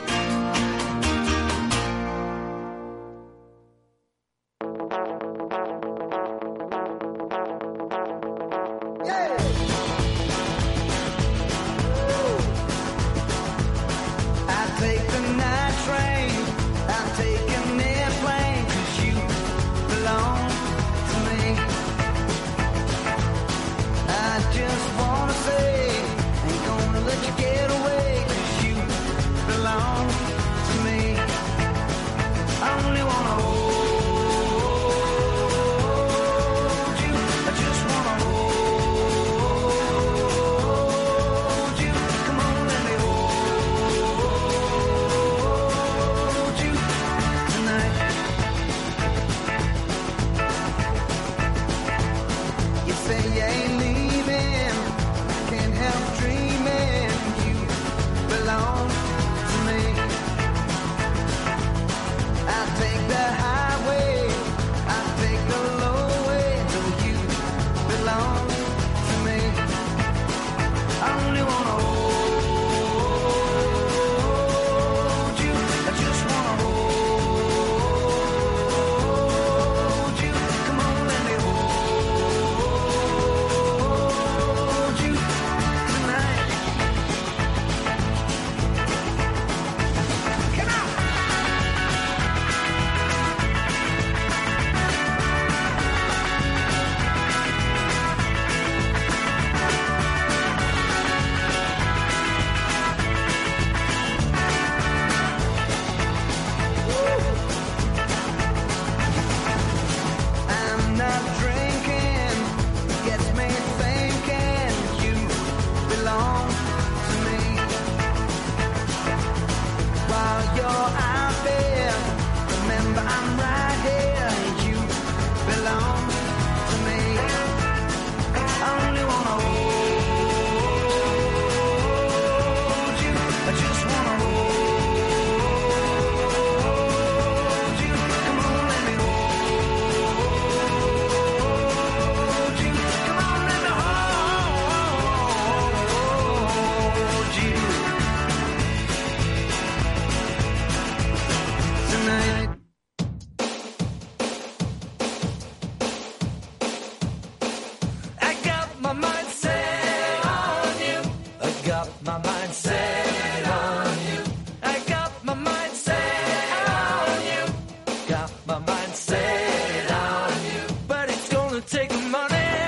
S12: got my mind set on you. I got my mind set on you. Got my mind set on you. But it's gonna take money,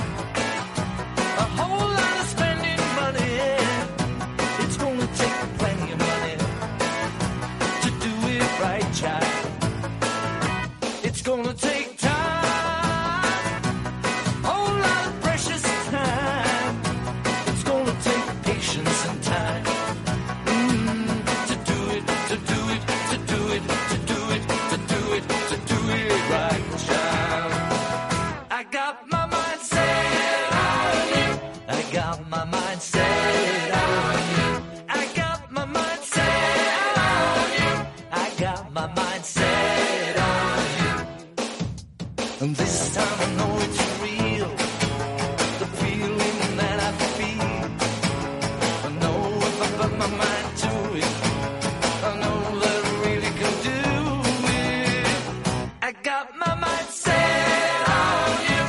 S12: a whole lot of spending money. It's gonna take plenty of money to do it right, child. It's gonna take time, whole lot of precious time. It's gonna take patience and time to do it, to do it, to do it, to do it, to do it, to do it right, child. I got my mind set on you. I got my mind set on you. I got my mind set on you. I got my mind set on you. And this time I know it's real, the feeling that I feel. I know if I put my mind to it, I know that I really can do it. I got my mind set on you,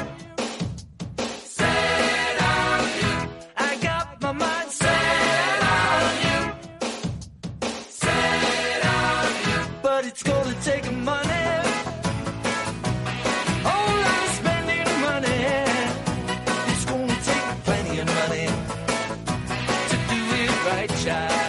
S12: set on you. I got my mind set on you, set on you. But it's gonna take money, whole lot of spending money. It's gonna take plenty of money to do it right, child.